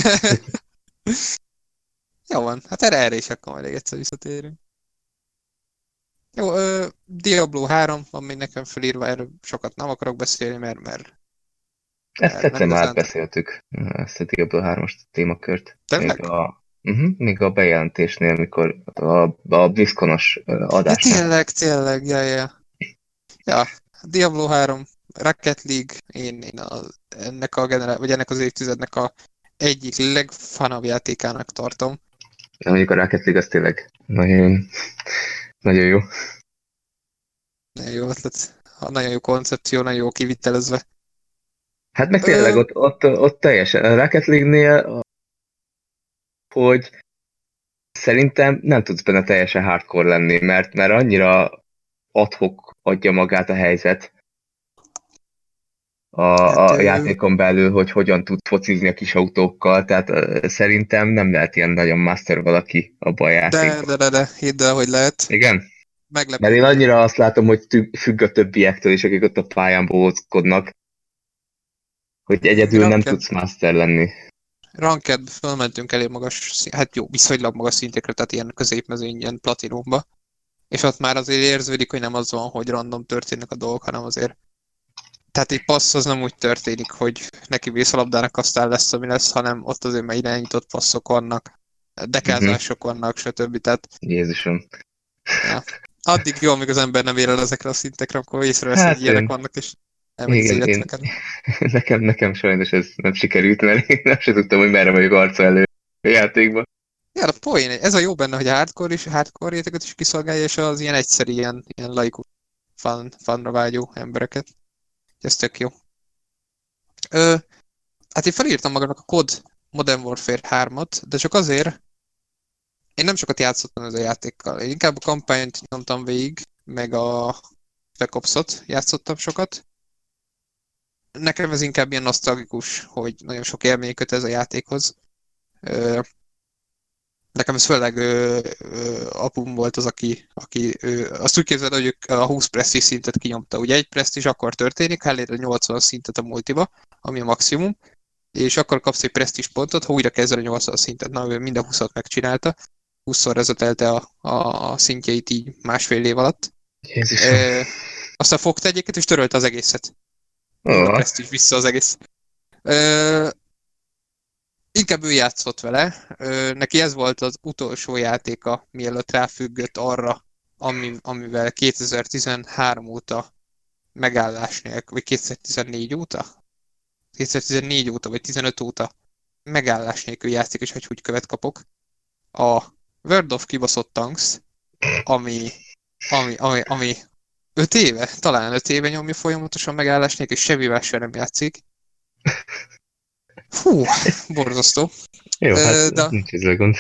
Jó van, hát erre, erre is akkor majd egyszer visszatérünk. Jó, ö, Diablo három van még nekem felírva, erről sokat nem akarok beszélni, mert... mert ezt egyszer már átbeszéltük, ezt a Diablo hármas témakört. Tényleg? Még a, uh-huh, még a bejelentésnél, mikor a, a BlizzCon-os adásnál. Ja, tényleg, tényleg, ja, ja. Ja, Diablo három, Rocket League, én, én a, ennek a generá- vagy ennek az évtizednek a egyik legfanabb játékának tartom. Ja, mondjuk a Rocket League az tényleg nagyon, nagyon jó. Nagyon jó ötlet, nagyon jó koncepció, nagyon jó kivitelezve. Hát meg tényleg Ö... ott, ott, ott teljesen, a Rocket League-nél, hogy szerintem nem tudsz benne teljesen hardcore lenni, mert, mert annyira ad-hoc adja magát a helyzet a, hát, a játékon belül, hogy hogyan tud focizni a kis autókkal, tehát uh, szerintem nem lehet ilyen nagyon master valaki abban a játékban. De, de, de, de, hidd el, hogy lehet. Igen? Meglepő. Mert én annyira azt látom, hogy függ a többiektől is, akik ott a pályán bóckodnak, hogy egyedül Ranked. Nem tudsz master lenni. Ranked, felmentünk elég magas, hát jó, viszonylag magas szintekre, tehát ilyen középmezőny, ilyen platinumba. És ott már azért érződik, hogy nem az van, hogy random történnek a dolgok, hanem azért... Tehát egy passz az nem úgy történik, hogy neki vész a labdának, aztán lesz, ami lesz, hanem ott azért már irányított passzok vannak, dekázások uh-huh. vannak, stb. Tehát... Jézusom. Ja. Addig jó, amíg az ember nem ér el ezekre a szintekre, akkor észrevesz, hát hogy ilyenek én... vannak, és elmegy az életnek. Nekem, nekem sajnos ez nem sikerült, mert én nem sem tudtam, hogy merre vagyok arca elő a játékban. Ja, a poén, ez a jó benne, hogy hardcore is, hardcore játékot is kiszolgálja, és az ilyen egyszerű, ilyen, ilyen laikus, fun, funra vágyó embereket. Ez tök jó. Ö, hát én felírtam magamnak a cé o dé Modern Warfare hármat, de csak azért, én nem sokat játszottam ez a játékkal. Én inkább a kampányt nyomtam végig, meg a Spec Ops-ot játszottam sokat. Nekem ez inkább ilyen nosztalgikus, hogy nagyon sok élmény köt ez a játékhoz. Ö, Nekem ez főleg ö, ö, apum volt az, aki, aki ö, azt úgy képzeld, hogy ők a húsz presztis szintet kinyomta. Ugye egy presztis akkor történik, ha elér a nyolcvan szintet a multiba, ami a maximum, és akkor kapsz egy presztis pontot, ha újra kezded a nyolcvan szintet. Na, ő mind a húszat megcsinálta. húszszor rezetelte a, a, a szintjeit így másfél év alatt. Jézusom. Ö, aztán fogta egyeket, és törölte az egészet. Nulla Oh. presztis vissza az egész. Ö, Inkább ő játszott vele. Ö, neki ez volt az utolsó játéka, mielőtt ráfüggött arra, ami, amivel kétezer-tizenhárom óta megállás nélkül, vagy kétezer-tizennégy óta? kétezer-tizennégy óta, vagy tizenöt óta megállás nélkül játszik, és hogy úgy követ kapok. A World of Kibaszott Tanks, ami, ami, ami, ami öt éve, talán öt éve nyomja folyamatosan megállás nélkül, és semmivel sem nem játszik. Hú, borzasztó. Jó, hát Ö, de... nincs ezzel gond.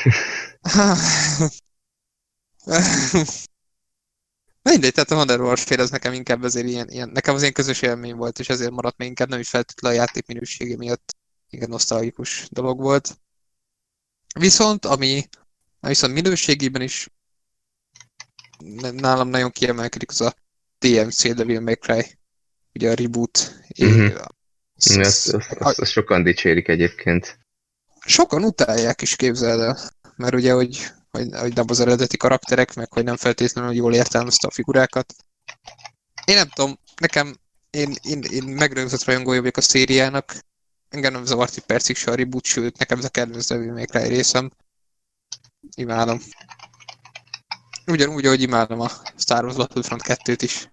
Mindegy, tehát a Modern Warfare az nekem inkább azért ilyen, ilyen, nekem az ilyen közös élmény volt, és ezért maradt még inkább nem is feltétlenül a játék minősége miatt igen nosztalgikus dolog volt. Viszont, ami viszont minőségében is nálam nagyon kiemelkedik, az a dé em cé, Devil May Cry, ugye a reboot. Uh-huh. Azt, azt, azt, azt, azt sokan dicsérik egyébként. Sokan utálják is, képzeld el, mert ugye, hogy, hogy, hogy nem az eredeti karakterek, meg hogy nem feltétlenül jól értelmezte a figurákat. Én nem tudom, nekem, én, én, én megrögzött rajongója vagyok a szériának, engem nem zavart egy percig se a reboot, sőt, nekem ez a kedvenc Devil May Cry részem. Imádom. Ugyanúgy, ahogy imádom a Star Wars Battlefront kettőt is.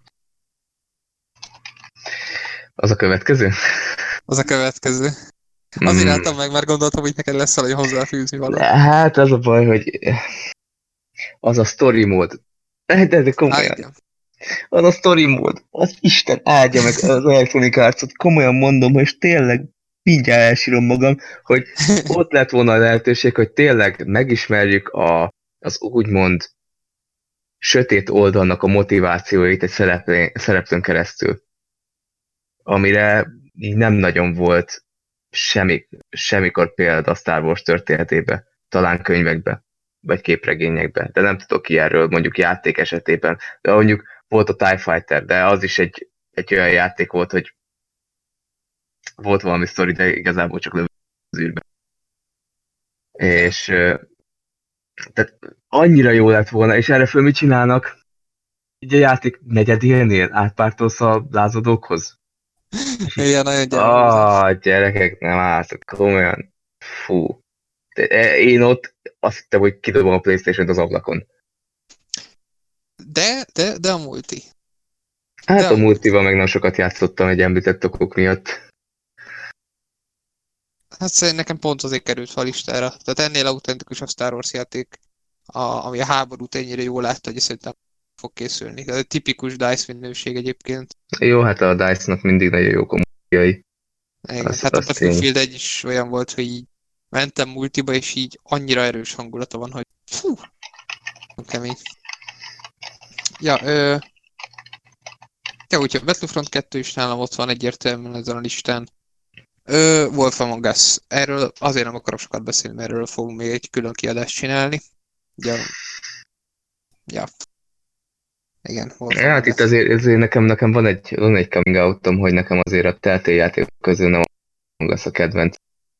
Az a következő? Az a következő. Azért mm. álltam meg, mert gondoltam, hogy neked lesz valami hozzáfűzni valami. Hát az a baj, hogy az a story mód. De, de, de komolyan. Á, az a story mód. Az Isten áldja meg az Electronic Arts-ot. Komolyan mondom, hogy tényleg mindjárt elsírom magam, hogy ott lett volna a lehetőség, hogy tényleg megismerjük a, az úgymond sötét oldalnak a motivációit egy szereplőn, szereplőn keresztül. Amire így nem nagyon volt semmi, semmikor példa a Star Wars történetébe, talán könyvekbe, vagy képregényekbe, de nem tudok ilyenről mondjuk játék esetében, de mondjuk volt a TIE Fighter, de az is egy, egy olyan játék volt, hogy volt valami sztori, de igazából csak lövő az űrbe. És tehát annyira jó lett volna, és erre föl mit csinálnak? Így a játék negyedénél átpártolsz a lázadókhoz. Igen, nagyon gyerek. Ah, gyerekek, nem álltok, komolyan. Fú. De én ott azt hittem, hogy kidobom a PlayStation-t az ablakon. De, de, de a multi. Hát de a, a multival meg nem sokat játszottam egy említett okok miatt. Hát szerintem nekem pont azért került fel a listára. Tehát ennél autentikus a Star Wars játék, a, ami a háborút ennyire jól látta, hogy szerintem fog készülni. Ez egy tipikus DICE minőség egyébként. Jó, hát a DICE-nak mindig nagyon jó kommunikai. Hát a Battlefield egy is olyan volt, hogy így mentem multiba, és így annyira erős hangulata van, hogy fú, kemény. Ja, ö... ja, úgyhogy Battlefront kettő is nálam ott van egyértelműen ezen a listán. Ö, Wolf Among Us. Erről azért nem akarok sokat beszélni, mert erről fogunk még egy külön kiadást csinálni. Ja. Ja. Igen, Wolf Ja, hát itt azért, azért nekem, nekem van egy, van egy coming out-om, hogy nekem azért a Telltale játék közül nem Among Us a kedvenc.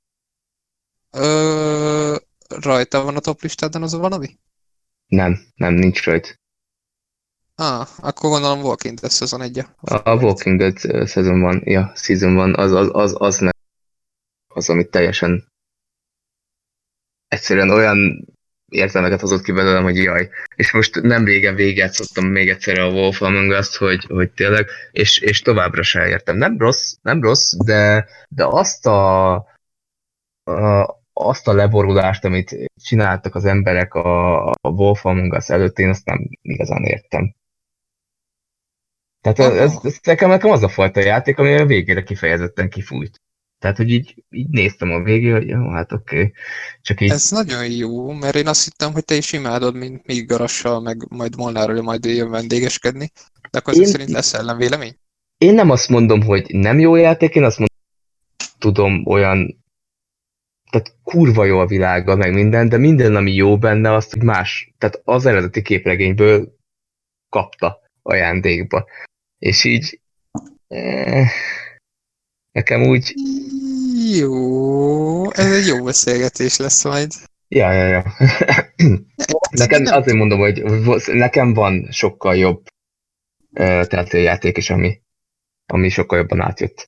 Ö, rajta van a top listádon az a valami? Nem, nem, nincs rajta. Ah, akkor gondolom Walking Dead szezon egy. A, a Walking Dead szezon van, ja, season van, az, az, az, az nem az, amit teljesen egyszerűen olyan értelmeket hozott ki belőlem, hogy jaj. És most nem régen végigjátszottam még egyszer a Wolf Among Us-t, hogy, hogy tényleg, és, és továbbra se értem. Nem rossz, nem rossz, de, de azt a, a azt a leborulást, amit csináltak az emberek a, a Wolf Among Us előtt, én azt nem igazán értem. Tehát ez, ez, ez nekem, nekem az a fajta játék, ami a végére kifejezetten kifújt. Tehát, hogy így, így néztem a végén, hogy jó, hát oké. Okay. Csak így... Ez nagyon jó, mert én azt hittem, hogy te is imádod, mint még Garassal, meg majd Molnáról majd jön vendégeskedni. De akkor ezek Én, szerint lesz ellenvélemény? én nem azt mondom, hogy nem jó játék, én azt mondom, tudom olyan, tehát kurva jó a világa, meg minden, de minden, ami jó benne, azt hogy más, tehát az eredeti képregényből kapta ajándékba. És így eh, nekem úgy... Jó, ez egy jó beszélgetés lesz majd. Ja, ja, ja. Nekem Nem azért mondom, hogy nekem van sokkal jobb uh, játék is, ami, ami sokkal jobban átjött.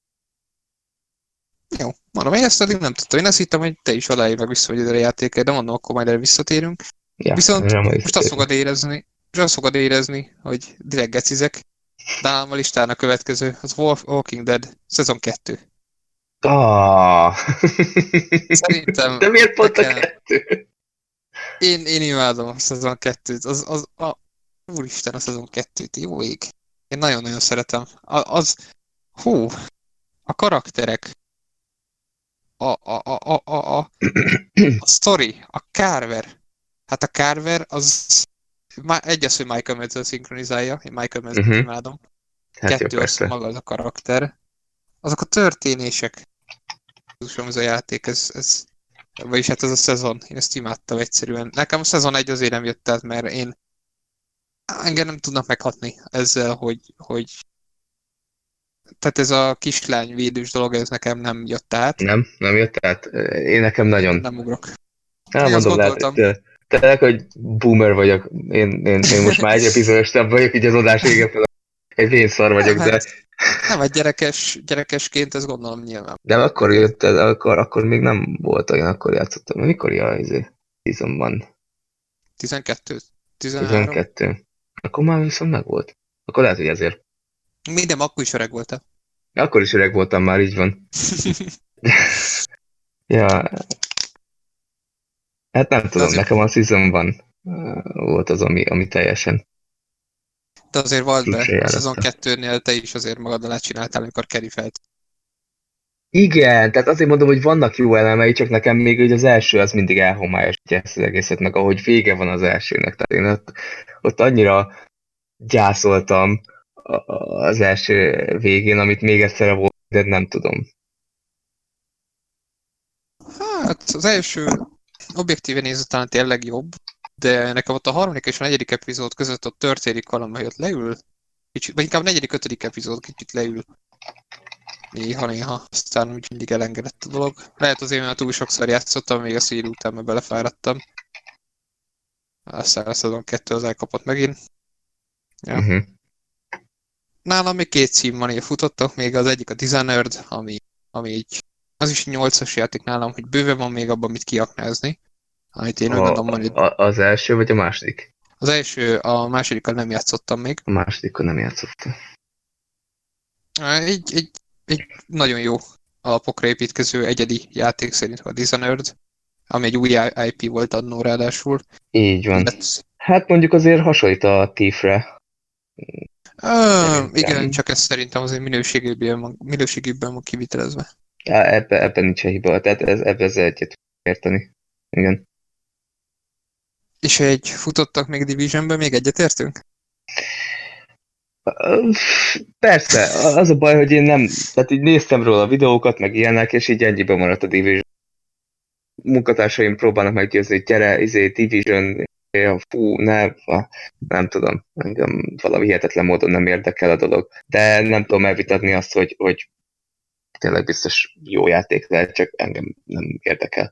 Jó, mondom, én ezt eddig nem tudtam. Én azt hittem, hogy te is aláír meg vissza, hogy a játékra, de mondom, akkor majd erre visszatérünk. Ja, Viszont nem most azt fogod érezni, és azt fogod érezni, hogy direkt gecizek. Nálam a listán a következő, az Walking Dead, szezon kettő. Ah. Szerintem De miért pont nekem, a kettő? Én, én imádom a szezon kettőt. Az, az, a, úristen, a szezon kettőt, jó ég. Én nagyon-nagyon szeretem. A, az, hú, a karakterek, a, a, a, a, a, a, a story, a Carver. Hát a Carver az egy az, hogy Michael Madsen szinkronizálja, én Michael Madsen uh-huh. imádom. Hát Kettő jó, az, hogy maga az a karakter. Azok a történések. Tudom, ez a játék, ez, ez, vagyis hát ez a szezon, én ezt imádtam egyszerűen. Nekem a szezon egy azért nem jött át, mert én engem nem tudnak meghatni ezzel, hogy, hogy tehát ez a kislány védős dolog, ez nekem nem jött át. Nem, nem jött át. Én nekem nagyon... Nem ugrok. Nem mondom, lehet, hogy tényleg, hogy boomer vagyok. Én, én, én most már egyre bizonyosabb vagyok, így az adás vége fel. Egy vénszar vagyok, nem, de... Nem, egy gyerekes, gyerekesként ezt gondolom nyilván. De akkor jött, akkor, akkor még nem volt olyan, akkor játszottam. Mikor jaj, izé, tízomban. tizenkettő? tizenhárom? tizenkettő. Akkor már viszont meg volt. Akkor lehet, hogy ezért. Minden, akkor is öreg voltam. Akkor is öreg voltam már, így van. Ja. Hát nem tudom, azért... nekem a seasonban volt az, ami, ami teljesen... De azért volt be, a szezon kettőnél te is azért magad alá csináltál, amikor Kerry felt. Igen, tehát azért mondom, hogy vannak jó elemei, csak nekem még ugye az első az mindig elhomályosítja ezt az egészet, meg ahogy vége van az elsőnek. Tehát én ott, ott annyira gyászoltam az első végén, amit még egyszer volt, de nem tudom. Hát az első objektíven nézve talán tényleg jobb, de nekem ott a harmadik és a negyedik epizód között ott történik valami, hogy ott leül, kicsit, vagy inkább a negyedik, ötödik epizód kicsit leül. Néha-néha, aztán úgy mindig elengedett a dolog. Lehet azért, mert túl sokszor játszottam, még a szír után meg belefáradtam. Aztán a szezon kettő az elkapott megint. Ja. Uh-huh. Nálam még két cím van, futottak, még az egyik a Dishonored, ami, ami így, az is nyolcas játék nálam, hogy bőven van még abban mit kiaknázni. Amit én a, gondolom, hogy... Az első vagy a második? Az első, a másodikkal nem játszottam még. A másodikkal nem játszottam. Egy, egy, egy nagyon jó alapokra építkező egyedi játék szerint a Dishonored, ami egy új i pé volt annó ráadásul. Így van. Hát, hát mondjuk azért hasonlít a Thiefre. Uh, igen, csak ez szerintem azért minőségében van, minőségében van kivitelezve. Ja, ebben, ebben nincs a hiba, tehát ez, ebben ezzel egyet érteni. Igen. És egy futottak még Divisionben, még egyetértünk? Persze, az a baj, hogy én nem, tehát így néztem róla a videókat, meg ilyenek, és így ennyiben maradt a Division. Munkatársaim próbálnak meggyőzni, hogy gyere, izé, Division, fú, ne, nem tudom, engem valami hihetetlen módon nem érdekel a dolog. De nem tudom elvitatni azt, hogy, hogy tényleg biztos jó játék lehet, csak engem nem érdekel.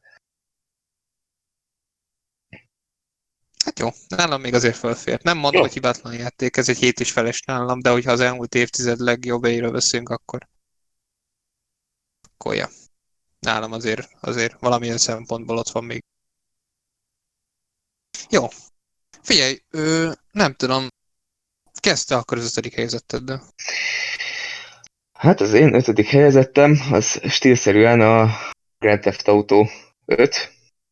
Hát jó, nálam még azért felfér. Nem mondom, hogy hibátlan játék, ez egy hét is feles nálam, de hogyha az elmúlt évtized legjobbairól beszélünk, akkor akkor ja. Nálam azért, azért valamilyen szempontból ott van még. Jó. Figyelj, ö, nem tudom, kezdte akkor az ötödik helyezetteddel? Hát az én ötödik helyezettem, az stílszerűen a Grand Theft Auto öt.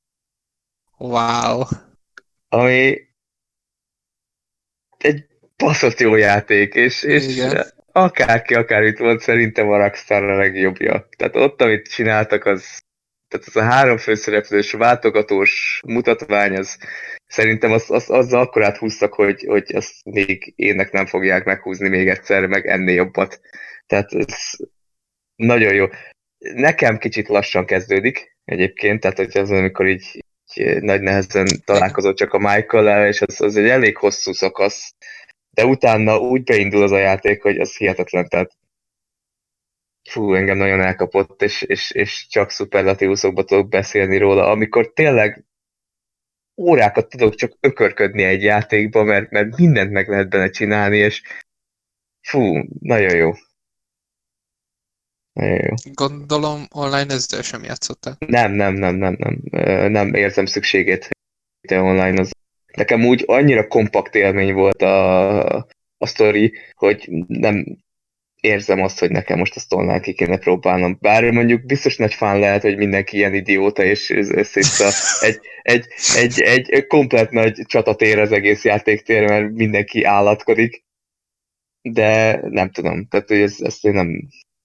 Wow. Ami egy baszott jó játék, és, és akárki, akármit volt, szerintem a Rockstar a legjobbja. Tehát ott, amit csináltak, az, tehát az a három főszereplős, váltogatós mutatvány, az szerintem az, az, azzal akkorát húztak, hogy, hogy azt még énnek nem fogják meghúzni még egyszer, meg ennél jobbat. Tehát ez nagyon jó. Nekem kicsit lassan kezdődik egyébként, tehát hogy az, amikor így, így nagy nehezen találkozott csak a Michael-el, és az, az egy elég hosszú szakasz, de utána úgy beindul az a játék, hogy az hihetetlen, tehát fú, engem nagyon elkapott, és, és, és csak szuperlatívuszokba tudok beszélni róla, amikor tényleg órákat tudok csak ökörködni egy játékba, mert, mert mindent meg lehet benne csinálni, és fú, nagyon jó. Nagyon jó. Gondolom online ezzel sem játszottál. Nem, nem, nem, nem, nem. Ö, Nem érzem szükségét, hogy online az. Nekem úgy annyira kompakt élmény volt a, a sztori, hogy nem érzem azt, hogy nekem most azt online ki kéne próbálnom. Bár mondjuk biztos nagy fán lehet, hogy mindenki ilyen idióta, és össze egy, egy, egy, egy komplet nagy csatatér az egész játéktér, mert mindenki állatkodik. De nem tudom, tehát hogy ez, ezt én nem...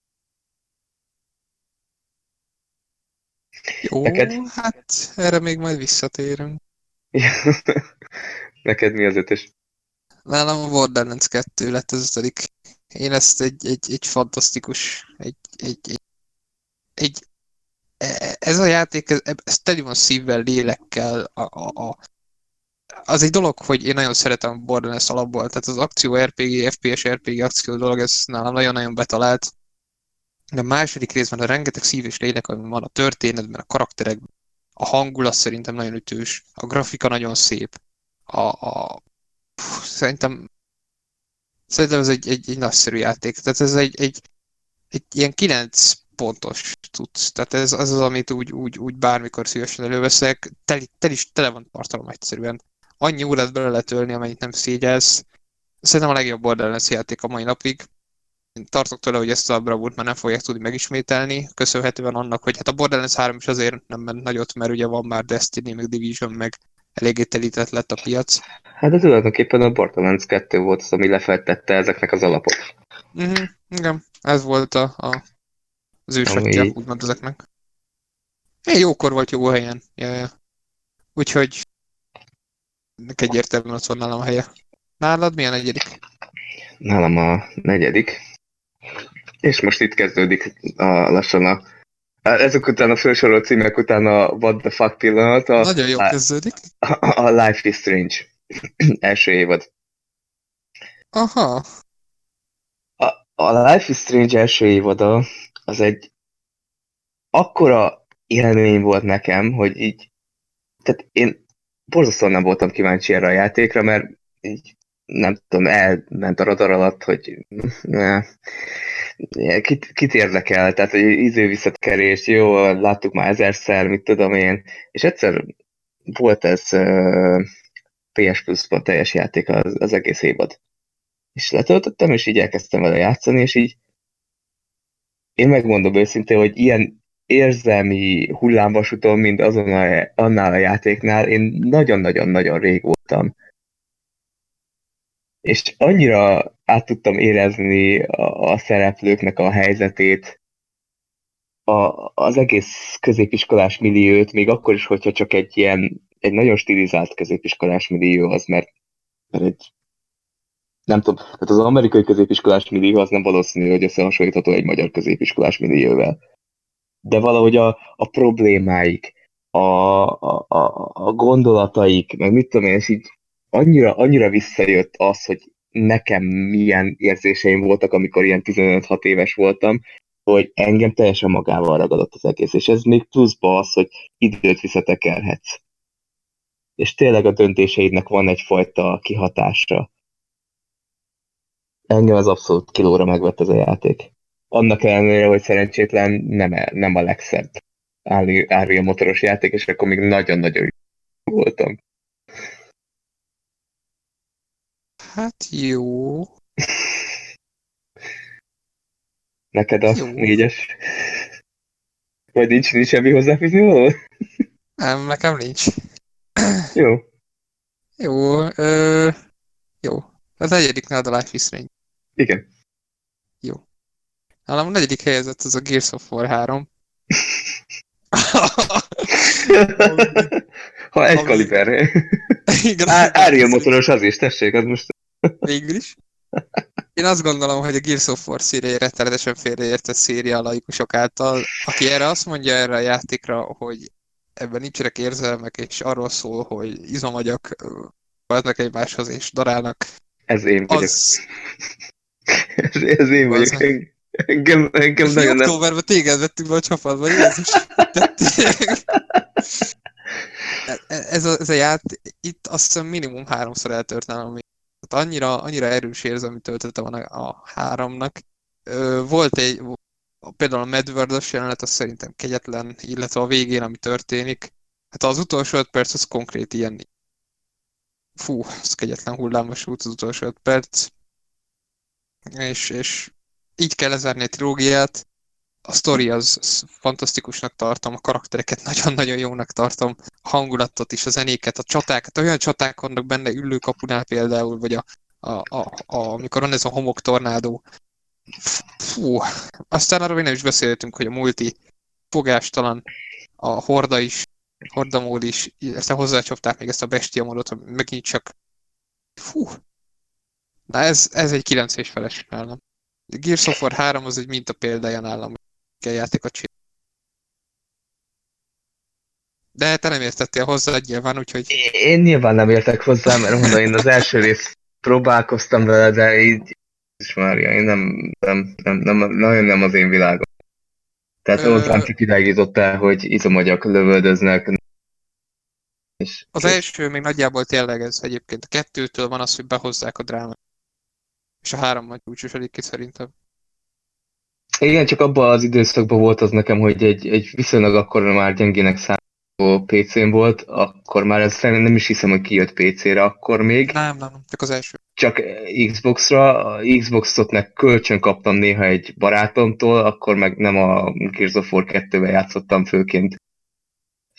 Jó, Neked? hát erre még majd visszatérünk. Neked mi az ötös? Nálam a Borderlands kettő lett az ötödik. Én ezt egy, egy, egy fantasztikus, egy, egy, egy, egy e- ez a játék, ez, ez teli van szívvel, lélekkel, a, a, a, az egy dolog, hogy én nagyon szeretem a Borderlands alapból, tehát az akció er pé gé, ef pé es er pé gé akció dolog, ez nálam nagyon-nagyon betalált. De a második részben a rengeteg szív és lélek, ami van a történetben, a karakterekben, a hangulat szerintem nagyon ütős, a grafika nagyon szép, a, a pff, szerintem szerintem ez egy, egy, egy nagyszerű játék. Tehát ez egy, egy, egy ilyen kilenc pontos tudsz. Tehát ez az az, amit úgy, úgy, úgy bármikor szívesen előveszek. Teli, tel is tele van tartalom egyszerűen. Annyi órát bele lehet ölni, amennyit nem szégyelsz. Szerintem a legjobb Borderlands játék a mai napig. Én tartok tőle, hogy ezt a bravúrt már nem fogják tudni megismételni, köszönhetően annak, hogy hát a Borderlands három is azért nem ment nagyot, mert ugye van már Destiny, meg Division, meg eléggé telített lett a piac. Hát de tulajdonképpen a Borderlands kettő volt az, ami lefektette ezeknek az alapot. Mhm, igen, ez volt a, a, az ősatja, Ami... úgymond ezeknek. Én jókor volt jó helyen. Ja, ja. Úgyhogy egyértelműen ott van nálam a helye. Nálad milyen negyedik? Nálam a negyedik. És most itt kezdődik a, lassan a... Ezek után a felsorolt címek után a What the fuck pillanat. A, Nagyon jó a, kezdődik. a, a Life is Strange. Első évad. Aha. A, a Life is Strange első évada az egy akkora élmény volt nekem, hogy így... Tehát én borzasztóan nem voltam kíváncsi erre a játékra, mert így nem tudom, elment a radar alatt, hogy ne, kit, kit érdekel, tehát hogy idővisszakerés, jó, láttuk már ezerszer, mit tudom én, és egyszer volt ez uh, pé es Plus-ban teljes játék az, az egész évad. És letöltöttem, és így elkezdtem vele játszani, és így én megmondom őszintén, hogy ilyen érzelmi hullámvasúton, mint azon a, annál a játéknál, én nagyon-nagyon-nagyon rég voltam. És annyira át tudtam érezni a, a szereplőknek a helyzetét, a, az egész középiskolás milliót, még akkor is, hogyha csak egy ilyen, egy nagyon stilizált középiskolás millió az, mert, mert egy, nem tudom, tehát az amerikai középiskolás millió az nem valószínű, hogy összehasonlítható egy magyar középiskolás millióvel. De valahogy a, a problémáik, a, a, a, a gondolataik, meg mit tudom én, és így annyira, annyira visszajött az, hogy nekem milyen érzéseim voltak, amikor ilyen tizenöt-hat éves voltam, hogy engem teljesen magával ragadott az egész. És ez még pluszba az, hogy időt visszatekerhetsz. És tényleg a döntéseidnek van egyfajta kihatása. Engem az abszolút kilóra megvett ez a játék. Annak ellenére, hogy szerencsétlen nem, nem a legszebb Unreal motoros játék, és akkor még nagyon-nagyon jó voltam. Hát jó. Neked a Jó. négyes? Vagy nincs, nincs semmi hozzáfűzni való? Nem, nekem nincs. Jó. Jó, ö, jó. A negyedik nálad a Life is Strange. Igen. Jó. Nálam a negyedik helyezett az a Gears of War három. Ha egy Ami... kaliber. Igen, Árja motoros az is, tessék, az most... Végül is. Én azt gondolom, hogy a Gears of War széria rettenetesen félreértett széria a laikusok által. Aki erre azt mondja erre a játékra, hogy ebben nincsenek érzelmek, és arról szól, hogy izomagyak váltnak egymáshoz és darálnak. Ez én vagyok. Az... ez, ez én vagyok. Az... Engem, engem nagyon nem... októberben téged vettük be a csapatba, Jézus. ez, a, ez a játék, itt azt hiszem minimum háromszor eltört nálam. Tehát annyira, annyira erős érzelmi töltete van a, a háromnak. Ö, volt egy, például a Medworld-os jelenet, az szerintem kegyetlen, illetve a végén, ami történik. Hát az utolsó öt perc, az konkrét ilyen, fú, az kegyetlen hullámos volt az utolsó öt perc. És, és így kell lezárni a trilógiát. A sztori az, az fantasztikusnak tartom, a karaktereket nagyon-nagyon jónak tartom, a hangulatot is, a zenéket, a csatákat, olyan csaták vannak benne Üllőkapunál például, vagy a, a, a, a, amikor van ez a homoktornádó. Fú, aztán arról nem is beszéltünk, hogy a multi fogástalan, a horda is, hordamód is, aztán hozzácsapták még ezt a bestia módot, hogy megint csak fú, na ez, ez egy kilenc és feles nálam. Gears of War három az egy minta példája nálam, kell játékot csinálni. De te nem értettél hozzá nyilván, úgyhogy... Én nyilván nem értek hozzá, mert mondom, én az első részt próbálkoztam vele, de így... És Mária, én nem, nem, nem, nem, nagyon nem az én világom. Tehát Ö... hozzám csak ideigított el, hogy izomagyak lövöldöznek. És az első még nagyjából tényleg ez egyébként. A kettőtől van az, hogy behozzák a drámát. És a három majd csúcsosodik ki szerintem. Igen, csak abban az időszakban volt az nekem, hogy egy, egy viszonylag akkor már gyengének számító pé cén volt, akkor már ez nem is hiszem, hogy kijött pé cére akkor még. Nem, nem, nem, csak az első. Csak Xbox-ra, a Xbox-ot meg kölcsön kaptam néha egy barátomtól, akkor meg nem a Gears of War kettővel játszottam főként. E...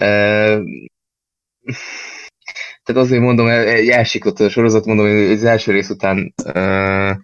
Tehát azért mondom, egy elsiklott a sorozat, mondom, hogy az első rész után e...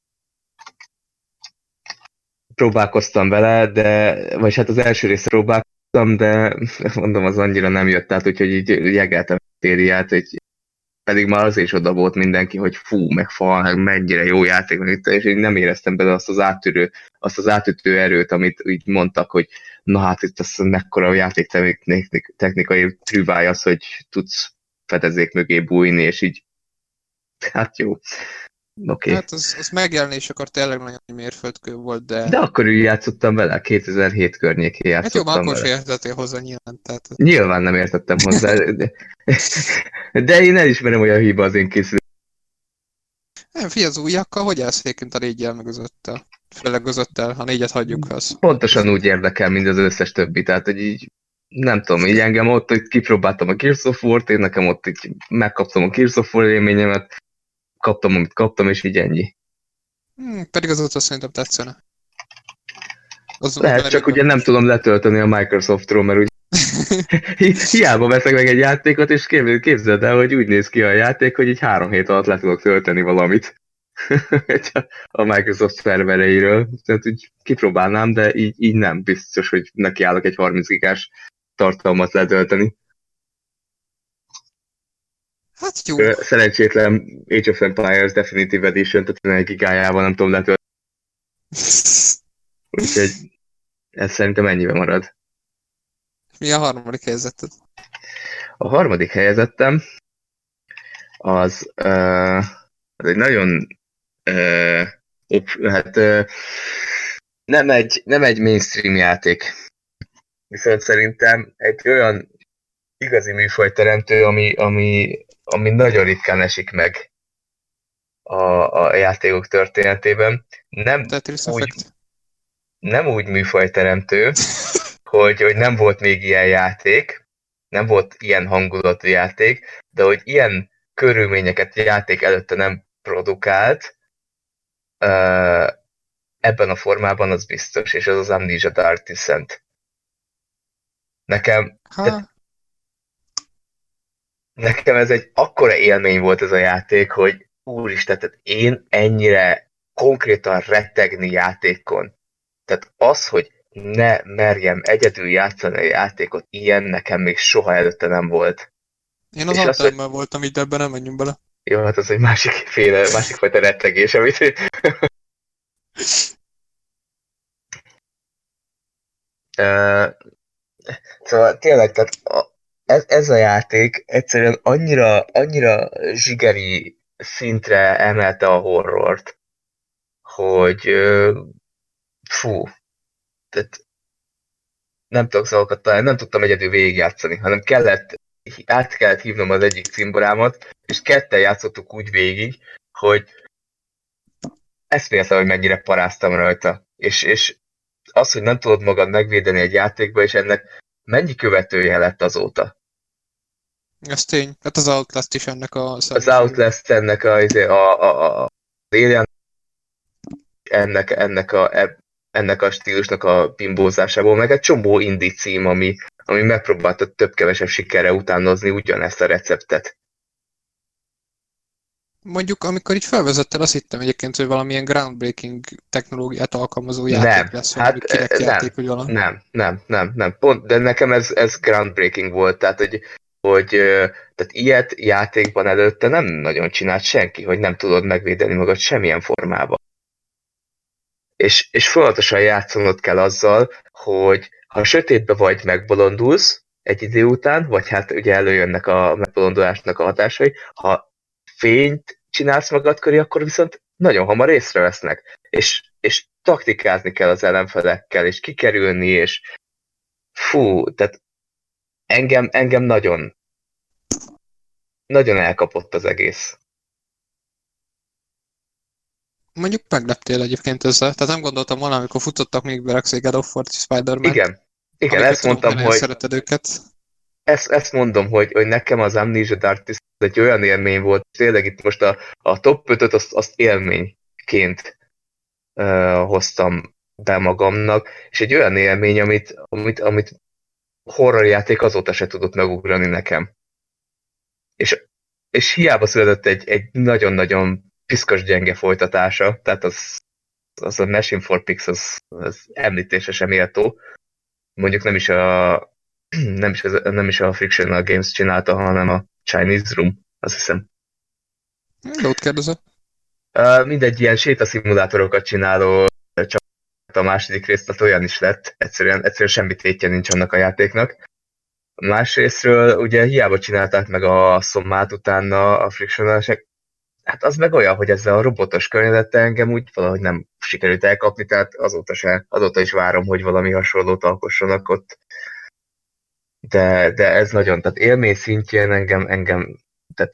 próbálkoztam vele, de, vagy hát az első részre próbálkoztam, de mondom, az annyira nem jött át, úgyhogy így jegeltem a tériát, hogy pedig már az is oda volt mindenki, hogy fú, meg fa, meg mennyire jó játék, és én nem éreztem bele azt az áttörő, azt az átütő erőt, amit így mondtak, hogy na hát itt az mekkora játéktechnikai trüváj az, hogy tudsz fedezék mögé bújni, és így hát jó. Okay. Hát az, az megjelenésekor tényleg nagyon mérföldkő volt, de... De akkor úgy játszottam vele, kétezer-hét környékén játszottam vele. Hát jó, akkor sem értettél hozzá nyilván. Tehát... Nyilván nem értettem hozzá, de, de én elismerem, hogy a hiba az én készülő. Nem, figyelj, az újakkal hogy állsz egyébként a négyel meg az öttel? Főleg az öttel, ha négyet hagyjuk az. Pontosan úgy érdekel, mint az összes többi, tehát hogy így nem tudom, így engem ott, hogy kipróbáltam a Gears of War-t, én nekem ott így megkaptam a Gears of War élményemet, kaptam, amit kaptam, és így ennyi. Hmm, pedig az öttel szerintem tetszene. Az lehet, csak ugye nem tudom letölteni a Microsoftról, mert ugye Hi- hiába veszek meg egy játékot, és képzeld el, hogy úgy néz ki a játék, hogy így három hét alatt le tudok tölteni valamit a Microsoft szervereiről. Tehát úgy kipróbálnám, de így, így nem biztos, hogy nekiállok egy harminc gigás tartalmat letölteni. Hát jó. Szerencsétlen Age of Empires Definitive Edition, tehát tizenegy gigájával nem tudom letölteni. Úgyhogy ez szerintem ennyibe marad. Mi a harmadik helyezetted? A harmadik helyezettem az, uh, az egy nagyon uh, hát uh, nem, egy, nem egy mainstream játék. Viszont szerintem egy olyan igazi műfajteremtő, ami, ami, ami nagyon ritkán esik meg a, a játékok történetében. Nem úgy, nem úgy műfajteremtő, hogy, hogy nem volt még ilyen játék, nem volt ilyen hangulatú játék, de hogy ilyen körülményeket játék előtte nem produkált, uh, ebben a formában az biztos, és ez az Amnesia Dark Descent. Nekem, tehát, nekem ez egy akkora élmény volt ez a játék, hogy úristen, tehát én ennyire konkrétan rettegni játékon. Tehát az, hogy ne merjem egyedül játszani a játékot, ilyen nekem még soha előtte nem volt. Én az És az, hogy... Anthem-mel voltam, így de ebben nem menjünk bele. Jó, hát az egy másik féle, másik fajta rettegés, amit... uh, szóval tényleg, tehát a, ez, ez a játék egyszerűen annyira, annyira zsigeri szintre emelte a horrort, hogy uh, fú, tehát nem tudok szavakat találni, nem tudtam egyedül végigjátszani, hanem kellett, át kellett hívnom az egyik cimborámat, és ketten játszottuk úgy végig, hogy eszméletlen, hogy mennyire paráztam rajta. És, és az, hogy nem tudod magad megvédeni egy játékba, és ennek mennyi követője lett azóta. Ez tény. Hát az Outlast is ennek a... Az Outlast ennek a, a, a, a az Alien ennek, ennek, a, ennek a stílusnak a bimbózásából, meg egy csomó indie cím, ami, ami megpróbálta több-kevesebb sikerre utánozni ugyanezt a receptet. Mondjuk, amikor így felvezettel, azt hittem egyébként, hogy valamilyen groundbreaking technológiát alkalmazó játék nem, lesz, hát kirekt nem, játék, vagy valami. Nem, nem, nem, nem, pont, de nekem ez, ez groundbreaking volt, tehát hogy, hogy tehát ilyet játékban előtte nem nagyon csinált senki, hogy nem tudod megvédeni magad semmilyen formában. És, és folyamatosan játszanod kell azzal, hogy ha sötétbe vagy, megbolondulsz egy idő után, vagy hát ugye előjönnek a megbolondulásnak a hatásai, ha fényt csinálsz magad köré, akkor viszont nagyon hamar észrevesznek. És, és taktikázni kell az ellenfelekkel, és kikerülni, és fú, tehát engem, engem nagyon nagyon elkapott az egész. Mondjuk megleptél egyébként ezzel. Tehát nem gondoltam volna, amikor futottak még be God of War Spider-Man. Igen, igen, ezt mondtam, hogy szereted őket. Ezt, ezt mondom, hogy, hogy nekem az Amnesia Darkness egy olyan élmény volt, tényleg itt most a, a top ötöt azt, azt élményként uh, hoztam be magamnak, és egy olyan élmény, amit, amit, amit horrorjáték azóta se tudott megugrani nekem. És, és hiába született egy, egy nagyon-nagyon piszkos gyenge folytatása, tehát az, az a Machine for Pigs az, az említése sem méltó. Mondjuk nem is a nem is, az, nem is a Frictional Games csinálta, hanem a Chinese Room, azt hiszem. Jót kérdezett. Uh, mindegy ilyen sétaszimulátorokat csináló csak a második részt olyan is lett, egyszerűen, egyszerűen semmi tétje nincs annak a játéknak. Másrésztről ugye hiába csinálták meg a szommát utána a Frictional, hát az meg olyan, hogy ezzel a robotos környezettel engem úgy valahogy nem sikerült elkapni, tehát azóta, se, azóta is várom, hogy valami hasonlót alkossanak ott. De, de ez nagyon, tehát élmény szintjén engem, engem, tehát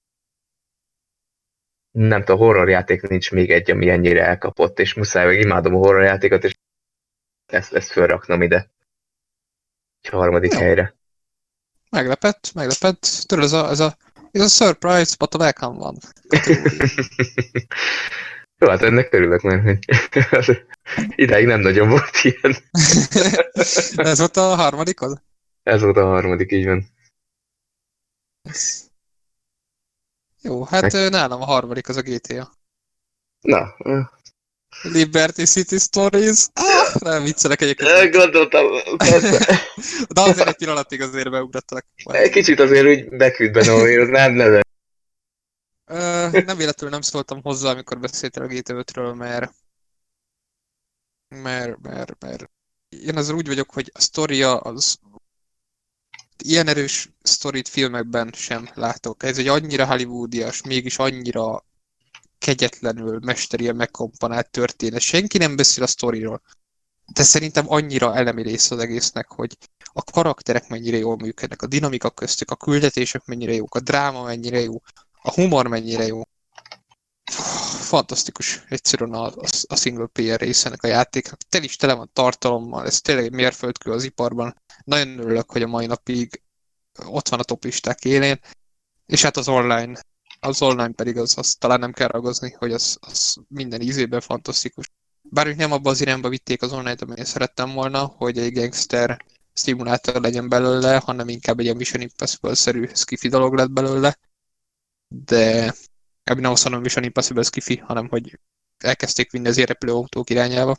nem tudom, horrorjáték nincs még egy, ami ennyire elkapott, és muszáj, hogy imádom a horrorjátékot, és ezt, ezt felraknom ide. Egy harmadik Jó. helyre. Meglepett, meglepett. Tudod, ez a, ez a, ez a surprise, but a welcome van. Jó, hát ennek örülök, mert hogy idáig nem nagyon volt ilyen. Ez volt a harmadikod? Ez volt a harmadik, így van. Jó, hát Meg... nálam a harmadik az a gé té á. Na. Liberty City Stories. Ah, nem viccelek egyébként. Gondoltam, persze. De azért egy pillanatig azért beugrottak. Kicsit azért úgy beküld benne, hogy nem, nem. Nem véletlenül nem szóltam hozzá, amikor beszéltél a gé té ötről, mert mert, mert, mert én azért úgy vagyok, hogy a sztoria az ilyen erős sztorit filmekben sem látok. Ez egy annyira hollywoodias, mégis annyira kegyetlenül mesterien megkomponált történet. Senki nem beszél a sztoriról. De szerintem annyira elemi rész az egésznek, hogy a karakterek mennyire jól működnek, a dinamika köztük, a küldetések mennyire jók, a dráma mennyire jó, a humor mennyire jó. Fantasztikus egyszerűen a, a single player rész ennek a játéknak. Tel is tele van tartalommal, ez tényleg egy mérföldkő az iparban. Nagyon örülök, hogy a mai napig ott van a top listák élén, és hát az online, az online pedig az, az talán nem kell ragozni, hogy az, az minden ízében fantasztikus. Bár ők nem abba az irányba vitték az online-t, amit én szerettem volna, hogy egy gangster szimulátor legyen belőle, hanem inkább egy ilyen Mission Impossible-szerű skifi dolog lett belőle. De ebben nem azt mondom Mission Impossible skifi, hanem hogy elkezdték vinni az repülőautók irányába.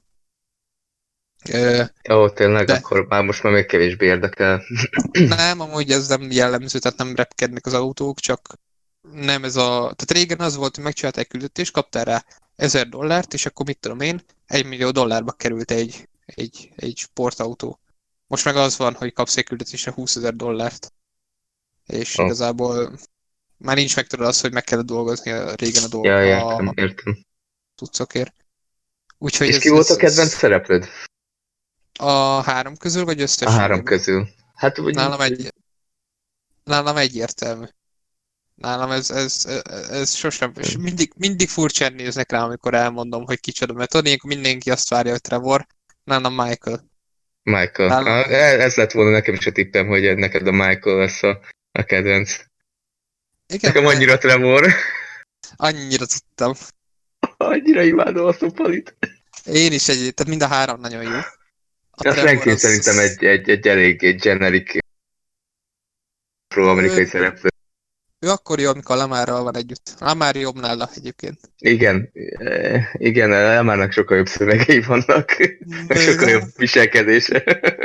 Jó, tényleg, de... akkor már most már még kevésbé érdekel. Nem, amúgy ez nem jellemző, tehát nem repkednek az autók, csak nem ez a... Tehát régen az volt, hogy megcsinálták küldetést, kaptál rá ezer dollárt, és akkor mit tudom én, egy millió dollárba került egy, egy, egy sportautó. Most meg az van, hogy kapsz egy küldetésre húszezer dollárt. És Oh. igazából már nincs meg tudod az, hogy meg kellett dolgozni a régen a dolgok. Ja, értem, értem. Tudszokért. Úgyhogy és ez, ki volt ez, a kedvenc ez... szereplőd? A három közül, vagy A három összességében? közül. Hát úgy... Nálam, egy... Nálam egyértelmű. Nálam ez, ez, ez, ez sosem, és mindig, mindig furcsán néznek rá, amikor elmondom, hogy kicsoda, mert tudod, ilyenkor mindenki azt várja, hogy Trevor, nálam Michael. Michael. Nálam... Ah, ez lett volna nekem is a tippem, hogy neked a Michael lesz a, a kedvenc. Igen, nekem annyira mert... Trevor. Annyira tudtam. Annyira imádom a szopalit. Én is egy, tehát mind a három nagyon jó. A, a Franklin az... szerintem egy, egy, egy elég egy generic pro-amerikai ő... szereplő. Ő akkor jó, amikor Lamarral van együtt. Lamar jobb nála egyébként. Igen, igen, Lamarnak sokkal jobb szövegei vannak, meg sokkal jobb viselkedése.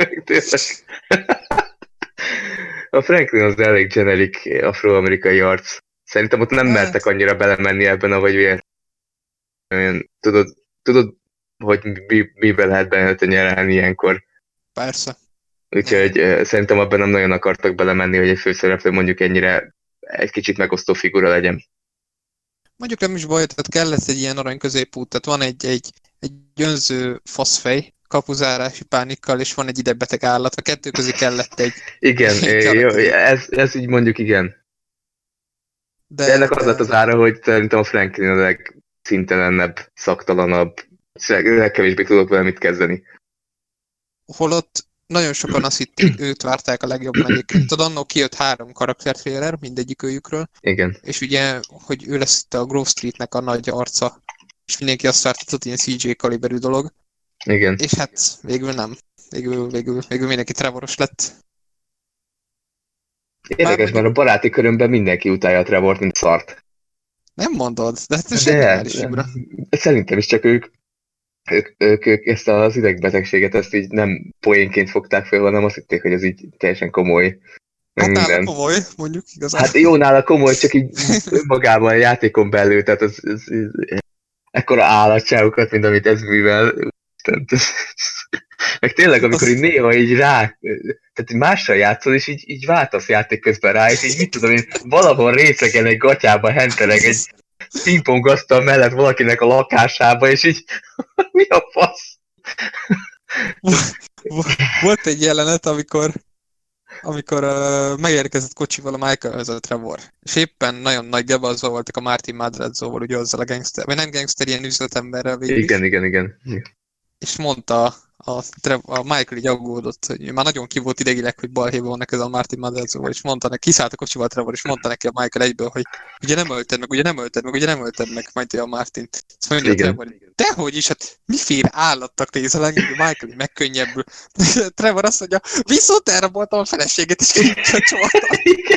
A Franklin az elég generic afroamerikai arc. Szerintem ott nem hát... mertek annyira belemenni ebben, ahogy olyan, tudod, tudod, hogy mi, miben lehet bennőt nyerelni ilyenkor. Persze. Úgyhogy ja. Szerintem abban nem nagyon akartak belemenni, hogy egy főszereplő mondjuk ennyire egy kicsit megosztó figura legyen. Mondjuk nem is baj, tehát kellett egy ilyen arany középút, tehát van egy, egy, egy önző faszfej, kapuzárási pánikkal, és van egy idegbeteg állat, a kettő közé kellett egy... Igen, egy jó, ez, ez így mondjuk igen. De, de ennek de... az lett az ára, hogy szerintem a Franklin a legszíntelenebb, szaktalanabb, legkevésbé tudok vele mit kezdeni. Holott nagyon sokan azt hitték, őt várták a legjobban egyébként. Tudod, annól kijött három karaktertrailer, mindegyik őjükről. Igen. És ugye, hogy ő lesz itt a Grove Streetnek a nagy arca, és mindenki azt várta, hogy ilyen cé jé kaliberű dolog. Igen. És hát végül nem. Végül, végül, végül mindenki Trevoros lett. Érdekes, mert a baráti körömben mindenki utálja a Trevort, mint szart. Nem mondod, de hát ez de, is figura. Szerintem is csak ők, ők, ők, ők ezt az idegbetegséget ezt így nem poénként fogták fel, hanem azt hitték, hogy ez így teljesen komoly. Hát nála komoly, mondjuk igazán. Hát jó, nála komoly, csak így magában a játékon belül, tehát az, az, az ekkora állatságokat, mint amit ez művel. Meg tényleg, amikor így néha így rá, tehát mással játszol, és így, így váltasz játék közben rá, és így mit tudom én, valahol részegen egy gatyába henteleg egy pingpongasztal mellett valakinek a lakásába, és így mi a fasz? Volt egy jelenet, amikor amikor uh, megérkezett kocsival a Michaelhez a Trevor, és éppen nagyon nagy gebazzal voltak a Martin Madrazzóval, ugye azzal a gangster, vagy nem gangster, ilyen üzletemberrel végül is. Igen, igen, igen. És mondta a, a Michael így aggódott, hogy már nagyon ki volt idegileg, hogy balhéba vannak ez a Martin Madrazzóval, és mondta neki, kiszállt a kocsival a Trevor, és mondta neki a Michael egyből, hogy ugye nem ölted meg, ugye nem ölted meg, ugye nem ölted meg, majd a Martin. Ezt mondja a Trevor, dehogy is, hát miféle állattak nézel engem, Michael így megkönnyebbül. Trevor azt mondja, viszont elraboltam a feleségét, és kicsacsoltam.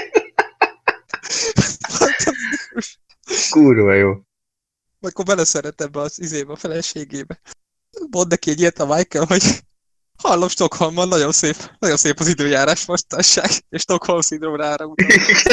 Kurva jó. Akkor beleszeret ebbe az izébe, a feleségébe. Mondd neki egy ilyet a Michael, hogy hallom, Stockholmban nagyon szép, nagyon szép az időjárás mostanság, és Stockholm szindrómára utal.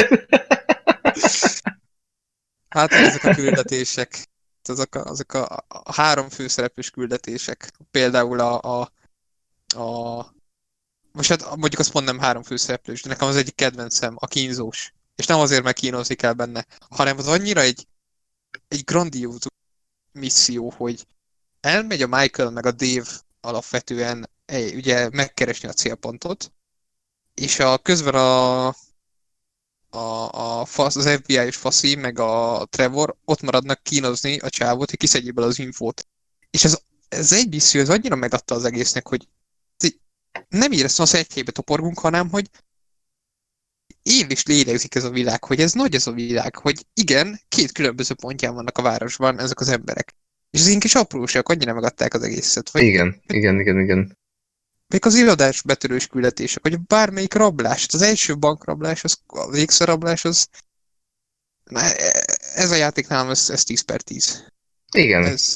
Hát ezek a küldetések, azok a, azok a, a három főszereplős küldetések. Például a, a, a most hát mondjuk azt mondom három főszereplős, de nekem az egyik kedvencem, a kínzós. És nem azért, mert kínozni kell benne, hanem az annyira egy, egy grandiózus misszió, hogy elmegy a Michael meg a Dave alapvetően egy, ugye megkeresni a célpontot, és a közben a, a, a fasz, az ef bé i-os faszi meg a Trevor ott maradnak kínozni a csávót, hogy kiszedjék bele az infót. És ez, ez egy misszió, ez annyira megadta az egésznek, hogy nem éreztem azt, hogy egy helybe toporgunk, hanem hogy él és lélegzik ez a világ, hogy ez nagy ez a világ, hogy igen, két különböző pontján vannak a városban ezek az emberek. És az ilyen kis apróságok annyira megadták az egészet. Vagy, igen, igen, igen, igen. Még az irodás betörős küldetések, vagy bármelyik rablás, az első bankrablás, az, a végszerrablás, az... Na, ez a játék nálam, ez, ez tíz per tíz. Igen. Ez,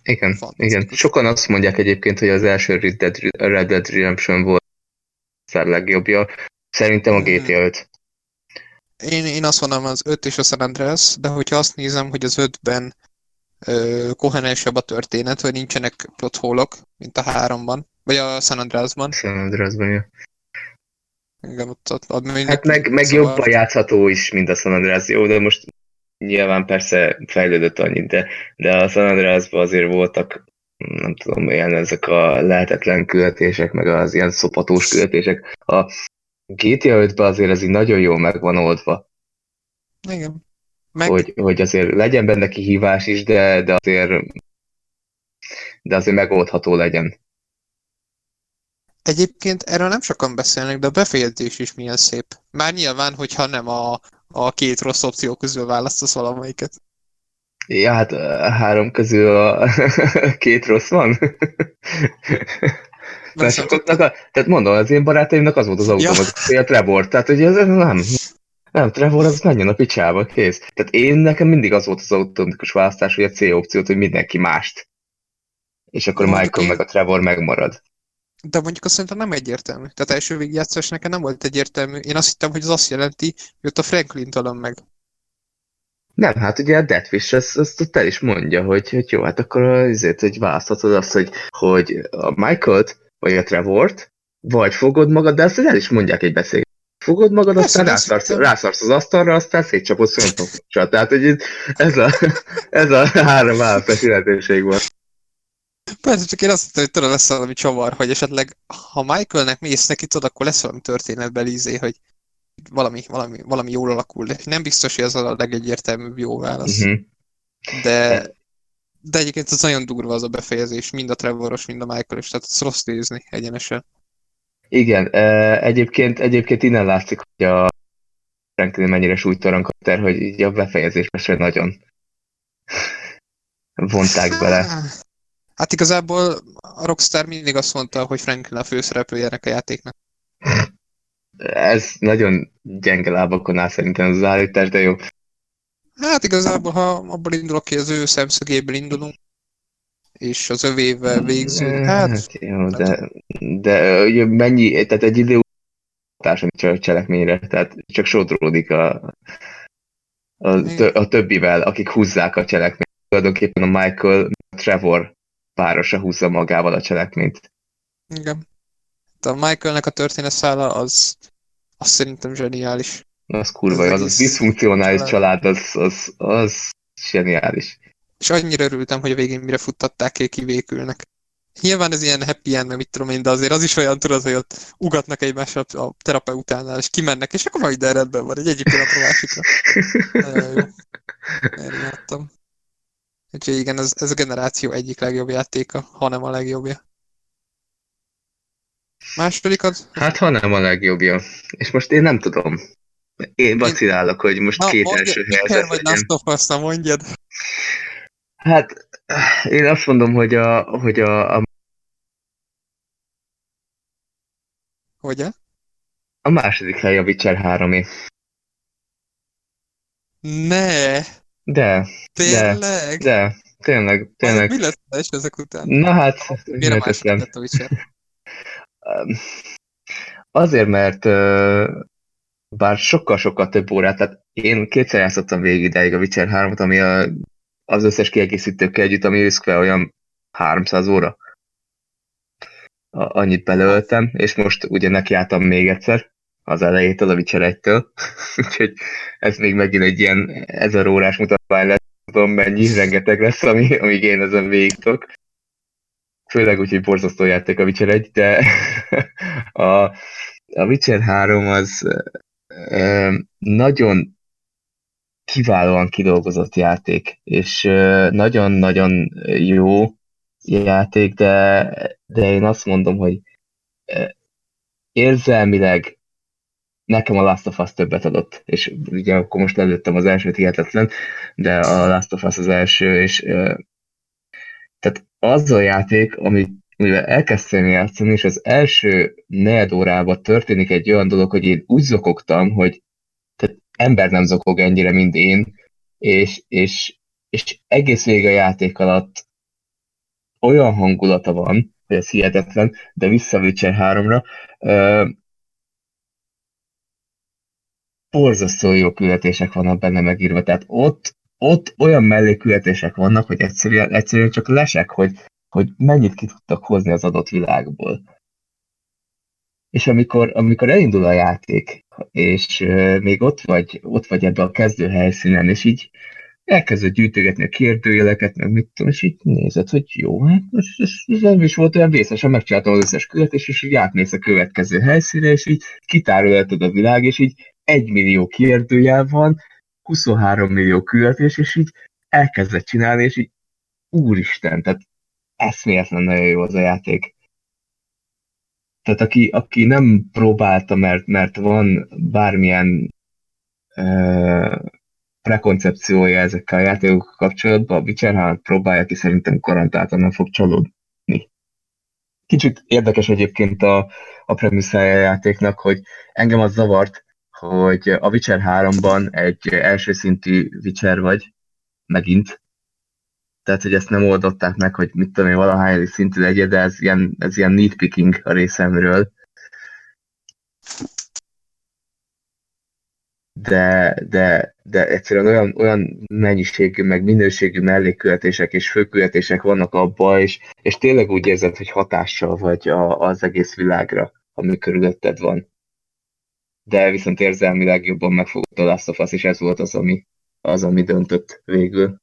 Igen, igen. Sokan azt mondják egyébként, hogy az első Red Dead, Red Dead Redemption volt a legjobbja. Szerintem a gé té á öt. Én, én azt mondom, az öt és a San Andreas, de hogyha azt nézem, hogy az ötben ö, koherensebb a történet, vagy nincsenek plothólok, mint a háromban, vagy a San Andreasban. San Andreasban, ja. Igen, ott, ott, ott hát meg, meg jobban játszható is, mint a San Andreas. Jó, de most nyilván persze fejlődött annyit, de, de a San Andreasban azért voltak, nem tudom, ilyen ezek a lehetetlen küldetések, meg az ilyen szopatós küldetések. A gé té á ötben azért ez így nagyon jól meg van oldva. Igen. Meg... Hogy, hogy azért legyen benne kihívás is, de, de azért de azért megoldható legyen. Egyébként erről nem sokan beszélnek, de a befejezés is milyen szép. Már nyilván, hogyha nem a, a két rossz opció közül választasz valamelyiket. Ja, hát három közül a két rossz van. Mert sokaknak a, tehát mondom, az én barátaimnak az volt az automatikus, ja. a Trevor, tehát hogy ez nem, nem, Trevor az menjen a picsába, kész. Tehát én nekem mindig az volt az automatikus választás, hogy a C opciót, hogy mindenki mást. És akkor mondjuk Michael én... meg a Trevor megmarad. De mondjuk azt szerintem nem egyértelmű. Tehát első végigjátszás nekem nem volt egyértelmű. Én azt hittem, hogy az azt jelenti, hogy ott a Franklin talán meg. Nem, hát ugye a Deathwish ezt, ezt el is mondja, hogy, hogy jó, hát akkor azért, hogy választhatod azt, hogy, hogy a Michaelt, vagy a Trevort, vagy fogod magad, de azt el is mondják egy beszélgetésben. Fogod magad, aztán rászarsz, rászarsz az asztalra, aztán szétcsapod szöntokosra. Tehát, hogy ez a, ez a három választás lehetőség van. Persze, csak én azt hittem, hogy tudod, lesz valami csavar, hogy esetleg, ha Michaelnek mész neki, tudod, akkor lesz valami történetbeli izé, hogy valami, valami, valami jól alakul. De nem biztos, hogy ez a legegyértelműbb jó válasz. Uh-huh. De, de egyébként az nagyon durva az a befejezés, mind a Trevoros, mind a Michaelos, tehát az rossz nézni egyenesen. Igen, egyébként, egyébként innen látszik, hogy a Franklin mennyire súlytalan karakter, hogy így a befejezésben sem nagyon vonták bele. Hát igazából a Rockstar mindig azt mondta, hogy Franklin a főszereplője ennek a játéknak. Ez nagyon gyenge lábakon áll szerintem az állítás, de jó. Hát igazából, ha abból indulok ki, az ő szemszögéből indulunk, és az övével végzünk, hát... hát jó, de, de mennyi, tehát egy idő után a cselekményre, tehát csak sodródik a, a, a többivel, akik húzzák a cselekményt. Tulajdonképpen a Michael, a Trevor párosa húzza magával a cselekményt. Igen. A Michaelnek a történetszála az, az szerintem zseniális. Az kurva, az, az, az diszfunkcionális család, az, az, az zseniális. És annyira örültem, hogy a végén mire futtatták ki, kivékülnek. Nyilván ez ilyen happy end, mit tudom én, de azért az is olyan, tudod, hogy ott ugatnak egymásra a terapeutánál, és kimennek, és akkor majd rendben van, egy egyik pillanatra másikra. Nagyon jó. Elmondtam. Úgyhogy igen, ez, ez a generáció egyik legjobb játéka, hanem a legjobbja. Második az? Hát, ha nem a legjobbja. És most én nem tudom. Én vacilálok, hogy most na, két mondja, első helyzet vagy Last of Us, na mondjad. Hát, én azt mondom, hogy a... Hogy a, a... Hogyan? A második hely a Witcher három-é. Ne! De. Tényleg? De, de. Tényleg, tényleg. Mi lesz és ezek után? Na hát, miért a második lett a Witcher? Azért, mert bár sokkal-sokkal több órát, tehát én kétszer játszottam végig ideig a Witcher hármat, ami a, az összes kiegészítőkkel együtt, ami őszkve olyan háromszáz óra. A, annyit belöltem, és most ugye nekiálltam még egyszer, az elejétől, a Witcher egytől, úgyhogy ez még megint egy ilyen ezer órás mutatvány lesz, tudom mennyi, rengeteg lesz, ami, amíg én ezen végigtok. Főleg úgy, hogy borzasztó játék a Witcher egy, de a, a Witcher három az e, nagyon kiválóan kidolgozott játék, és e, nagyon-nagyon jó játék, de, de én azt mondom, hogy e, érzelmileg nekem a Last of Us többet adott, és ugye akkor most lelőttem az elsőt, hihetetlen, de a Last of Us az első, és e, tehát az a játék, amit mivel elkezdtem játszani, és az első negyed órában történik egy olyan dolog, hogy én úgy zokogtam, hogy tehát ember nem zokog ennyire, mint én, és, és, és egész végig a játék alatt olyan hangulata van, hogy ez hihetetlen, de vissza Witcher háromra, uh, borzasztó jó küldetések vannak benne megírva, tehát ott, ott olyan melléküldetések vannak, hogy egyszerűen, egyszerűen csak lesek, hogy, hogy mennyit ki tudtak hozni az adott világból. És amikor, amikor elindul a játék, és uh, még ott vagy, ott vagy ebbe a kezdő helyszínen, és így elkezdett gyűjtögetni a kérdőjeleket, meg mit tudom, és így nézed, hogy jó, hát most ez, ez nem is volt olyan vészesen, megcsináltam az összes küldetést, és így átmész a következő helyszínre, és így kitárolhatod a világ, és így egy millió kérdőjel van, huszonhárom millió küldetés, és így elkezdett csinálni, és így úristen, tehát eszméletlen nagyon jó az a játék. Tehát aki, aki nem próbálta, mert, mert van bármilyen uh, prekoncepciója ezekkel a játékokkal kapcsolatban, a Witcher három próbálja ki, szerintem garantáltan nem fog csalódni. Kicsit érdekes egyébként a, a premisszája a játéknak, hogy engem az zavart, hogy a Witcher háromban egy első szintű Witcher vagy, megint. Tehát, hogy ezt nem oldották meg, hogy mit tudom én, valahány szintű legyen, de ez ilyen, ez ilyen nitpicking a részemről. De, de, de egyszerűen olyan, olyan mennyiségű, meg minőségű mellékkületések és főkületések vannak abban, és, és tényleg úgy érzed, hogy hatással vagy a, az egész világra, ami körülötted van. De viszont érzelmileg jobban megfogott a Last of Us, és ez volt az, ami, az, ami döntött végül.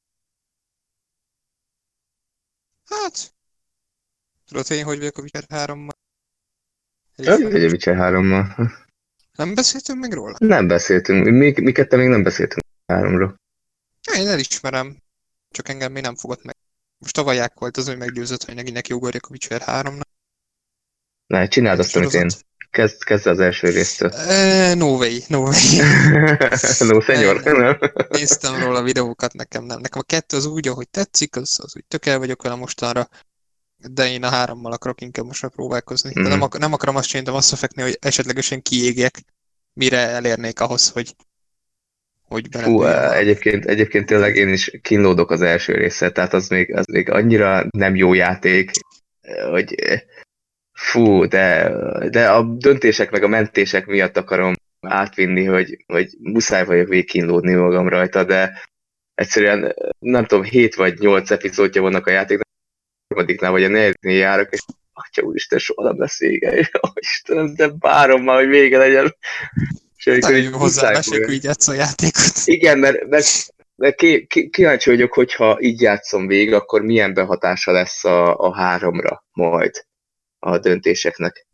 Hát, tudod, én hogy vagyok a Witcher hárommal? Hogy a Witcher hárommal? Nem beszéltünk még róla? Nem beszéltünk. Mi, mi ketten még nem beszéltünk háromról. Én elismerem, csak engem még nem fogott meg. Most tavaly volt az, hogy meggyőzött, hogy neki neki ugorjak a Witcher háromnak. Ne, csináld azt, amit én. Kezd, kezd az első résztől. Uh, no way, no way. No, senyor. Nem, nem. Néztem róla a videókat, nekem nem. Nekem a kettő az úgy, ahogy tetszik, az, az úgy tök el vagyok vele mostanra. De én a hárommal akarok inkább most próbálkozni. Mm. De nem, ak- nem akarom azt csinálni, azt fekni, hogy esetlegesen kiégjek, mire elérnék ahhoz, hogy hogy Fú, egyébként, egyébként tényleg én is kínlódok az első része, tehát az még, az még annyira nem jó játék, hogy fú, de, de a döntések meg a mentések miatt akarom átvinni, hogy, hogy muszáj vagyok végigkínlódni magam rajta, de egyszerűen nem tudom, hét vagy nyolc epizódja vannak a játéknak, a harmadiknál vagy a negyediknél járok, és atya úristen, soha nem lesz vége. Istenem, de várom már, hogy vége legyen. Nagyon hozzá lesek, így játsz a játékot. Igen, mert, mert, mert ki, ki, kíváncsi vagyok, hogyha így játszom végig, akkor milyen behatása lesz a, a háromra majd a döntéseknek.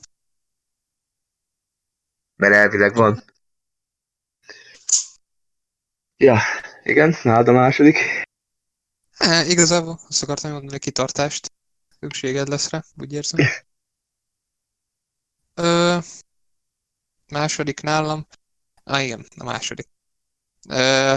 Mert elvileg van. Ja, igen, nálad a második. É, igazából azt akartam mondani, hogy kitartást. Szükséged lesz rá, úgy érzem. Ö, második nálam. Ah, igen, a második. Ö,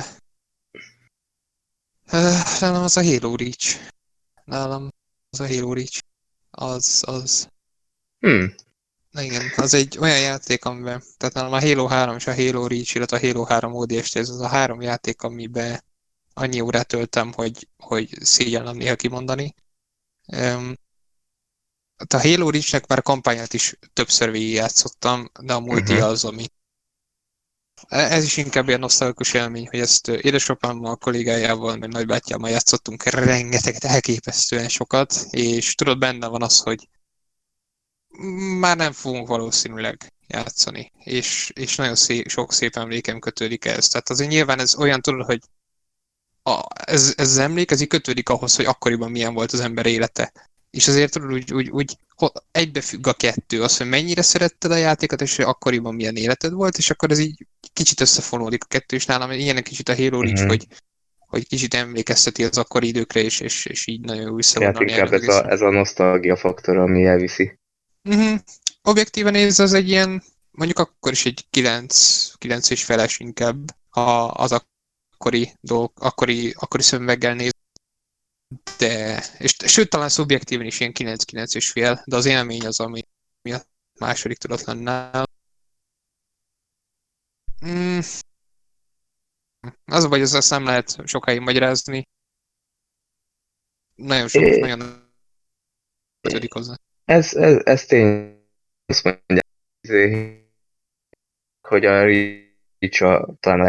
ö, nálam az a Halo Reach. Nálam az a Halo Reach. Az, az... Hmm. Na igen, az egy olyan játék, amiben, tehát nálam a Halo három és a Halo Reach, illetve a Halo három o dé es té, ez az a három játék, amiben annyi órát töltem, hogy, hogy szégyellem néha kimondani. Um, a Halo Reach-nek már a kampányát is többször végigjátszottam, de a multi uh-huh. az, ami... Ez is inkább ilyen nosztalgikus élmény, hogy ezt édesapámmal, kollégájával, meg nagybátyámmal játszottunk rengeteget, elképesztően sokat, és tudod, benne van az, hogy már nem fogunk valószínűleg játszani, és, és nagyon szép, sok szép emlékem kötődik ehhez. Tehát azért nyilván ez olyan, tudod, hogy a, ez, ez az emlék, ez így kötődik ahhoz, hogy akkoriban milyen volt az ember élete. És azért tudod, úgy, úgy, úgy egybefügg a kettő, az, hogy mennyire szeretted a játékot, és akkoriban milyen életed volt, és akkor ez így kicsit összefonódik a kettő, és nálam ilyen kicsit a Halo Reach, uh-huh. hogy, hogy kicsit emlékezteti az akkori időkre, és, és, és így nagyon jó visszavonulni. Hát inkább ez a, ez a nosztalgia faktor, ami elviszi. Uh-huh. Objektíven nézve az egy ilyen, mondjuk akkor is egy kilenc, kilenc és feles inkább, ha az akkori dolg, akkori, akkori szemüveggel néz. De, és sőt, talán szubjektíven is ilyen kilenc kilenc és fél, de az élmény az, ami a második tudatlan nál. Mm. Az vagy, az azt nem lehet sokáig magyarázni. Nagyon sok, é. nagyon kötődik hozzá. Ez, ez, ez tény, azt mondják, hogy a Reach a, talán a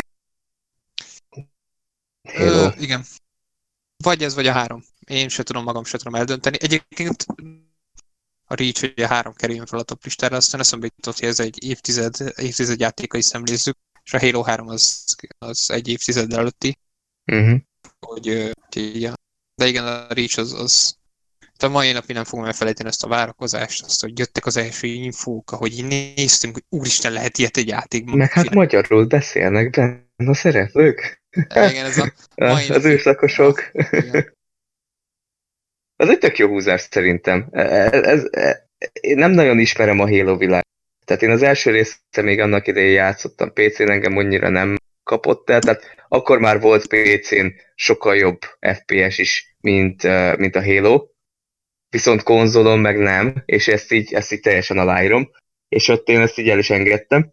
Ö, Halo. igen. Vagy ez, vagy a három. Én se tudom, magam se tudom eldönteni. Egyébként a Reach ugye három kerüljön fel a top listára, aztán eszembe jutott, hogy ez egy évtized, évtized játékai szemlézzük, és a Halo három az, az egy évtized előtti, Uh-huh. hogy, hogy igen. De igen, a Reach az, az a mai napig nem fogom elfelejteni ezt a várakozást, azt, hogy jöttek az első infók, ahogy így néztünk, hogy úristen, lehet ilyet egy játékban. Meg hát magyarul beszélnek benne a szereplők. De igen, ez a mai Az napig... őslakosok. Ja, Ez egy tök jó húzás szerintem. Ez, ez, ez, én nem nagyon ismerem a Halo világ. Tehát én az első része még annak idején játszottam pé cén, engem annyira nem kapott el, tehát akkor már volt pé cén sokkal jobb ef pé es is, mint, uh, mint a Halo, viszont konzolon meg nem, és ezt így, ezt így teljesen aláírom, és ott én ezt így el is engedtem.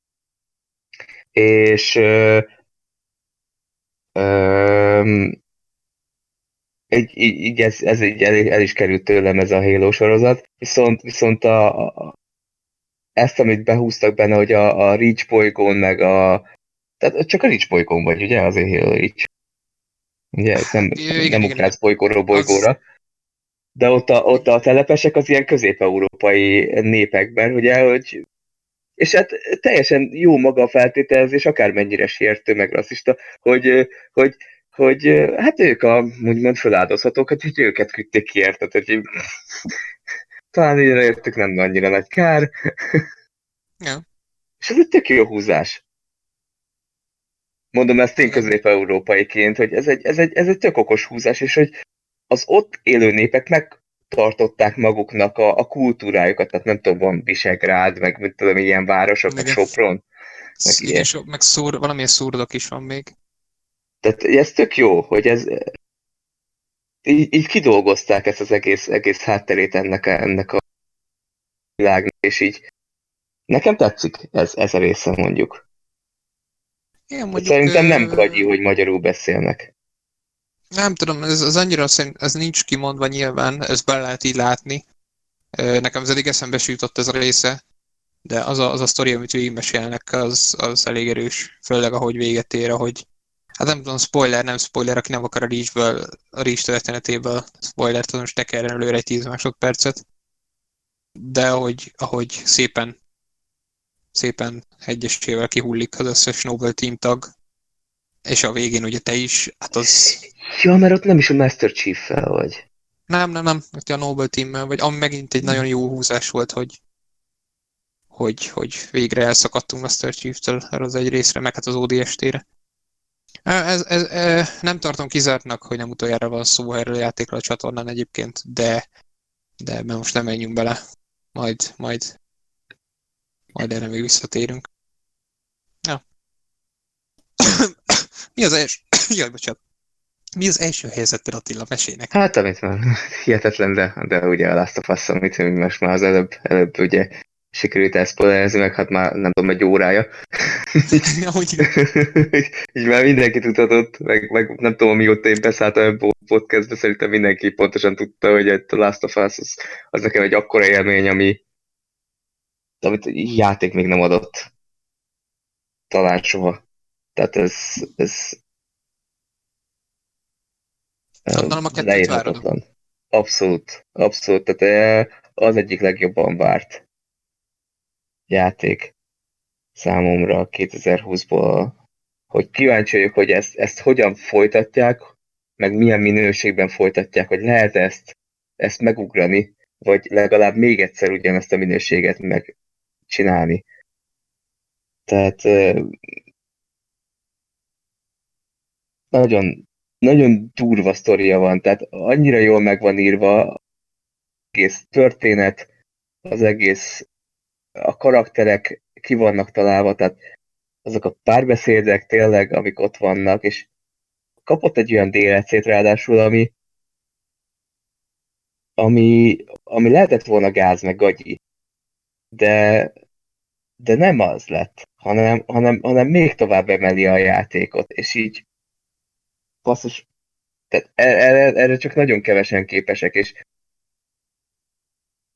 És uh, uh, így, így, így ez, ez így el, el is került tőlem ez a Halo sorozat, viszont, viszont a, a, ezt, amit behúztak benne, hogy a, a Reach bolygón, meg a... Tehát csak a Reach bolygón vagy, ugye? Azért Halo Reach. Ugye? Nem, igen, nem igen, igen. ugrálsz bolygóról bolygóra. Az... De ott a, ott a telepesek az ilyen közép-európai népekben, ugye, hogy... És hát teljesen jó maga a feltételezés, akármennyire sértő, meg rasszista, hogy, hogy, hogy hát ők a úgymond feláldozhatók, hát hogy őket küldték ki, érted, hogy talán így értük nem annyira nagy kár. Ja. És ez egy tök jó húzás. Mondom ezt én Igen. közép-európaiként, hogy ez egy, ez, egy, ez egy tök okos húzás, és hogy az ott élő népek megtartották maguknak a, a kultúrájukat, tehát nem tudom, van Visegrád, meg mit tudom, ilyen városok, meg Igen. Sopron. Meg Igen, ilyen. so, meg szúr, valamilyen szurdok is van még. Tehát ez tök jó, hogy ez így, így kidolgozták ezt az egész, egész hátterét ennek a, ennek a világnak, és így nekem tetszik ez, ez a része, mondjuk. Igen, mondjuk... Szerintem nem Ö... gagyi, hogy magyarul beszélnek. Nem tudom, ez, az annyira szerint, ez nincs kimondva nyilván, ezt be lehet így látni. Nekem az eddig eszembe se jutott ez a része, de az a, az a sztori, amit végigmesélnek, az, az elég erős, főleg ahogy véget ér, ahogy hát nem tudom, spoiler, nem spoiler, aki nem akar a Reach-ből, a Reach történetéből spoiler, tudom, most tekerjen előre egy tíz másodpercet, de ahogy, ahogy szépen szépen egyesével kihullik az összes Noble Team tag, és a végén ugye te is, hát az... Ja, mert ott nem is a Master Chief-fel vagy. Nem, nem, nem, ott a Noble Team-mel, vagy ami megint egy nagyon jó húzás volt, hogy hogy, hogy végre elszakadtunk Master Chief-től erről az egy részre, meg hát az o dé es té-re. Ez, ez, ez, nem tartom kizártnak, hogy nem utoljára van szó erről a játékról a csatornán egyébként, de, de most nem menjünk bele. Majd, majd, majd erre még visszatérünk. Ja. Mi az első... Jaj, bocsánat. Mi az első helyzettel, Attila? Mesélnek. Hát, amit már hihetetlen, de, de ugye a Last of Us, amit most már az előbb, előbb ugye sikerült elszpoilerezni, meg hát már nem tudom, egy órája. így, így már mindenki tudhatott, meg, meg nem tudom, amióta én beszálltam a podcastbe, szerintem mindenki pontosan tudta, hogy a Last of Us az, az nekem egy akkora élmény, ami amit játék még nem adott. Talán soha. Tehát ez, ez Gondolom a kettőt leírhatatlan. várod. Abszolút, abszolút. Tehát az egyik legjobban várt játék számomra kétezer-húszból, hogy kíváncsi vagyok, hogy ezt, ezt hogyan folytatják, meg milyen minőségben folytatják, hogy lehet ezt, ezt megugrani, vagy legalább még egyszer ugyanezt a minőséget megcsinálni. Tehát nagyon, nagyon durva sztoria van, tehát annyira jól meg van írva az egész történet, az egész, a karakterek ki vannak találva, tehát azok a párbeszédek tényleg, amik ott vannak, és kapott egy olyan dé el cét ráadásul, ami, ami, ami lehetett volna gáz meg gagyi, de, de nem az lett, hanem, hanem, hanem még tovább emeli a játékot, és így basszus, tehát erre, erre csak nagyon kevesen képesek, és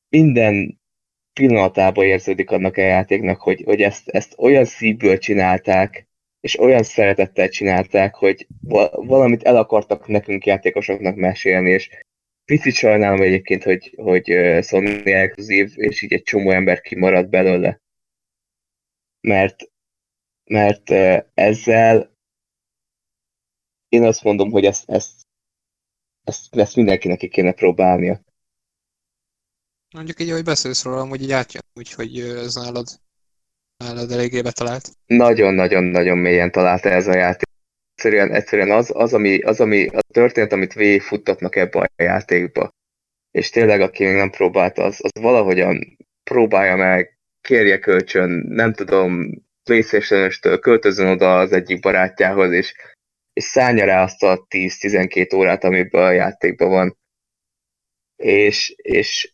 minden pillanatában érződik annak a játéknak, hogy, hogy ezt, ezt olyan szívből csinálták, és olyan szeretettel csinálták, hogy valamit el akartak nekünk játékosoknak mesélni, és picit sajnálom egyébként, hogy, hogy Sony exkluzív, és így egy csomó ember kimaradt belőle. Mert, mert ezzel én azt mondom, hogy ezt, ezt, ezt, ezt mindenkinek ki kéne próbálnia. Mondjuk így, hogy beszélsz róla, hogy így átjön, úgyhogy ez nálad, nálad eléggé betalált. Nagyon-nagyon-nagyon mélyen találta ez a játék. Egyszerűen, egyszerűen az, az, ami, az, ami a történet, amit végigfuttatnak ebbe a játékba. És tényleg, aki még nem próbálta, az, az valahogyan próbálja meg, kérje kölcsön, nem tudom, PlayStation-östől költözön oda az egyik barátjához, és, és szállja rá azt a tíz-tizenkét órát, amiben a játékban van. És, és,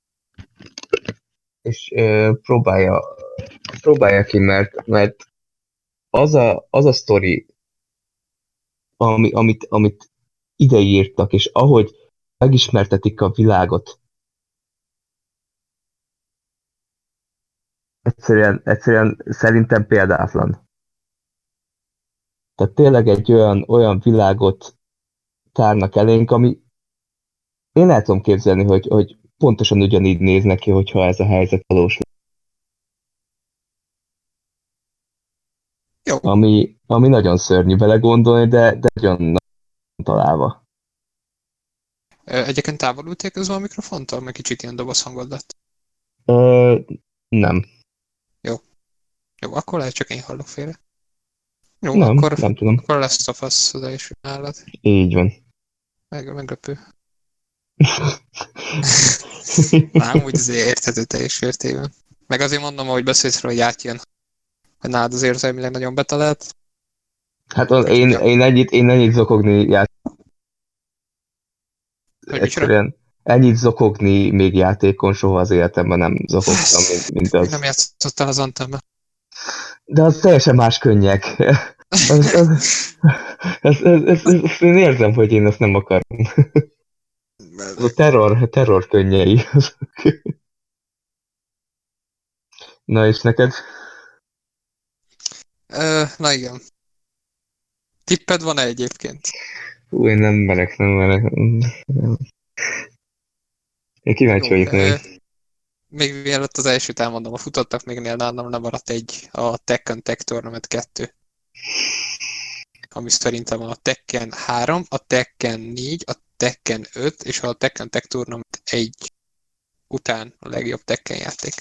és ö, próbálja, próbálja ki, mert, mert az a, az a sztori, ami, amit, amit ide írtak, és ahogy megismertetik a világot, egyszerűen, egyszerűen szerintem példátlan. Tehát tényleg egy olyan, olyan világot tárnak elénk, ami én el tudom képzelni, hogy, hogy pontosan ugyanígy néz neki, hogyha ez a helyzet valós. Jó. Ami, ami nagyon szörnyű vele gondolni, de, de nagyon találva. Egyébként távolultél közben a mikrofontól, meg kicsit ilyen doboz hangod lett. Ö, nem. Jó. Jó, akkor lehet csak én hallok félre. Jó, Nem, akkor, nem tudom. akkor lesz a fasz az első nálad. Így van. Meg, meglepő. Nem, úgy azért érthető teljes értében. Meg azért mondom, hogy beszélsz róla, hogy átjön, hogy nálad az érzelmileg nagyon betalált. Hát az, én, én, ennyit, én ennyit zokogni játék. Egyszerűen ennyit zokogni még játékon soha az életemben nem zokogtam, mint, mint az. Nem játszottál az Anthemben. De az teljesen más könnyek. az, az, az, az, az, az, én érzem, hogy én ezt nem akarom. A terror, terror könnyei. Na és neked? Uh, na igen. Tipped van-e egyébként? Hú, én nem merek, nem merek. Én kíváncsi vagyok még. Még mielőtt az elsőt elmondom, a futottak mégnél nálam nem maradt egy, a Tekken Tech Tournament kettő. Ami szerintem a Tekken három, a Tekken négy, a Tekken öt és a Tekken Tech Tournament egy után a legjobb Tekken játék.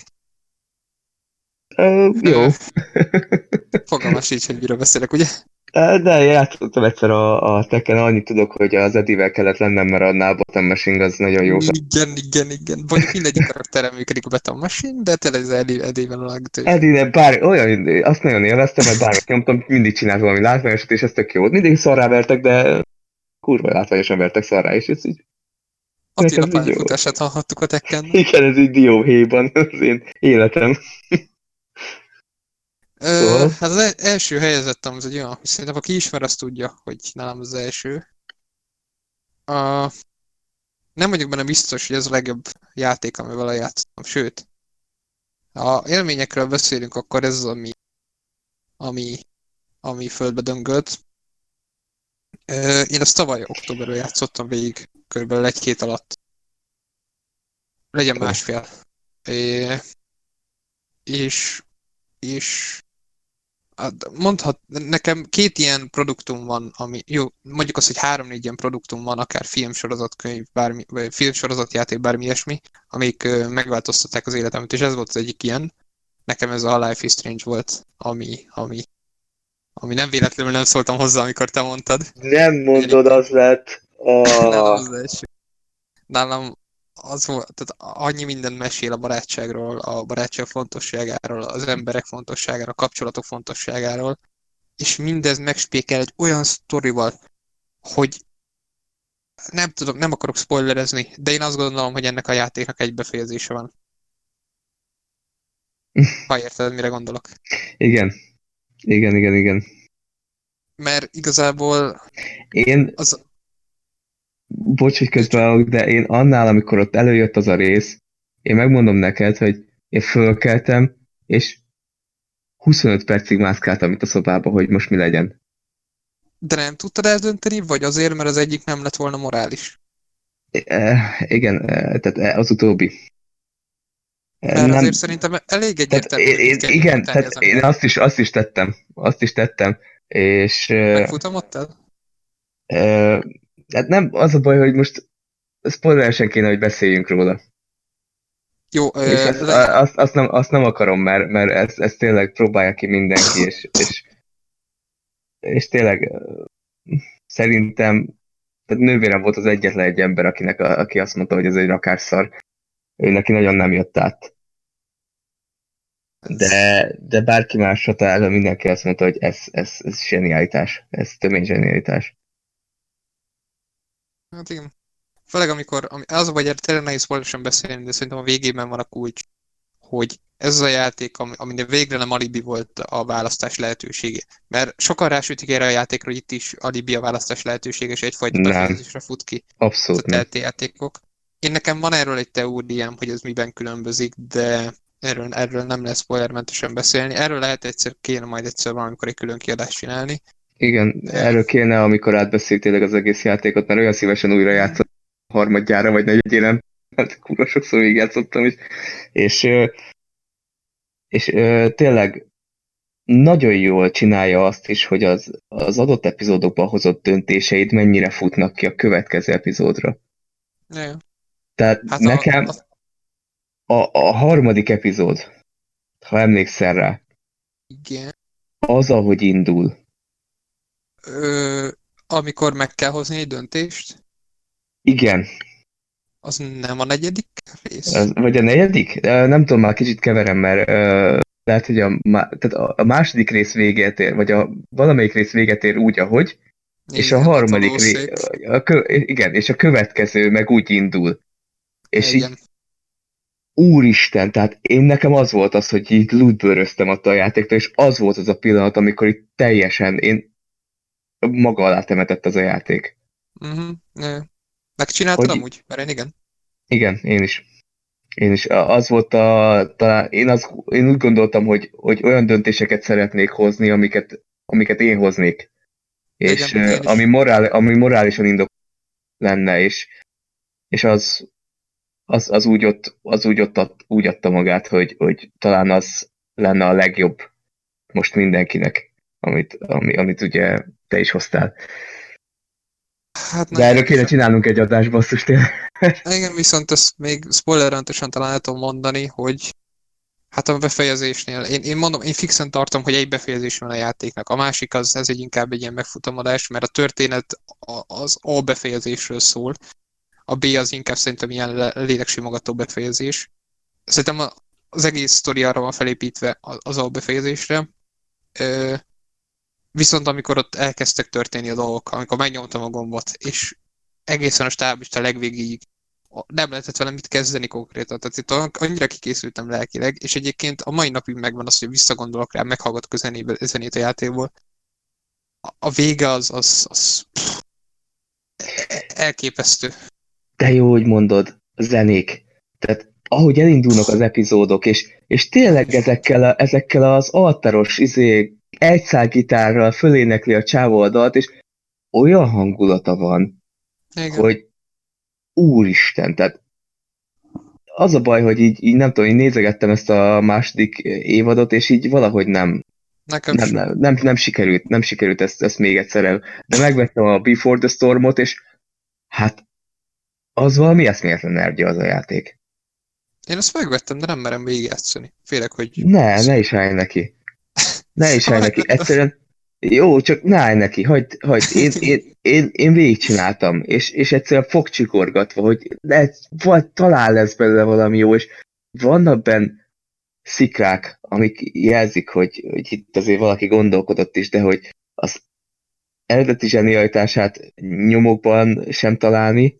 Uh, jó. Fogalmas így, hogy miről beszélek, ugye? De játszottam egyszer a, a Tekken, annyit tudok, hogy az Edivel kellett lennem, mert annál a Button Machine az nagyon jó. Igen, igen, igen. Vagy mindegyik karakterem működik a Button Machine, de tényleg az Edivel a legtöbb. Edivel bár olyan, azt nagyon élveztem, mert bármit nyomtam, mindig csinált valami látványosat, és ez tök jó. Mindig szarrá vertek, de kurva látványosan vertek szarrá, és ez így... Attila pályafutását hallhattuk a Tekken. Igen, ez így dióhéjban az én életem. Szóval? Hát az első helyezettem az egy olyan, hogy szerintem aki ismer, azt tudja, hogy nálam az első. Uh, nem vagyok benne biztos, hogy ez a legjobb játék, amivel játszottam. Sőt, ha élményekről beszélünk, akkor ez az, ami, ami, ami földbe döngölt. Uh, én azt tavaly októberről játszottam végig, körülbelül egy-két alatt. Legyen másfél. É, és és mondhat, nekem két ilyen produktum van, ami, jó, mondjuk azt, hogy három-négy ilyen produktum van, akár filmsorozat, könyv, bármi, vagy filmsorozat, játék, bármi ilyesmi, amik uh, megváltoztatták az életemet, és ez volt az egyik ilyen. Nekem ez a Life is Strange volt, ami, ami, ami nem véletlenül nem szóltam hozzá, amikor te mondtad. Nem mondod, az lett. Oh. Nálam az első. Nálam az volt, tehát annyi minden mesél a barátságról, a barátság fontosságáról, az emberek fontosságáról, a kapcsolatok fontosságáról, és mindez megspékel egy olyan sztorival, hogy nem tudom, nem akarok spoilerezni, de én azt gondolom, hogy ennek a játéknak egy befejezése van. Ha érted, mire gondolok. Igen. Igen, igen, igen. Mert igazából én... az... Bocs, hogy közbeállok, de én annál, amikor ott előjött az a rész, én megmondom neked, hogy én fölkeltem, és huszonöt percig mászkáltam itt a szobába, hogy most mi legyen. De nem tudtad eldönteni, vagy azért, mert az egyik nem lett volna morális? E, igen, e, tehát e, az utóbbi. E, Mert azért nem, szerintem elég tehát egyértelmű, én, hogy mit én, kell igen, tenni tehát az én embernek. azt is, azt is tettem, azt is tettem, és e, Megfutamottad? e, hát nem, az a baj, hogy most spoileresen kéne, hogy beszéljünk róla. Jó, És ö, ezt, le, azt, azt, nem, azt nem akarom, mert, mert ezt, ezt tényleg próbálja ki mindenki, és, és, és tényleg szerintem, tehát nővérem volt az egyetlen egy ember, akinek, a, aki azt mondta, hogy ez egy rakásszar. Ő neki nagyon nem jött át. ez, De, de bárki másra találva mindenki azt mondta, hogy ez, ez, ez zsenialitás. Ez tömény zsenialitás. hát igen. Főleg amikor, ami, az a baj, hogy tényleg nehéz spoileresen beszélni, de szerintem a végében van a kulcs, hogy ez az a játék, ami, aminél végre nem alibi volt a választás lehetősége. Mert sokan rásütik erre a játékra, hogy itt is alibi a választás lehetősége, és egyfajta Nem, befejezésre fut ki ez a abszolút nem. telti játékok. Én nekem van erről egy teóriám, hogy ez miben különbözik, de erről, erről nem lesz spoilermentesen beszélni. Erről lehet egyszer, kéne majd egyszer valamikor egy külön kiadást csinálni. Igen, De... erről kéne, amikor átbeszélt tényleg az egész játékot, mert olyan szívesen újra Mhm. játszottam harmadjára, vagy negyedjére, mert kurva sokszor végigjátszottam is. És, ö, és ö, tényleg nagyon jól csinálja azt is, hogy az, az adott epizódokban hozott döntéseid mennyire futnak ki a következő epizódra. Ja. Tehát Hát a, nekem a, a, a harmadik epizód, ha emlékszel rá, igen. az, ahogy indul. Ö, amikor meg kell hozni egy döntést, Igen, az nem a negyedik rész. ez, vagy a negyedik? Ö, Nem tudom, már kicsit keverem, mert ö, lehet, hogy a, má- tehát a, a második rész véget ér, vagy a valamelyik rész véget ér úgy, ahogy, és a Igen, a harmadik ré, tanulszék. a kö, igen, és a következő meg úgy indul. És így Igen. úristen, tehát én nekem az volt az, hogy így lootbőröztem attól a játéktól, és az volt az a pillanat, amikor itt teljesen én maga alá temetett az a játék. Uh-huh. Ja. Megcsináltad Hogy amúgy? Mert én igen. igen, én is. Én is. Az volt a, talán én, az, én úgy gondoltam, hogy, hogy olyan döntéseket szeretnék hozni, amiket, amiket én hoznék. És Igen, uh, én ami, is. morál, ami morálisan indok lenne, és, és az, az, az, úgy ott, az úgy ott ad, úgy adta magát, hogy, hogy talán az lenne a legjobb most mindenkinek, amit, ami, amit ugye te is hoztál. Hát De nagyon erről kéne érdekes. csinálnunk egy adás, basszus tényleg. Igen, viszont ezt még spoilermentesen talán el tudom mondani, hogy hát a befejezésnél, én, én mondom, én fixen tartom, hogy egy befejezés van a játéknak. A másik az, ez egy inkább egy ilyen megfutamodás, mert a történet a- az A befejezésről szól. A B az inkább szerintem ilyen le- léleksimogató befejezés. Szerintem a- az egész sztori arra van felépítve a- az A befejezésre. Ö, Viszont amikor ott elkezdtek történni a dolgok, amikor megnyomtam a gombot, és egészen a stáblista legvégéig nem lehetett vele mit kezdeni konkrétan. Tehát itt olyan- annyira kikészültem lelkileg, és egyébként a mai napig megvan az, hogy visszagondolok rá, meghallgatok a zenébe, zenét a játékból. A, a vége az, az, az pff, elképesztő. De jó, hogy mondod, zenék. Tehát ahogy elindulnak az epizódok, és, és tényleg ezekkel, a, ezekkel az altaros izé, egyszál gitárral fölénekli a csávó a dalt, és olyan hangulata van, Igen, hogy úristen, tehát az a baj, hogy így, így nem tudom, én nézegettem ezt a második évadot, és így valahogy nem, nekem nem, sem. nem, nem, nem sikerült, nem sikerült ezt, ezt még egyszer el. De megvettem a Before the Stormot, és hát az valami eszméletlen nervgya az a játék. Én ezt megvettem, de nem merem végigjátszani. Félek, hogy... Ne, ne is állj neki. Ne is Ha állj neki. megvettem... Egyszerűen jó, csak ne állj neki. Hagyd, hagyd. Én, én, én, én végigcsináltam, és, és egyszerűen fogcsikorgatva, hogy lehet, vagy talán lesz belőle valami jó, és vannak benne szikrák, amik jelzik, hogy, hogy itt azért valaki gondolkodott is, de hogy az eredeti zsenialitását nyomokban sem találni.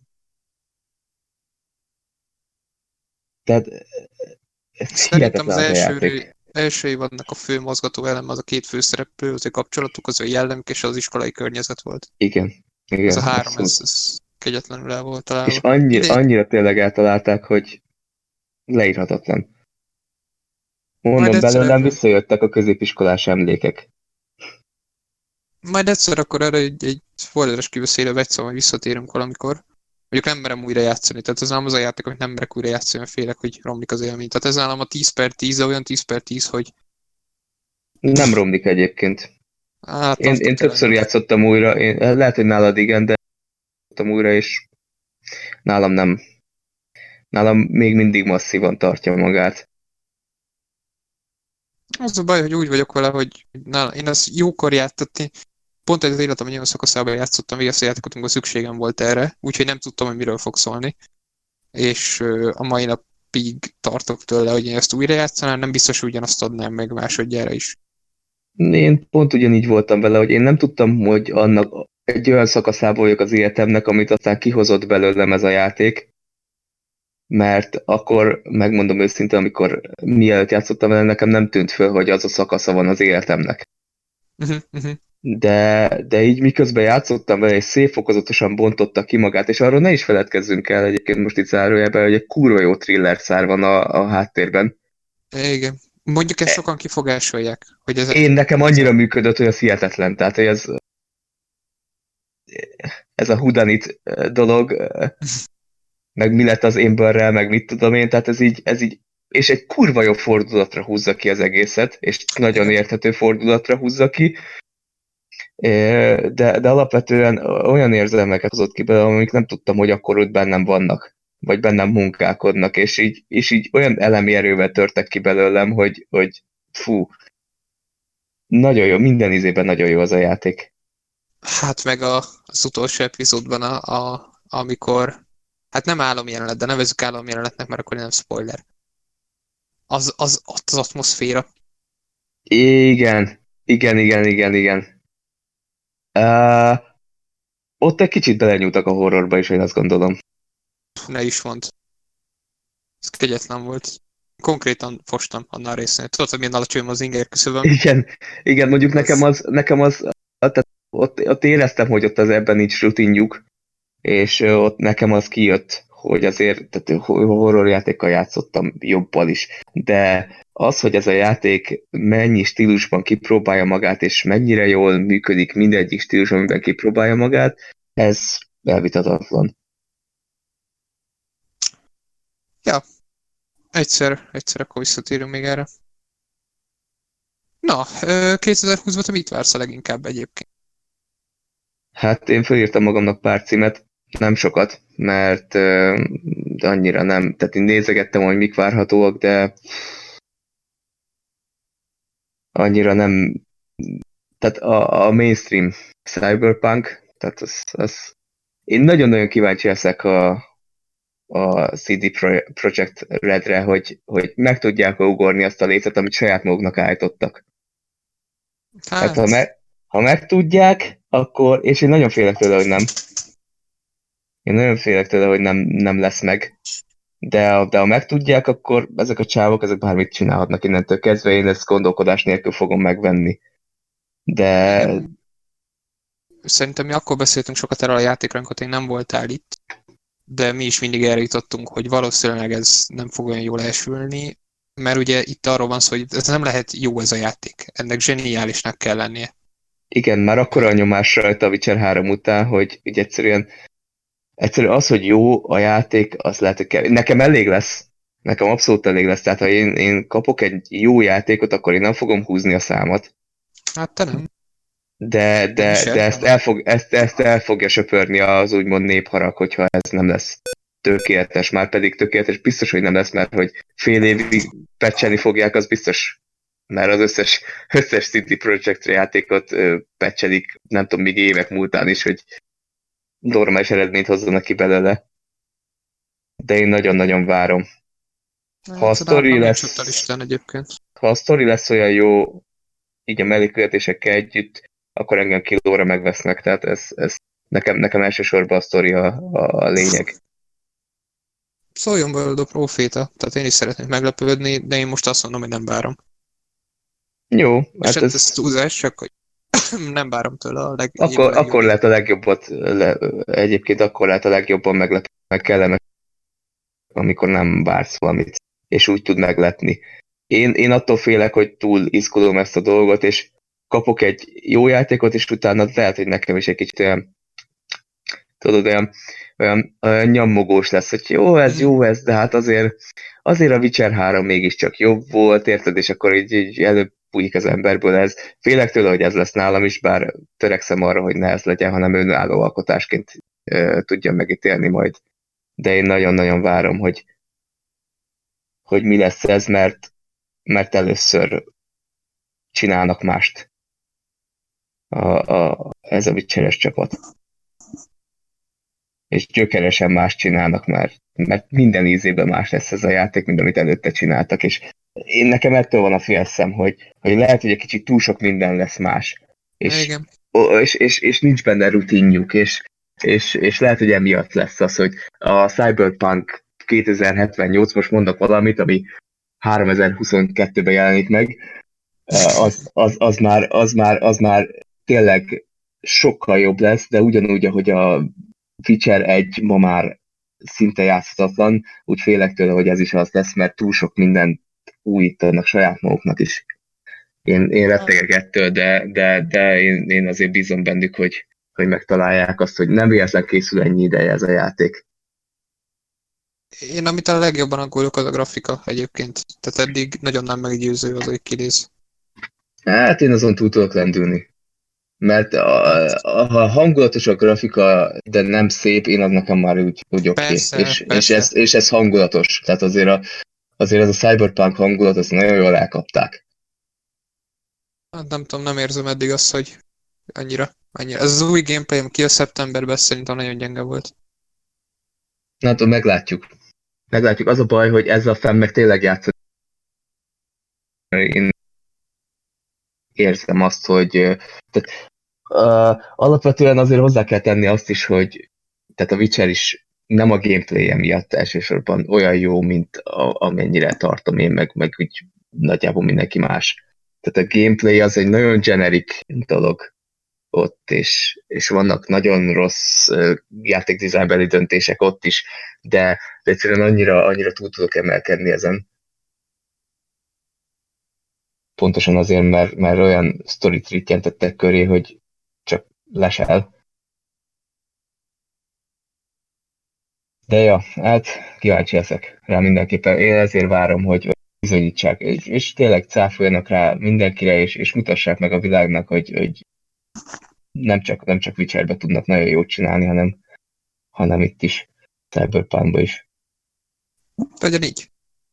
Tehát ez Szerintem az hihetetlen az a első, játék. első évadnak a fő mozgató eleme az a két főszereplő, az ő kapcsolatuk, az ő jellemük és az iskolai környezet volt. Igen, Ez a igen, három, ez, abszolút. ez kegyetlenül el volt És találva. annyira, Idén, annyira tényleg eltalálták, hogy leírhatatlan. Majd Mondom, egyszer, belőlem visszajöttek a középiskolás emlékek. majd egyszer akkor erre egy, egy spoileres kibeszélő egy szóval, hogy visszatérünk valamikor. Mondjuk nem merem újra játszani, tehát ez nem az a játék, amit nem merek újra játszani, mert félek, hogy romlik az élmény. Tehát ez nálam a tíz per tíz, de olyan tíz per tíz, hogy Nem romlik egyébként. hát Én, én többször játszottam újra, én, lehet, hogy nálad igen, de játszottam újra, és nálam nem. Nálam még mindig masszívan tartja magát. Az a baj, hogy úgy vagyok vele, hogy nála, én ezt jókor játszottam, pont egy az életem egy olyan szakaszában játszottam végig ezt a játékot, amikor szükségem volt erre, úgyhogy nem tudtam, hogy miről fog szólni. És uh, a mai napig tartok tőle, hogy én ezt újra játszanám, nem biztos, hogy ugyanazt adnám meg másodjára is. Én pont ugyanígy voltam vele, hogy én nem tudtam, hogy annak egy olyan szakaszából vagyok az életemnek, amit aztán kihozott belőlem ez a játék, mert akkor, megmondom őszintén, amikor mielőtt játszottam vele, nekem nem tűnt föl, hogy az a szakasza van az életemnek. Uh-huh, uh-huh. De, de így miközben játszottam vele, és szép fokozatosan bontotta ki magát, és arról ne is feledkezzünk el egyébként most itt zárójelben, hogy egy kurva jó thriller szár van a, a háttérben. Igen. Mondjuk ezt sokan kifogásolják. Hogy ez Én nekem annyira működött, hogy az hihetetlen. Tehát, hogy ez, ez a whodunit dolog, meg mi lett az Amberrel, meg mit tudom én, tehát ez így, ez így, és egy kurva jó fordulatra húzza ki az egészet, és nagyon érthető fordulatra húzza ki, de, de alapvetően olyan érzelmeket hozott ki belőle, amik nem tudtam, hogy akkor ott bennem vannak, vagy bennem munkálkodnak, és így, és így olyan elemi erővel törtek ki belőlem, hogy, hogy fú, nagyon jó, minden izében nagyon jó az a játék. Hát meg a, az utolsó epizódban, a, a, amikor, hát nem álomjelenet, de nevezzük álomjelenetnek, mert akkor nem spoiler. Az, az, az atmoszféra. Igen, igen, igen, igen, igen. Uh, ott egy kicsit belenyúltak a horrorba is, én azt gondolom. Ne is mondd. Ez kegyetlen volt. Konkrétan fostam annál részén. Tudod, hogy milyen alacsony az inger küszöböm? Igen, igen, mondjuk nekem az, nekem az, tehát ott, ott éreztem, hogy ott az ebben nincs rutinjuk, és ott nekem az kijött, hogy azért tehát horrorjátékkal játszottam jobbal is, de az, hogy ez a játék mennyi stílusban kipróbálja magát, és mennyire jól működik mindegyik stílus, amiben kipróbálja magát, ez elvitathatatlan. Ja, egyszer, egyszer akkor visszatérünk még erre. Na, kétezer-húszban te mit vársz a leginkább egyébként? Hát én felírtam magamnak pár címet, nem sokat, mert uh, annyira nem, tehát én nézegettem, hogy mik várhatóak, de annyira nem, tehát a, a mainstream Cyberpunk, tehát az, az én nagyon-nagyon kíváncsi leszek a, a cé dé Projekt Redre, hogy, hogy meg tudják ugorni azt a lécet, amit saját maguknak állítottak. Hát, hát ha, me, ha meg tudják, akkor, és én nagyon félek tőle, hogy nem. Én nagyon félek tőle, hogy nem, nem lesz meg. De, de ha meg tudják, akkor ezek a csávok, ezek bármit csinálhatnak innentől kezdve, én ezt gondolkodás nélkül fogom megvenni. De... Szerintem mi akkor beszéltünk sokat erről a játékra, amikor én nem voltál itt, de mi is mindig erre jutottunk, hogy valószínűleg ez nem fog olyan jól elsülni, mert ugye itt arról van szó, hogy ez nem lehet jó ez a játék. Ennek zseniálisnak kell lennie. Igen, már akkora a nyomás rajta a Witcher három után, hogy így egyszerűen, egyszerűen az, hogy jó a játék, az lehet, hogy kell. Nekem elég lesz. Nekem abszolút elég lesz. Tehát ha én, én kapok egy jó játékot, akkor én nem fogom húzni a számat. Hát te nem. De, de, de ezt, el fog, ezt, ezt el fogja söpörni az úgymond népharag, hogyha ez nem lesz tökéletes. Már pedig tökéletes biztos, hogy nem lesz, mert hogy fél évig patchelni fogják, az biztos. Mert az összes, összes cé dé Projekt játékot patchelik, nem tudom, még évek múltán is, hogy normális eredményt hozzanak ki belőle. De én nagyon-nagyon várom. Ha a sztori lesz, ha a sztori lesz olyan jó, így a mellékületésekkel együtt, akkor engem kilóra megvesznek, tehát ez, ez nekem, nekem elsősorban a sztori a, a lényeg. Szóljon belőled a proféta, tehát én is szeretnék meglepődni, de én most azt mondom, hogy nem várom. Jó, hát ez... ez túlzás, csak hogy nem várom tőle a leg... Akkor, akkor lehet a legjobbat, le, egyébként akkor lehet a legjobban meglepődni, meg kellemes, amikor nem vársz valamit. és úgy tud meglepni. Én, én attól félek, hogy túl izgulom ezt a dolgot, és kapok egy jó játékot, és utána lehet, hogy nekem is egy kicsit olyan, tudod, olyan, olyan, olyan nyammogós lesz, hogy jó ez, jó ez, de hát azért, azért a Witcher három mégiscsak jobb volt, érted, és akkor így, így előbb bújik az emberből ez. Félek tőle, hogy ez lesz nálam is, bár törekszem arra, hogy ne ez legyen, hanem önálló alkotásként uh, tudjam megítélni majd. De én nagyon-nagyon várom, hogy, hogy mi lesz ez, mert, mert először csinálnak mást a, a, ez a Witcheres csapat. És gyökeresen más csinálnak már, mert minden ízében más lesz ez a játék, mint amit előtte csináltak, és én nekem ettől van a félszem, hogy, hogy lehet, hogy egy kicsit túl sok minden lesz más, és, Igen. és, és, és nincs benne rutinjuk, és, és, és lehet, hogy emiatt lesz az, hogy a Cyberpunk kétezer-hetvennyolc, most mondok valamit, ami háromezer-huszonkettőben jelenik meg, az, az, az, már, az, már, az már tényleg sokkal jobb lesz, de ugyanúgy, ahogy a Witcher egy ma már szinte játszhatatlan, úgy félek tőle, hogy ez is az lesz, mert túl sok mindent újítanak saját maguknak is. Én, én rettegek ettől, de, de, de én, én azért bízom bennük, hogy, hogy megtalálják azt, hogy nem véletlen készül ennyi ideje ez a játék. Én amit a legjobban aggódok, az a grafika egyébként. Tehát eddig nagyon nem meggyőző az, hogy kinéz. Hát én azon túl tudok lendülni. Mert a, a, a hangulatos a grafika, de nem szép, én az nekem már úgy, úgy oké. Okay. És, és, ez, és ez hangulatos. Tehát azért, a, azért ez a Cyberpunk hangulat, azt nagyon jól elkapták. Hát nem tudom, nem érzem eddig azt, hogy annyira. annyira. Ez az új gameplay, ami ki a szeptemberben, szerintem nagyon gyenge volt. Na hát, meglátjuk. Meglátjuk. Az a baj, hogy ezzel a fenn meg tényleg játszott. Én érzem azt, hogy tehát, uh, alapvetően azért hozzá kell tenni azt is, hogy tehát a Witcher is nem a gameplay miatt elsősorban olyan jó, mint a, amennyire tartom én, meg, meg úgy nagyjából mindenki más. Tehát a gameplay az egy nagyon generic dolog ott, és, és vannak nagyon rossz uh, játékdesignbeli döntések ott is, de, de egyszerűen annyira, annyira túl tudok emelkedni ezen. Pontosan azért, mert, mert olyan sztorit rikkentettek köré, hogy csak lesel. De ja, hát kíváncsi leszek rá mindenképpen. Én ezért várom, hogy bizonyítsák, és, és tényleg cáfoljanak rá mindenkire, és, és mutassák meg a világnak, hogy, hogy nem csak, nem csak Witcherbe tudnak nagyon jót csinálni, hanem, hanem itt is, Cyberpunkba is. Legyen így.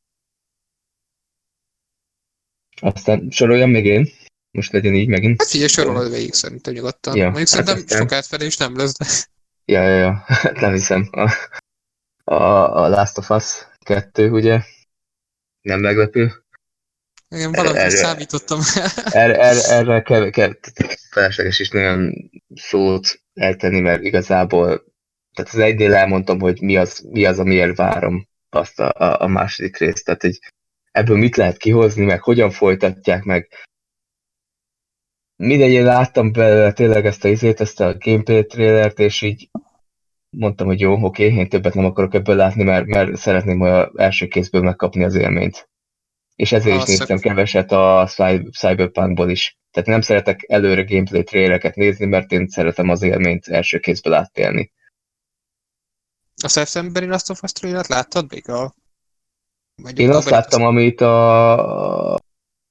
Aztán soroljam még én. Most legyen így megint. Hát figyelj, sorolod végig szerintem nyugodtan. Ja, Mondjuk hát szerintem aztán... sok átfedés nem lesz, de... Ja, ja, ja. Nem hiszem. A, a, a Last of Us kettő, ugye? Nem meglepő. Igen, valamit erre, számítottam. erre, erre, erre kell, kell felesleges is nagyon szót eltenni, mert igazából tehát az egynél elmondtam, hogy mi az, mi az, amiért várom azt a, a, a második részt. Tehát, hogy ebből mit lehet kihozni, meg hogyan folytatják, meg mindegy, én láttam belőle tényleg ezt a izét, ezt a gameplay trailert, és így mondtam, hogy jó, oké, én többet nem akarok ebből látni, mert, mert szeretném az első kézből megkapni az élményt. És ezért ah, is néztem szak... keveset a Cyberpunkból is. Tehát nem szeretek előre gameplay trailereket nézni, mert én szeretem az élményt első kézből átélni. A szeptemberi Last of Us trailert láttad még? A... Én azt láttam, az... amit a...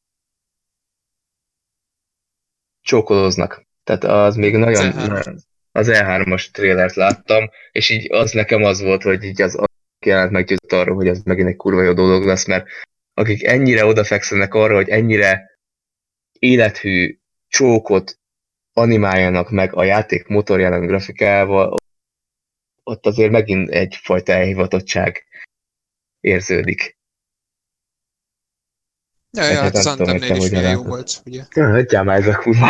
csókolóznak. Tehát az még nagyon... Az E hármas trailert láttam, és így az nekem az volt, hogy így az jelent meggyőzött arról, hogy ez megint egy kurva jó dolog lesz, mert akik ennyire odafekszenek arra, hogy ennyire élethű csókot animáljanak meg a játék motorjának grafikával, ott azért megint egyfajta elhivatottság érződik. Ja, ja, hát az Anthemnél is milyen jó volt, ugye? Ja, hagyjál már ez a kurva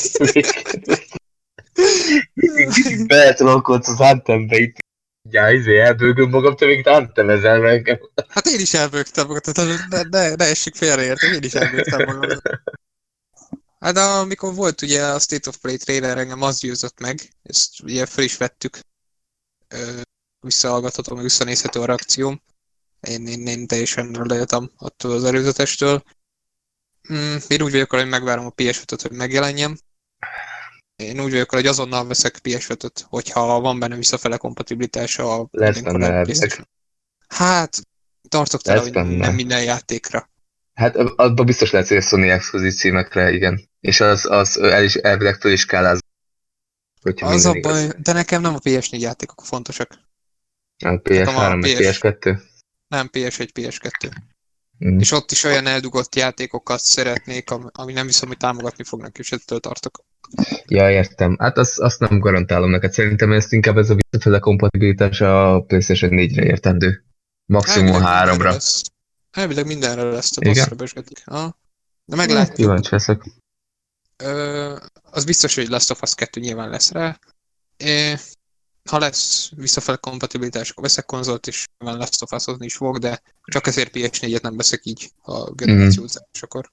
Kicsit beletolkodsz az Anthembe itt. Ja, izé, elbőgöm magam, te még Anthemezel meg. Hát én is elbőgtem magam, tehát ne, ne, ne essük félreértek, én is elbőgtem magam. Hát amikor volt ugye a State of Play trailer, engem az győzött meg, ezt ugye fel is vettük, visszahallgatható, meg visszanézhető a reakcióm. Én, én, én teljesen lejöttem attól az előzetestől. Mm, én úgy vagyok, hogy megvárom a pé es ötöt, hogy megjelenjem. Én úgy vagyok, hogy azonnal veszek pé es ötöt, hogyha van benne visszafele kompatibilitása a Lesz minden benne korábbi elvileg. PlayStation. Hát, tartok tele, Lesz hogy benne. nem minden játékra. Hát abban biztos lehet, hogy a Sony exkluzív címekre, igen. És az, az el is, elvileg föl is skálázza, hogyha Az minden a baj, igaz. de nekem nem a pé es négy játékok fontosak. A pé es három, meg Nekem a pé es kettő. Nem pé es egy, pé es kettő. Mm. És ott is olyan eldugott játékokat szeretnék, ami, ami nem hiszem, hogy támogatni fognak, és ettől tartok. Ja, értem. Hát azt, azt nem garantálom neked. Szerintem ezt inkább ez a visszafele kompatibilitás a PlayStation négyre értendő. Maximum Elvileg mindenre háromra. lesz. Elvileg mindenre lesz, tehát Igen? azt rebesgetik. Ha? De Ja, meglátjuk. kíváncsi leszek. Ö, az biztos, hogy Last of Us kettő nyilván lesz rá. É, ha lesz visszafele kompatibilitás, akkor veszek konzolt, és nyilván Last of Us-ozni is fog, de csak ezért pé es négyet nem veszek így a generáció zárásakor.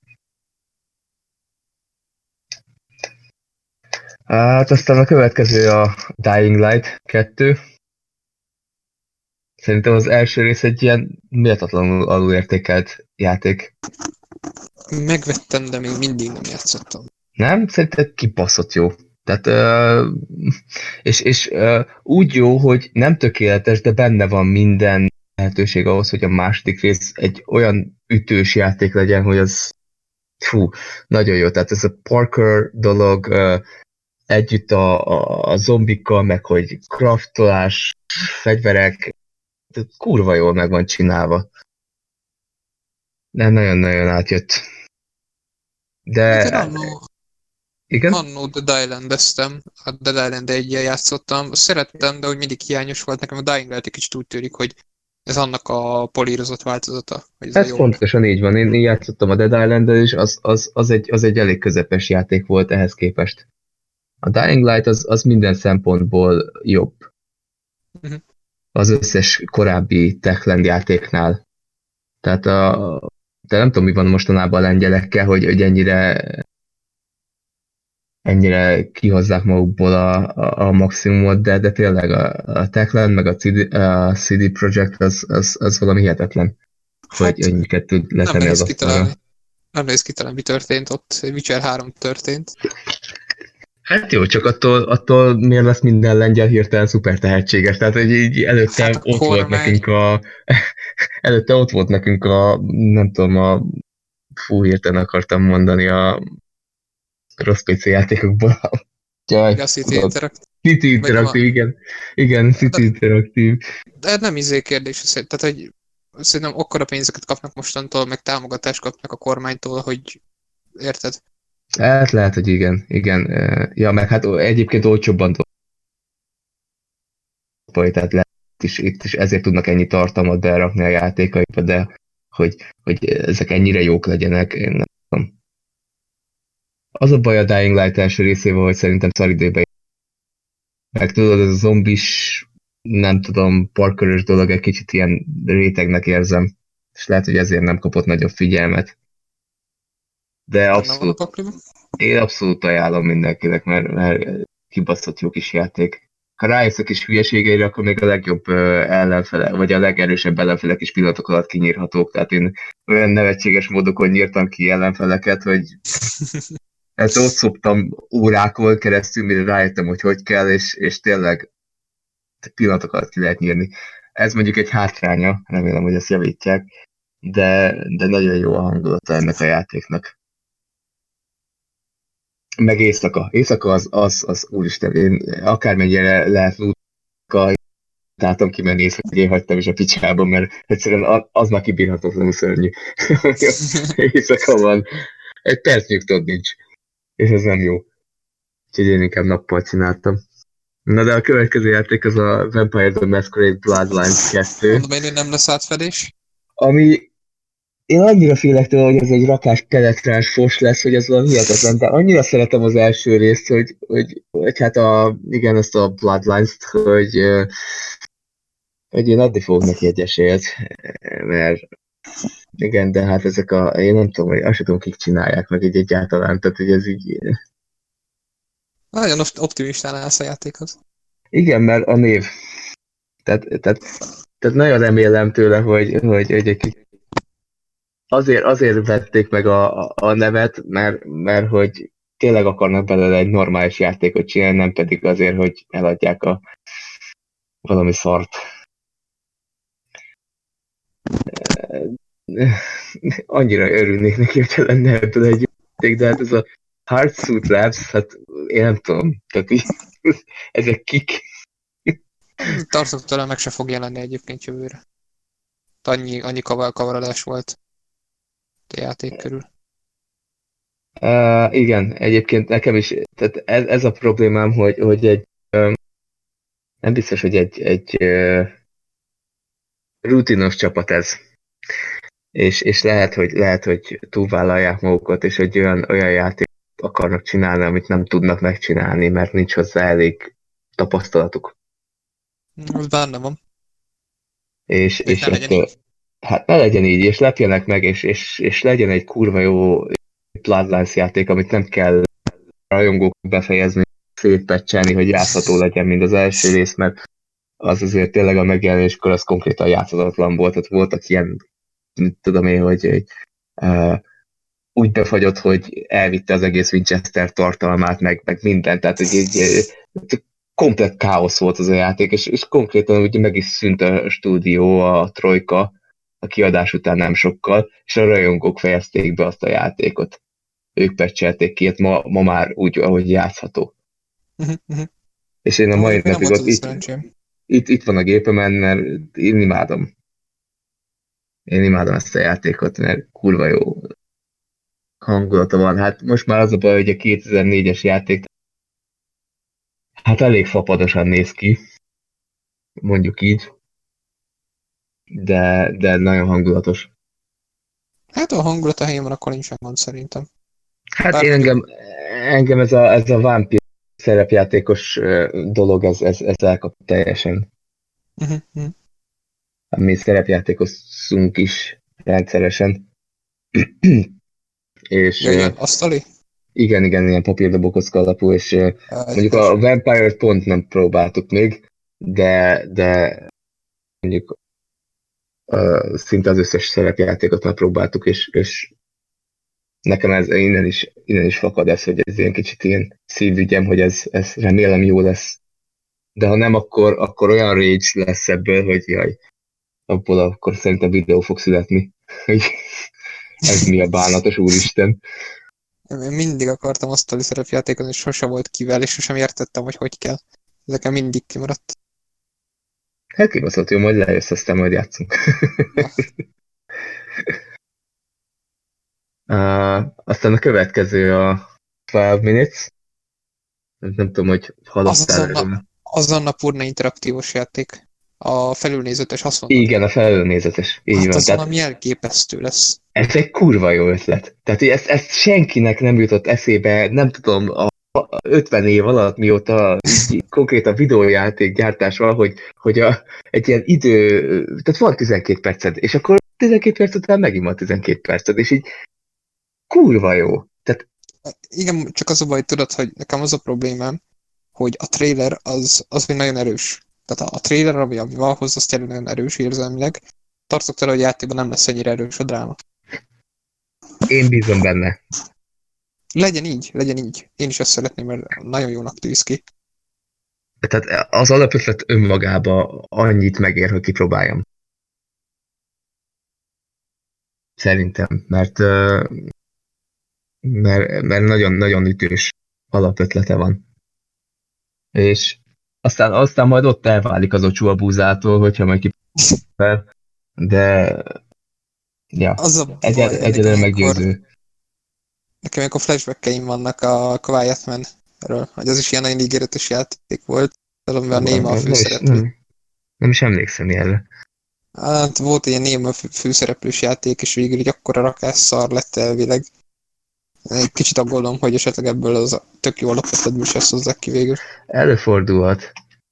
Hát aztán a következő a Dying Light kettő. Szerintem az első rész egy ilyen méltatlanul alulértékelt játék. Megvettem, de még mindig nem játszottam. Nem? Szerintem kibaszott jó. Tehát, uh, és, és uh, úgy jó, hogy nem tökéletes, de benne van minden lehetőség ahhoz, hogy a második rész egy olyan ütős játék legyen, hogy az fú, nagyon jó. Tehát ez a Parker dolog uh, együtt a, a, a zombikkal, meg hogy craftolás, fegyverek, kurva jól meg van csinálva. De nagyon-nagyon átjött. De... Hát én annó, igen? annó Dead Island-eztem, a Dead Island eggyel játszottam, azt szerettem, de hogy mindig hiányos volt nekem, a Dying Light egy kicsit úgy tűnik, hogy ez annak a polírozott változata. Hogy ez Ez a jó. pontosan így van. Én, én játszottam a Dead Island-el, és az, az, az, egy, az egy elég közepes játék volt ehhez képest. A Dying Light az, az minden szempontból jobb. Uh-huh. Az összes korábbi Techland játéknál. Tehát a, de nem tudom, mi van mostanában a lengyelekkel, hogy, hogy ennyire ennyire kihozzák magukból a, a, a maximumot, de, de tényleg a, a Techland, meg a cé dé, a cé dé Projekt az, az, az valami hihetetlen, Hát, hogy ennyiket tud nem letenni nehéz az asztalra. kitalálni. Nem nehéz kitalálni, mi történt ott. Witcher három történt. Hát jó, csak attól, attól miért lesz minden lengyel hirtelen szuper tehetséges. Tehát, hogy így előtte Hát a ott volt kormány- nekünk a... előtte ott volt nekünk a... nem tudom, a... fú, hirtelen akartam mondani a rossz pé cé játékokból. Jaj, A City tudod. Interactive. City Vagy Interactive, nem igen. Igen, City De- Interactive. De nem izé kérdés, tehát hogy szerintem akkora pénzeket kapnak mostantól, meg támogatást kapnak a kormánytól, hogy érted? Hát lehet, hogy igen, igen. Eh, Ja, meg hát egyébként olcsóbban dolgozni, tehát lehet is, itt is ezért tudnak ennyi tartalmat berakni a játékaikba, de hogy, hogy ezek ennyire jók legyenek, én nem tudom. Az a baj a Dying Light első részével, hogy szerintem szaridőben meg tudod, ez a zombis, nem tudom, parkerös dolog egy kicsit ilyen rétegnek érzem, és lehet, hogy ezért nem kapott nagyobb figyelmet. De Benne van a abszolút, pakliban. én abszolút ajánlom mindenkinek, mert, mert kibaszott jó kis játék. Ha rájössz a kis hülyeségeire, akkor még a legjobb ö, ellenfele, vagy a legerősebb ellenfelek is pillanatok alatt kinyírhatók. Tehát én olyan nevetséges módokon nyírtam ki ellenfeleket, hogy ezt ott szoptam órákon keresztül, mire rájöttem, hogy hogy kell, és, és tényleg pillanatok alatt ki lehet nyírni. Ez mondjuk egy hátránya, remélem, hogy ezt javítják, de, de nagyon jó a hangulata ennek a játéknak. Meg éjszaka. Éjszaka az, az, az úristen, én akármennyire lehet lútka, láttam kimenni éjszaka, hogy én hagytam is a picsába, mert egyszerűen az már kibírhatatlanul szörnyű. Éjszaka van. Egy perc nyugtod nincs. És ez nem jó. Úgyhogy én inkább nappal csináltam. Na de a következő játék az a Vampire the Masquerade Bloodlines kettő, Mondom én, hogy nem lesz átfedés. ami én annyira félek tőle, hogy ez egy rakás keletrás fos lesz, hogy ez valami hihetetlen, de annyira szeretem az első részt, hogy, hogy, hogy hát a, igen, ezt a Bloodlines-t, hogy, ö, hogy én adni fogok neki egy esélyt, mert igen, de hát ezek a, én nem tudom, hogy azt sem tudom, kik csinálják meg így egyáltalán, tehát hogy ez így, Nagyon opt- optimistán állsz a játékhoz. igen, mert a név, tehát, tehát tehát nagyon remélem tőle, hogy, hogy, hogy egy kicsit azért, azért vették meg a, a nevet, mert, mert hogy tényleg akarnak belőle egy normális játékot csinálni, nem pedig azért, hogy eladják a valami szart. Annyira örülnék neki, hogyha lenne ebből egy játék, de hát ez a Hardsuit Labs, hát én nem tudom, tehát így, ezek kik? Tartok tőle, meg se fog jelenni egyébként jövőre. Annyi, annyi kavar, kavarodás volt a játék körül. Uh, igen, egyébként nekem is, tehát ez, ez a problémám, hogy, hogy egy um, nem biztos, hogy egy, egy uh, rutinos csapat ez. És, és lehet, hogy, lehet, hogy túlvállalják magukat, és egy olyan, olyan játék akarnak csinálni, amit nem tudnak megcsinálni, mert nincs hozzá elég tapasztalatuk. Ez benne van. És, És és ne legyen ettől, így. hát ne legyen így, és lepjenek meg, és, és, és legyen egy kurva jó Bloodlines játék, amit nem kell rajongók befejezni, szétpecselni, hogy játszható legyen, mint az első rész, mert az azért tényleg a megjelenéskor az konkrétan játszhatatlan volt. Tehát voltak ilyen, tudom én, hogy, hogy uh, úgy befagyott, hogy elvitte az egész Winchester tartalmát, meg, meg mindent, tehát egy, egy, egy komplett káosz volt az a játék, és, és konkrétan ugye meg is szűnt a stúdió, a Trojka, a kiadás után nem sokkal, és a rajongók fejezték be azt a játékot. Ők pecselték ki, hát ma, ma már úgy, ahogy játszható. És én a mai Mondjuk nem napig volt ott az itt, szerencsém. itt, itt van a gépemen, mert én imádom. Én imádom ezt a játékot, mert kurva jó hangulata van. Hát most már az a baj, hogy a kétezer-négyes játék hát elég fapadosan néz ki, mondjuk így, de, de nagyon hangulatos. Hát a hangulat a helyén van, akkor nincsen gond szerintem. Hát Bár én mondjuk, engem, engem ez a, ez a Vampir szerepjátékos ö, dolog, ez, ez, ez elkap teljesen. uh-huh, uh-huh. Mi szerepjátékozunk is rendszeresen. És Ja, ö, ilyen asztali? igen, igen, ilyen papírdobokocka alapú, és ö, Uh, mondjuk a Vampire pont nem próbáltuk még, de, de mondjuk ö, szinte az összes szerepjátékot már próbáltuk, és, és nekem ez innen is, innen is fakad ez, hogy ez ilyen kicsit ilyen szívügyem, hogy ez, ez remélem jó lesz. De ha nem, akkor, akkor olyan rage lesz ebből, hogy jaj, abból akkor szerintem videó fog születni. Hogy ez mi a bánatos úristen. Én mindig akartam asztali szerepjátékon, és sose volt kivel, és sosem értettem, hogy hogy kell. Ezeken mindig kimaradt. Hát kibaszott jó, majd lejössz, aztán majd játszunk. Ja. uh, aztán a következő a twelve minutes. Nem tudom, hogy Az hallottál azon, erről. az Annapurna interaktív játék. A felülnézetes, azt mondod. Igen, a felülnézetes. Így Hát van. az Tehát valami elképesztő lesz. ez egy kurva jó ötlet. Tehát hogy ezt, ezt senkinek nem jutott eszébe, nem tudom, a ötven év alatt, mióta így konkrétan videójáték gyártás van, hogy, hogy a, egy ilyen idő, tehát van tizenkét perced, és akkor tizenkét perc után megint van tizenkét perced, és így kurva jó. Tehát Igen, csak az a baj, tudod, hogy nekem az a problémám, hogy a trailer az, az még nagyon erős. Tehát a, a trailer, ami, ami van hozzá, az tényleg nagyon erős érzelmileg. Tartok tőle, hogy játékban nem lesz ennyire erős a dráma. én bízom benne. Legyen így, legyen így. Én is ezt szeretném, mert nagyon jónak tűz ki. Tehát az alapötlet önmagába annyit megér, hogy kipróbáljam. Szerintem, mert ö, mert, mert nagyon-nagyon ütős alapötlete van. És aztán, aztán majd ott elválik az ocsú a búzától, hogyha majd kipróbál, de ja, Az a egyel, baj, nekem egyelőre ilyenkor, meggyőző. nekem ilyenkor flashbackeim vannak a Quiet Man-ről, hogy az is ilyen nagyon ígéretes játék volt, amivel a Néma a Nem is, főszereplő. nem, nem is emlékszem erre. Hát volt egy ilyen Néma fő- főszereplős játék, és végül egy akkora rakás szar lett elvileg. Egy kicsit aggódom, hogy esetleg ebből az a tök jó alapvetletből is ezt hozzák ki végül. Előfordulhat,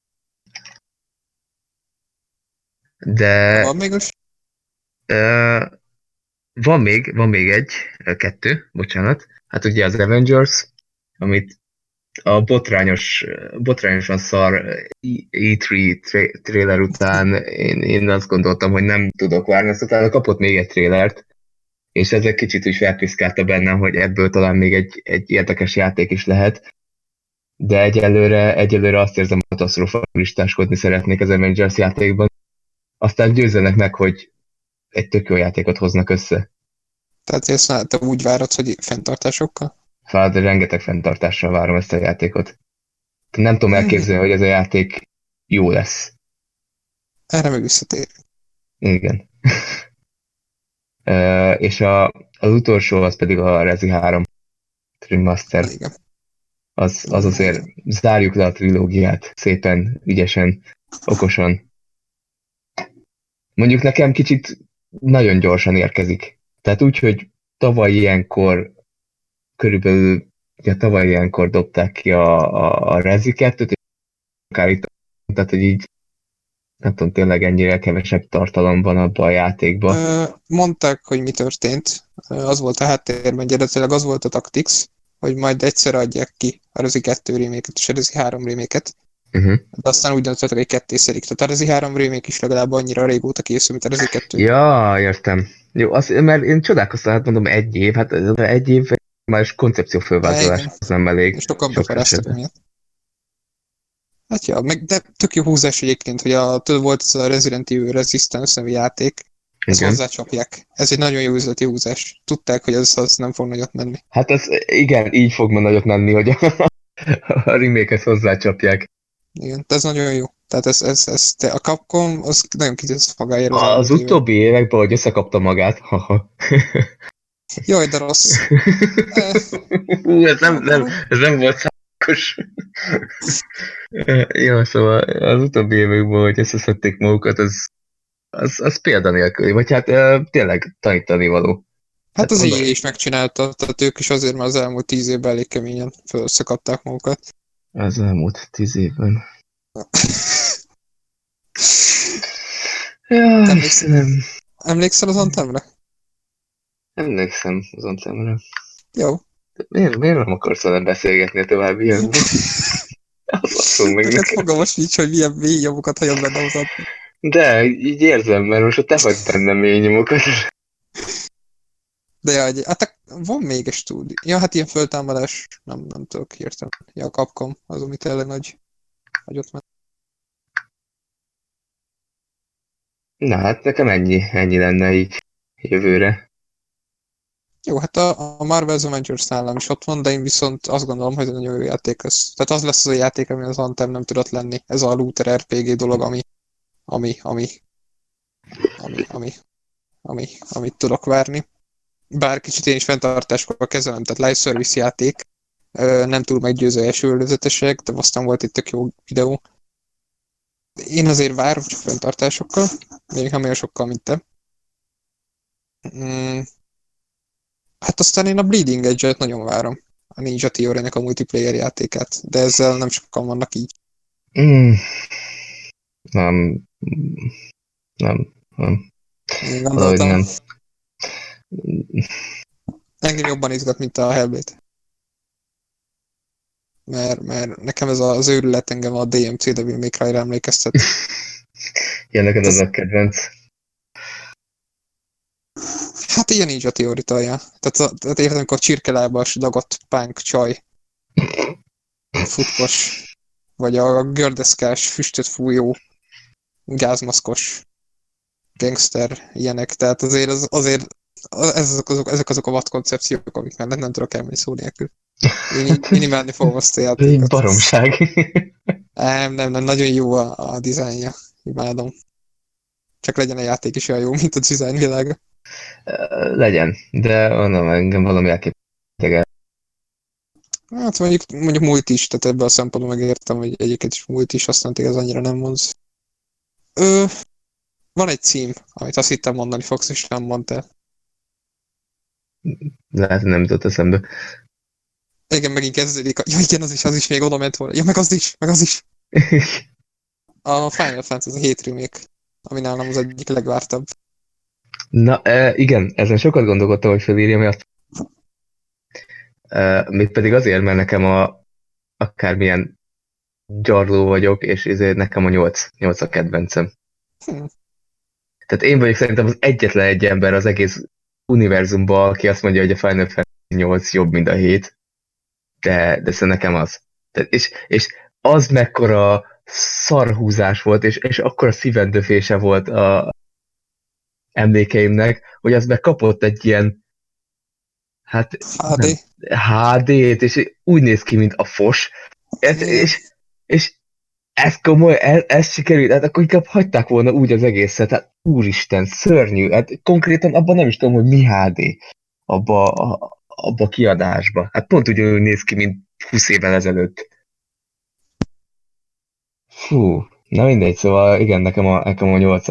de Van még most? ö, van még, van még egy, ö, kettő, bocsánat. Hát ugye az Avengers, amit a botrányos, botrányosan szar E három tra- trailer után én, én azt gondoltam, hogy nem tudok várni, azt utána kapott még egy trailert, és ez egy kicsit is felpiszkálta bennem, hogy ebből talán még egy, egy érdekes játék is lehet, de egyelőre, egyelőre azt érzem, hogy katasztrofalistáskodni szeretnék az Avengers játékban. Aztán győzzenek meg, hogy egy tök jó játékot hoznak össze. Tehát ezt te úgy várod, hogy fenntartásokkal? Szóval de rengeteg fenntartással várom ezt a játékot. Nem tudom elképzelni, hogy ez a játék jó lesz. Erre meg visszatér. Igen. uh, és a, az utolsó az pedig a Rezi három Remaster. Igen. Az, az azért zárjuk le a trilógiát szépen, ügyesen, okosan. Mondjuk nekem kicsit nagyon gyorsan érkezik. Tehát úgy, hogy tavaly ilyenkor körülbelül, ugye tavaly ilyenkor dobták ki a, a, a Rezi kettőt, és akár itt, tehát hogy így nem tudom, tényleg ennyire kevesebb tartalom van abban a játékban. Mondták, hogy mi történt. Az volt a háttérben, gyakorlatilag az volt a Tactics, hogy majd egyszer adják ki a Rezi kettő reméket és a Rezi három reméket. Uh-huh. De aztán úgy döntöttek, hogy kettészedik. Tehát a Rezi három remake is legalább annyira régóta készül, mint a Rezi kettő. Ja, értem. Jó, az, mert én csodálkoztam, hát mondom egy év, hát egy év már is koncepció fölvázolás, az nem elég. És sokan befereztek miatt. Hát ja, meg, de tök jó húzás egyébként, hogy a, tudod, volt ez a Resident Evil Resistance nevű játék, ezt hozzácsapják. Ez egy nagyon jó üzleti húzás. Tudták, hogy ez az nem fog nagyot menni. Hát ez igen, így fog nagyot menni, hogy a, a remake-et hozzácsapják. Igen, ez nagyon jó. Tehát ez, ez, ez a Capcom, az nagyon kicsit magáért. Az, az utóbbi éve. években, hogy összekapta magát, haha. Jaj, de rossz. Hú, ez nem, nem, ez nem volt szándékos. Jó, szóval az utóbbi években, hogy összeszedték magukat, az, az, az példanélküli, vagy hát tényleg tanítani való. Hát az így is megcsinálta, tehát ők is azért már az elmúlt tíz évben elég keményen összekapták magukat. Az elmúlt tíz évben. Ja, emlékszel, emlékszel az Anthemre? Emlékszem az Anthemre. Jó. Miért, miért nem akarsz velem beszélgetni a további ilyenből? Azt meg neked fogalmas nincs, hogy milyen mély nyomokat hagyod benne az Anthem. De, így érzem, mert most te vagy benne mély nyomokat. De ja, hát van még egy stúdió. Ja, hát ilyen föltámadás, nem, nem tudok hirtelen. Ja, a Capcom, az, ami tényleg nagy, nagyot ment. Na hát nekem ennyi, ennyi lenne így jövőre. Jó, hát a, a Marvel's Avengers nálam is ott van, de én viszont azt gondolom, hogy ez nagyon jó játék lesz. Tehát az lesz az a játék, ami az Anthem nem tudott lenni. Ez a looter er pé gé dolog, ami ami, ami, ami, ami, ami, amit tudok várni. Bár kicsit én is fenntartásokkal kezelem, tehát live service játék, nem túl meggyőző első előzetesek, de aztán volt egy tök jó videó. Én azért várom csak fenntartásokkal, még nem olyan sokkal, mint te. Hmm. Hát aztán én a Bleeding Edge-et nagyon várom. A Ninja Theory-nek a multiplayer játékát, de ezzel nem sokan vannak így. Mm. Nem. Nem. Nem. Én gondoltam. Nem. Engem jobban izgat, mint a Hellblade. Mert, mert nekem ez az őrület engem a dé em cé Devil May Cry-ra emlékeztet. Ja, neked az a kedvenc. Hát ilyen így a teoritája. Tehát, tehát értem, amikor csirkelábas, dagadt pánk csaj, futkos, vagy a gördeszkás, füstöt fújó, gázmaszkos gangster, ilyenek. Tehát azért, az, azért ezek azok, ezek azok a vad koncepciók, amik mellett nem tudok elmenni szó nélkül. Én, én imádni fogom azt a játékot. Baromság. Nem, nem, nem, nagyon jó a, a dizájnja. Imádom. Csak legyen a játék is olyan jó, mint a dizájn világa. Legyen, de mondom, engem valami elképzelhető. Hát mondjuk, mondjuk múlt is, tehát ebben a szempontból megértem, hogy egyébként is múlt is, aztán tényleg az annyira nem mondsz. Ö, van egy cím, amit azt hittem mondani fogsz, és nem mondtál. Lehet, nem jutott eszembe. Igen, megint kezdődik. Ja igen, az is, az is még oda ment volna. Ja, meg az is, meg az is. A Final Fantasy hét remake, ami nálam az egyik legvártabb. Na, e, igen, ezen sokat gondolkodtam, hogy felírjam azt. E, még pedig azért, mert nekem a, akármilyen gyarló vagyok, és ezért nekem a nyolc, nyolc a kedvencem. Hm. Tehát én vagyok szerintem az egyetlen egy ember az egész univerzumban, aki azt mondja, hogy a Final Fantasy nyolc jobb, mint a hét, de, de szerintem nekem az. Tehát, és, és az mekkora szarhúzás volt, és, és akkora szívendöfése volt a emlékeimnek, hogy az meg kapott egy ilyen hát há dé. há dét, és úgy néz ki, mint a fos. Ez, és, és ez komoly, ez, ez sikerült, hát akkor inkább hagyták volna úgy az egészet, hát úristen, szörnyű, hát konkrétan abban nem is tudom, hogy mi há dé abba a, abba a kiadásba. Hát pont ugyanúgy néz ki, mint húsz évvel ezelőtt. Fú, na mindegy, szóval igen, nekem a, nekem a nyolc.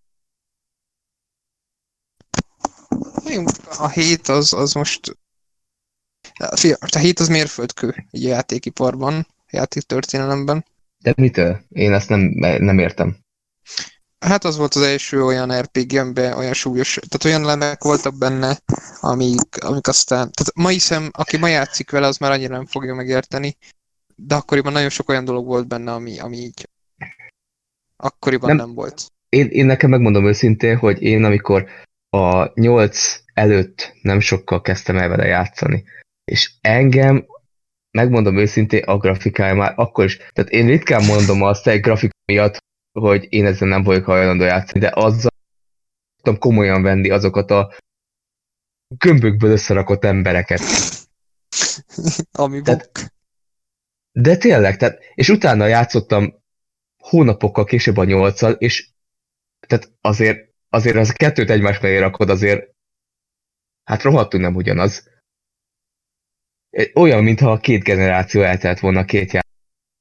A hét az, az most... Fia, a hét az mérföldkő egy játékiparban, játéktörténelemben. De mitől? Én ezt nem, nem értem. Hát az volt az első olyan er pé gé, amiben olyan súlyos, tehát olyan elemek voltak benne, amik, amik aztán, tehát ma hiszem, aki ma játszik vele, az már annyira nem fogja megérteni, de akkoriban nagyon sok olyan dolog volt benne, ami, ami így akkoriban nem, nem volt. Én, én nekem megmondom őszintén, hogy én amikor a nyolc előtt nem sokkal kezdtem el vele játszani, és engem, megmondom őszintén, a grafikája már akkor is, tehát én ritkán mondom azt egy grafika miatt, hogy én ezzel nem vagyok hajlandó játszani, de azzal tudtam komolyan venni azokat a gömbökből összerakott embereket. Ami tehát, de tényleg, tehát, és utána játszottam hónapokkal később a nyolccal, és tehát azért, azért az a kettőt egymás mellé rakod, azért hát rohadtul nem ugyanaz. Olyan, mintha a két generáció eltelt volna a két játék.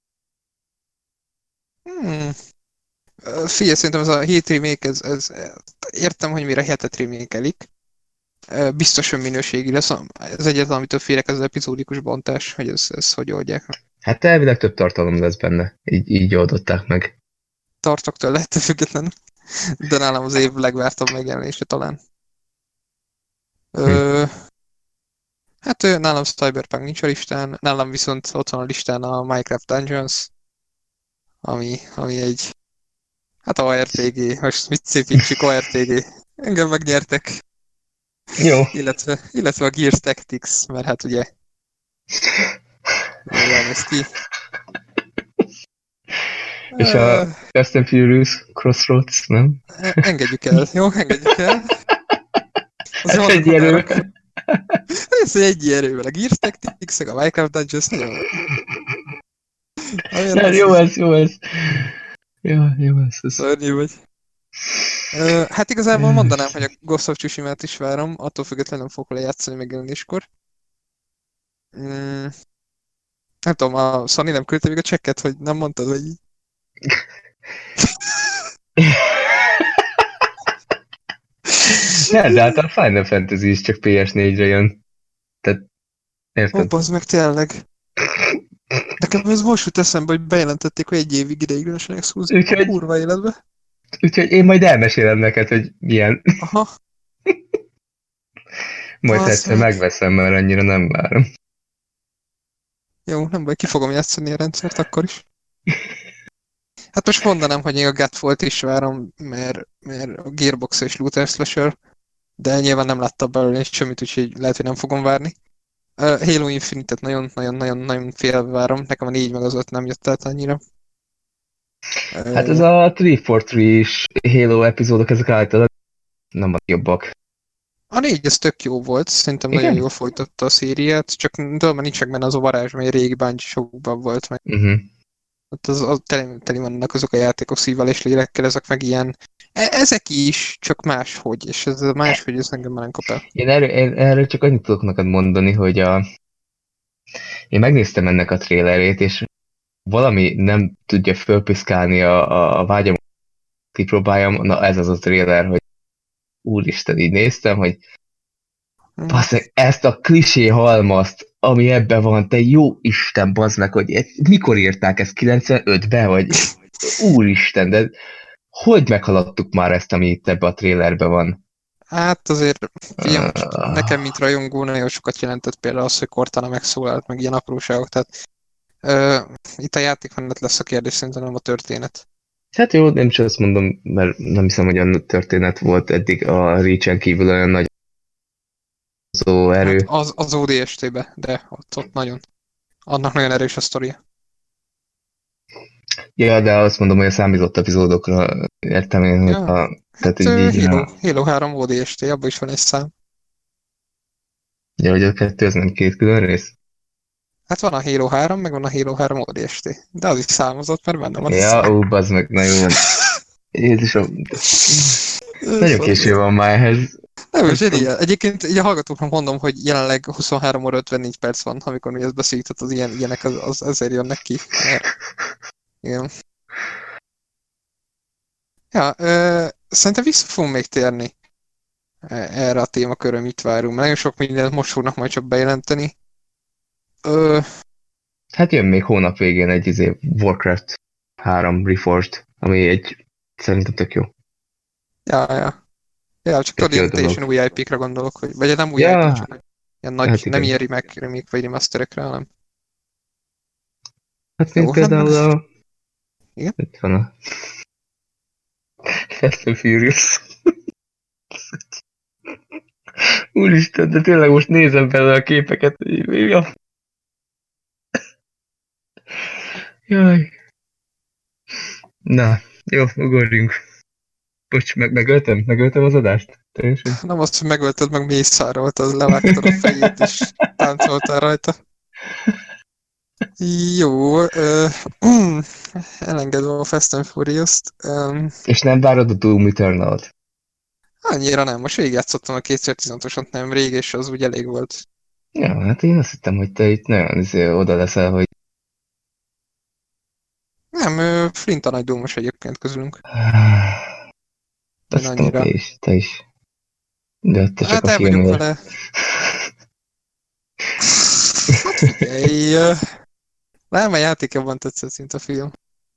Hmm. Figyelj, szerintem ez a hét remake, ez, ez, értem, hogy mire hetet remake-elik. Biztos önminőségi lesz. Ez egyetlen, amitől félek, ez az epizódikus bontás, hogy ez, ez hogy oldják. Hát elvileg több tartalom lesz benne. Így, így oldották meg. Tartok tőle, ettől független. De nálam az év legvártabb megjelenése talán. Hm. Ö, hát nálam Cyberpunk nincs a listán, nálam viszont ott van a listán a Minecraft Dungeons, ami, ami egy hát a er pé gé, most mit szépítsük, a er pé gé. Engem megnyertek. Jó. Illetve, illetve a Gears Tactics, mert hát ugye jól néz ki. És a Fast and Furious Crossroads, nem? Engedjük el, jó? Engedjük el. Az ez egy erő. Ez egy erővel. A Gears Tactics, a Minecraft Dungeons nagyon nem, jó ez, jó ez. Jó, jó ez. ez. Szörnyű vagy. Uh, hát igazából mondanám, hogy a Ghost of Tsushima-t is várom, attól függetlenül nem fogok lejátszani megjelenéskor. Mm, nem tudom, a Sony nem küldte még a csekket, hogy nem mondtad, hogy így. Nem, de hát a Final Fantasy is csak pé es négyre jön. Tehát, érted? Ó, bazd meg tényleg. Nekem ez most jut eszembe, hogy bejelentették, hogy egy évig ideiglenesen exkluzív a kurva életbe. Úgyhogy én majd elmesélem neked, hogy milyen. Aha. Majd az egyszer meg. megveszem, mert annyira nem várom. Jó, nem baj, ki fogom játszani a rendszert akkor is. Hát most mondanám, hogy én a Godfall-t is várom, mert, mert a Gearbox és Looter Slasher, de nyilván nem láttam belőle semmit, úgyhogy lehet, hogy nem fogom várni. Uh, Halo Infinite-et nagyon-nagyon-nagyon félve várom, nekem a négy meg az öt nem jött át annyira. Uh, hát ez a három három is Halo epizódok, ezek általában nem a jobbak. A négy ez tök jó volt, szerintem igen? Nagyon jól folytatta a szériát, csak tudom, mert nincs meg benne az a varázs, mely régi Bungie-sokban volt meg. Uh-huh. Hát az, az teli, teli vannak azok a játékok szívvel és lélekkel, ezek meg ilyen, e- ezek is, csak máshogy, és ez a máshogy, ez engem már nem kap el. Én erről, én erről csak annyit tudok neked mondani, hogy a... én megnéztem ennek a trailerét, és valami nem tudja fölpiszkálni a, a, a vágyam, kipróbáljam, na ez az a trailer, hogy úristen, így néztem, hogy hmm. basszeg, ezt a klisé halmazt, ami ebben van, te jó Isten, bazd meg, hogy mikor írták ezt, kilencvenötben, vagy úristen, de hogy meghaladtuk már ezt, ami itt ebben a trailerben van? Hát azért, figyelj, nekem, mint rajongó, nagyon sokat jelentett például az, hogy Cortana megszólalt, meg ilyen apróságok, tehát Ö, itt a játékmenet lesz a kérdés, szerintem nem a történet. Hát jó, nem is azt mondom, mert nem hiszem, hogy a történet volt eddig a Reach-en kívül olyan nagy szó Hát erő. az, az o dé es té-be, de ott, ott nagyon. Annak nagyon erős a sztoria. Ja, de azt mondom, hogy a számított epizódokra értem én, hogy Ja. a, tehát Hát így, ö, így Halo, a, Halo három o dé es té, abban is van egy szám. ja, hogy a kettő az nem két külön rész. Hát van a Halo három, meg van a Halo három o dé es té. De az is számozott, mert benne van a Ja, szám. ó, bazd meg, na jó. Jézusom, Ez nagyon késő faszom. van már ehhez. Nem, Nem zseniál. Egyébként így a hallgatóknak mondom, hogy jelenleg huszonhárom óra ötvennégy perc van, amikor mi ezt beszéljük, tehát az ilyen, ilyenek az, az ezért jönnek ki. Mert, igen. Ja, ö, szerintem vissza fogunk még térni erre a témakörre, mit várunk. Mert nagyon sok mindent most fognak majd csak bejelenteni. Ö, Hát jön még hónap végén egy izé Warcraft három Reforged, ami egy szerintem tök jó. ja, ja. Ja, csak tudod, Tök jó ilyen dolog. teljesen új i pé-kre gondolok, hogy, vagy nem új Ja, i pé, csak ilyen nagy, hát nem igen. ilyen remake, remake vagy remasterekre, hanem Hát jó, mint hát például a... igen. Itt van a Fast and Furious. Úristen, de tényleg most nézem belőle a képeket. Ja. Jaj. Na, jó, ugorjunk. Bocs, meg, megöltem? Megöltem az adást? Teljesen. Nem azt, hogy megölted, meg mészároltad, az levágtad a fejét, és táncoltál rajta. Jó, uh, elengedve a Fast and Furious-t. Um, És nem várod a Doom Eternal-t? annyira nem, most végigjátszottam a kétezer-tizenhatosat nem rég, és az úgy elég volt. Ja, hát én azt hittem, hogy te itt nagyon izé, oda leszel, hogy... Nem, ő Flint a nagy dúmos egyébként közülünk. Azt Én hittem, annyira. te is, te is. De te csak Hát a el vagyok filmért. vele. Hát figyelj, uh, nem, a játék jobban tetszett, mint a film.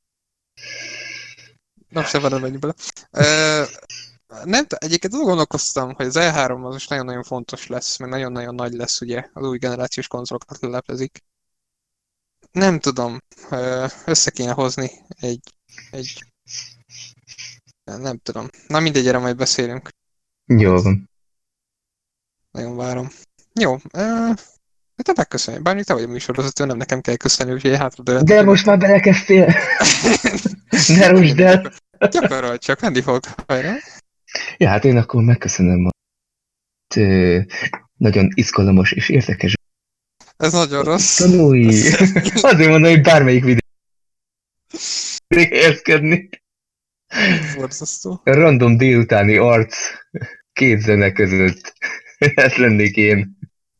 Nem se van menni bele. Uh, nem, t- egyébként úgy gondolkoztam, hogy az E három az most nagyon-nagyon fontos lesz, meg nagyon-nagyon nagy lesz, ugye, az új generációs konzolokat leleplezik. Nem tudom, ö, össze kéne hozni egy, egy, nem tudom. Na mindegy, erre majd beszélünk. Jó van. Nagyon várom. Jó, uh, te megköszönjük. Bármit te vagy a műsorvezető, nem nekem kell köszönni, úgyhogy hátra dőlök. De most már belekezdtél! Ne rúsd el! Gyakorolj csak, menni fog. Hajrá. Ja, hát én akkor megköszönöm a ö, nagyon izgalmas és érdekes Ez nagyon rossz. tanulni. Azért mondom, hogy bármelyik videó érszkedni. Borzasztó. Random délutáni arc két zene között. Ez lennék én.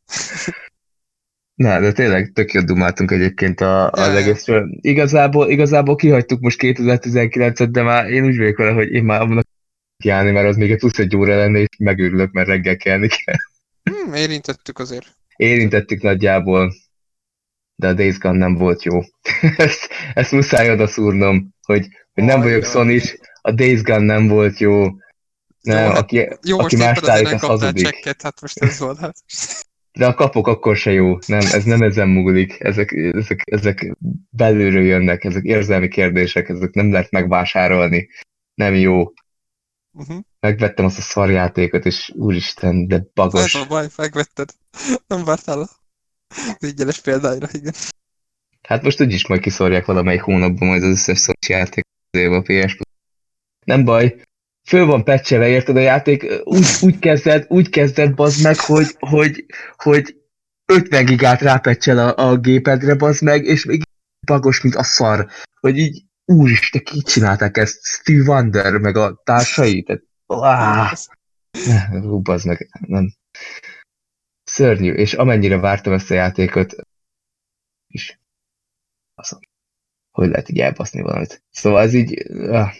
Na, de tényleg tök jól dumáltunk egyébként a, az Ja, ja. egészről. Igazából, igazából kihagytuk most kétezer-tizenkilencet, de már én úgy vagyok vele, hogy én már abban kiállni, mert az még egy plusz egy óra lenne, és megőrülök, mert reggel kelni kell. Hmm, érintettük azért. Érintettük nagyjából, de a Days Gone nem volt jó. ezt, ezt muszáj oda szúrnom, hogy, hogy nem vagyok sony, a Days Gone nem volt jó. Nem, jó, hát, aki, jó, aki most más éppen azért állít, nem az kaptál hazudik. csekket, hát most ez volt. Hát. De a kapok akkor se jó. Nem, ez nem ezen múlik. Ezek, ezek, ezek belülről jönnek, ezek érzelmi kérdések, ezek nem lehet megvásárolni. Nem jó. Uh-huh. Megvettem azt a szarjátékot, és úristen, de bagos. Ez a baj, megvetted. Nem vártál az ingyenes példáira, igen. Hát most úgyis majd kiszorják valamelyik hónapban majd az összes Sony játék a pé es Plus. Nem baj. Föl van patchelve, érted a játék? Úgy, úgy kezded, úgy kezded, bazd meg, hogy, hogy, hogy ötven gigát rápecsel a, a gépedre, bazd meg, és még bagos, mint a szar. Hogy így, úristen, ki csinálták ezt? Steve Wonder, meg a társai? Tehát, áh, hú, bazd meg, nem. Szörnyű, és amennyire vártam ezt a játékot, is, azon, hogy lehet így elbaszni valamit. Szóval ez így, ah.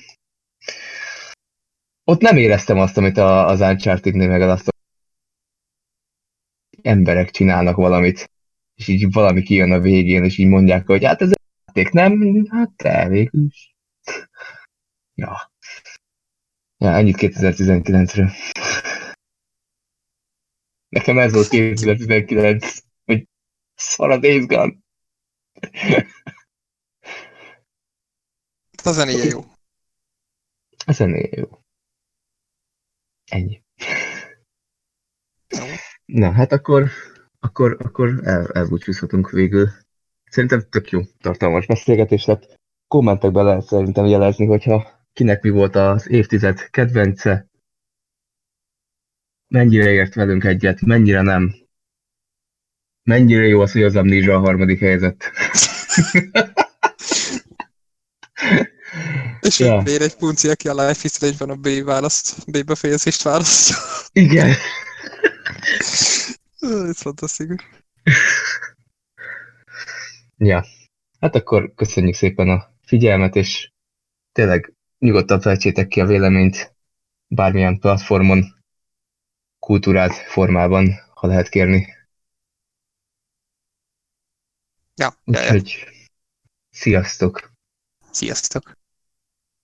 Ott nem éreztem azt, amit a, az Uncharted-nél meg azt, emberek csinálnak valamit, és így valami kijön a végén, és így mondják, hogy hát ez a játék, nem? Hát te végül is. Ja. Ja, ennyit kétezer-tizenkilencről. Nekem ez volt kétezer-tizenkilenc, hogy szar a Days Gone. A zenéje jó. A zenéje jó. Ennyi. Jó. Na, hát akkor, akkor, akkor el, elbúcsúzhatunk végül. Szerintem tök jó, tartalmas beszélgetés lett. Kommentekben lehet szerintem jelezni, hogyha kinek mi volt az évtized kedvence, mennyire ért velünk egyet, mennyire nem. Mennyire jó az, hogy az Amnesia a harmadik helyzet. És Ja, hogy miért egy punci, aki a Life is Strange-ben a B választ, B befejezést választja. igen. Ez fantasztikus. Ja, hát akkor köszönjük szépen a figyelmet, és tényleg nyugodtan fejtsétek ki a véleményt bármilyen platformon, kultúrált formában, ha lehet kérni. Ja, ja, ja. Úgyhogy sziasztok! Sziasztok!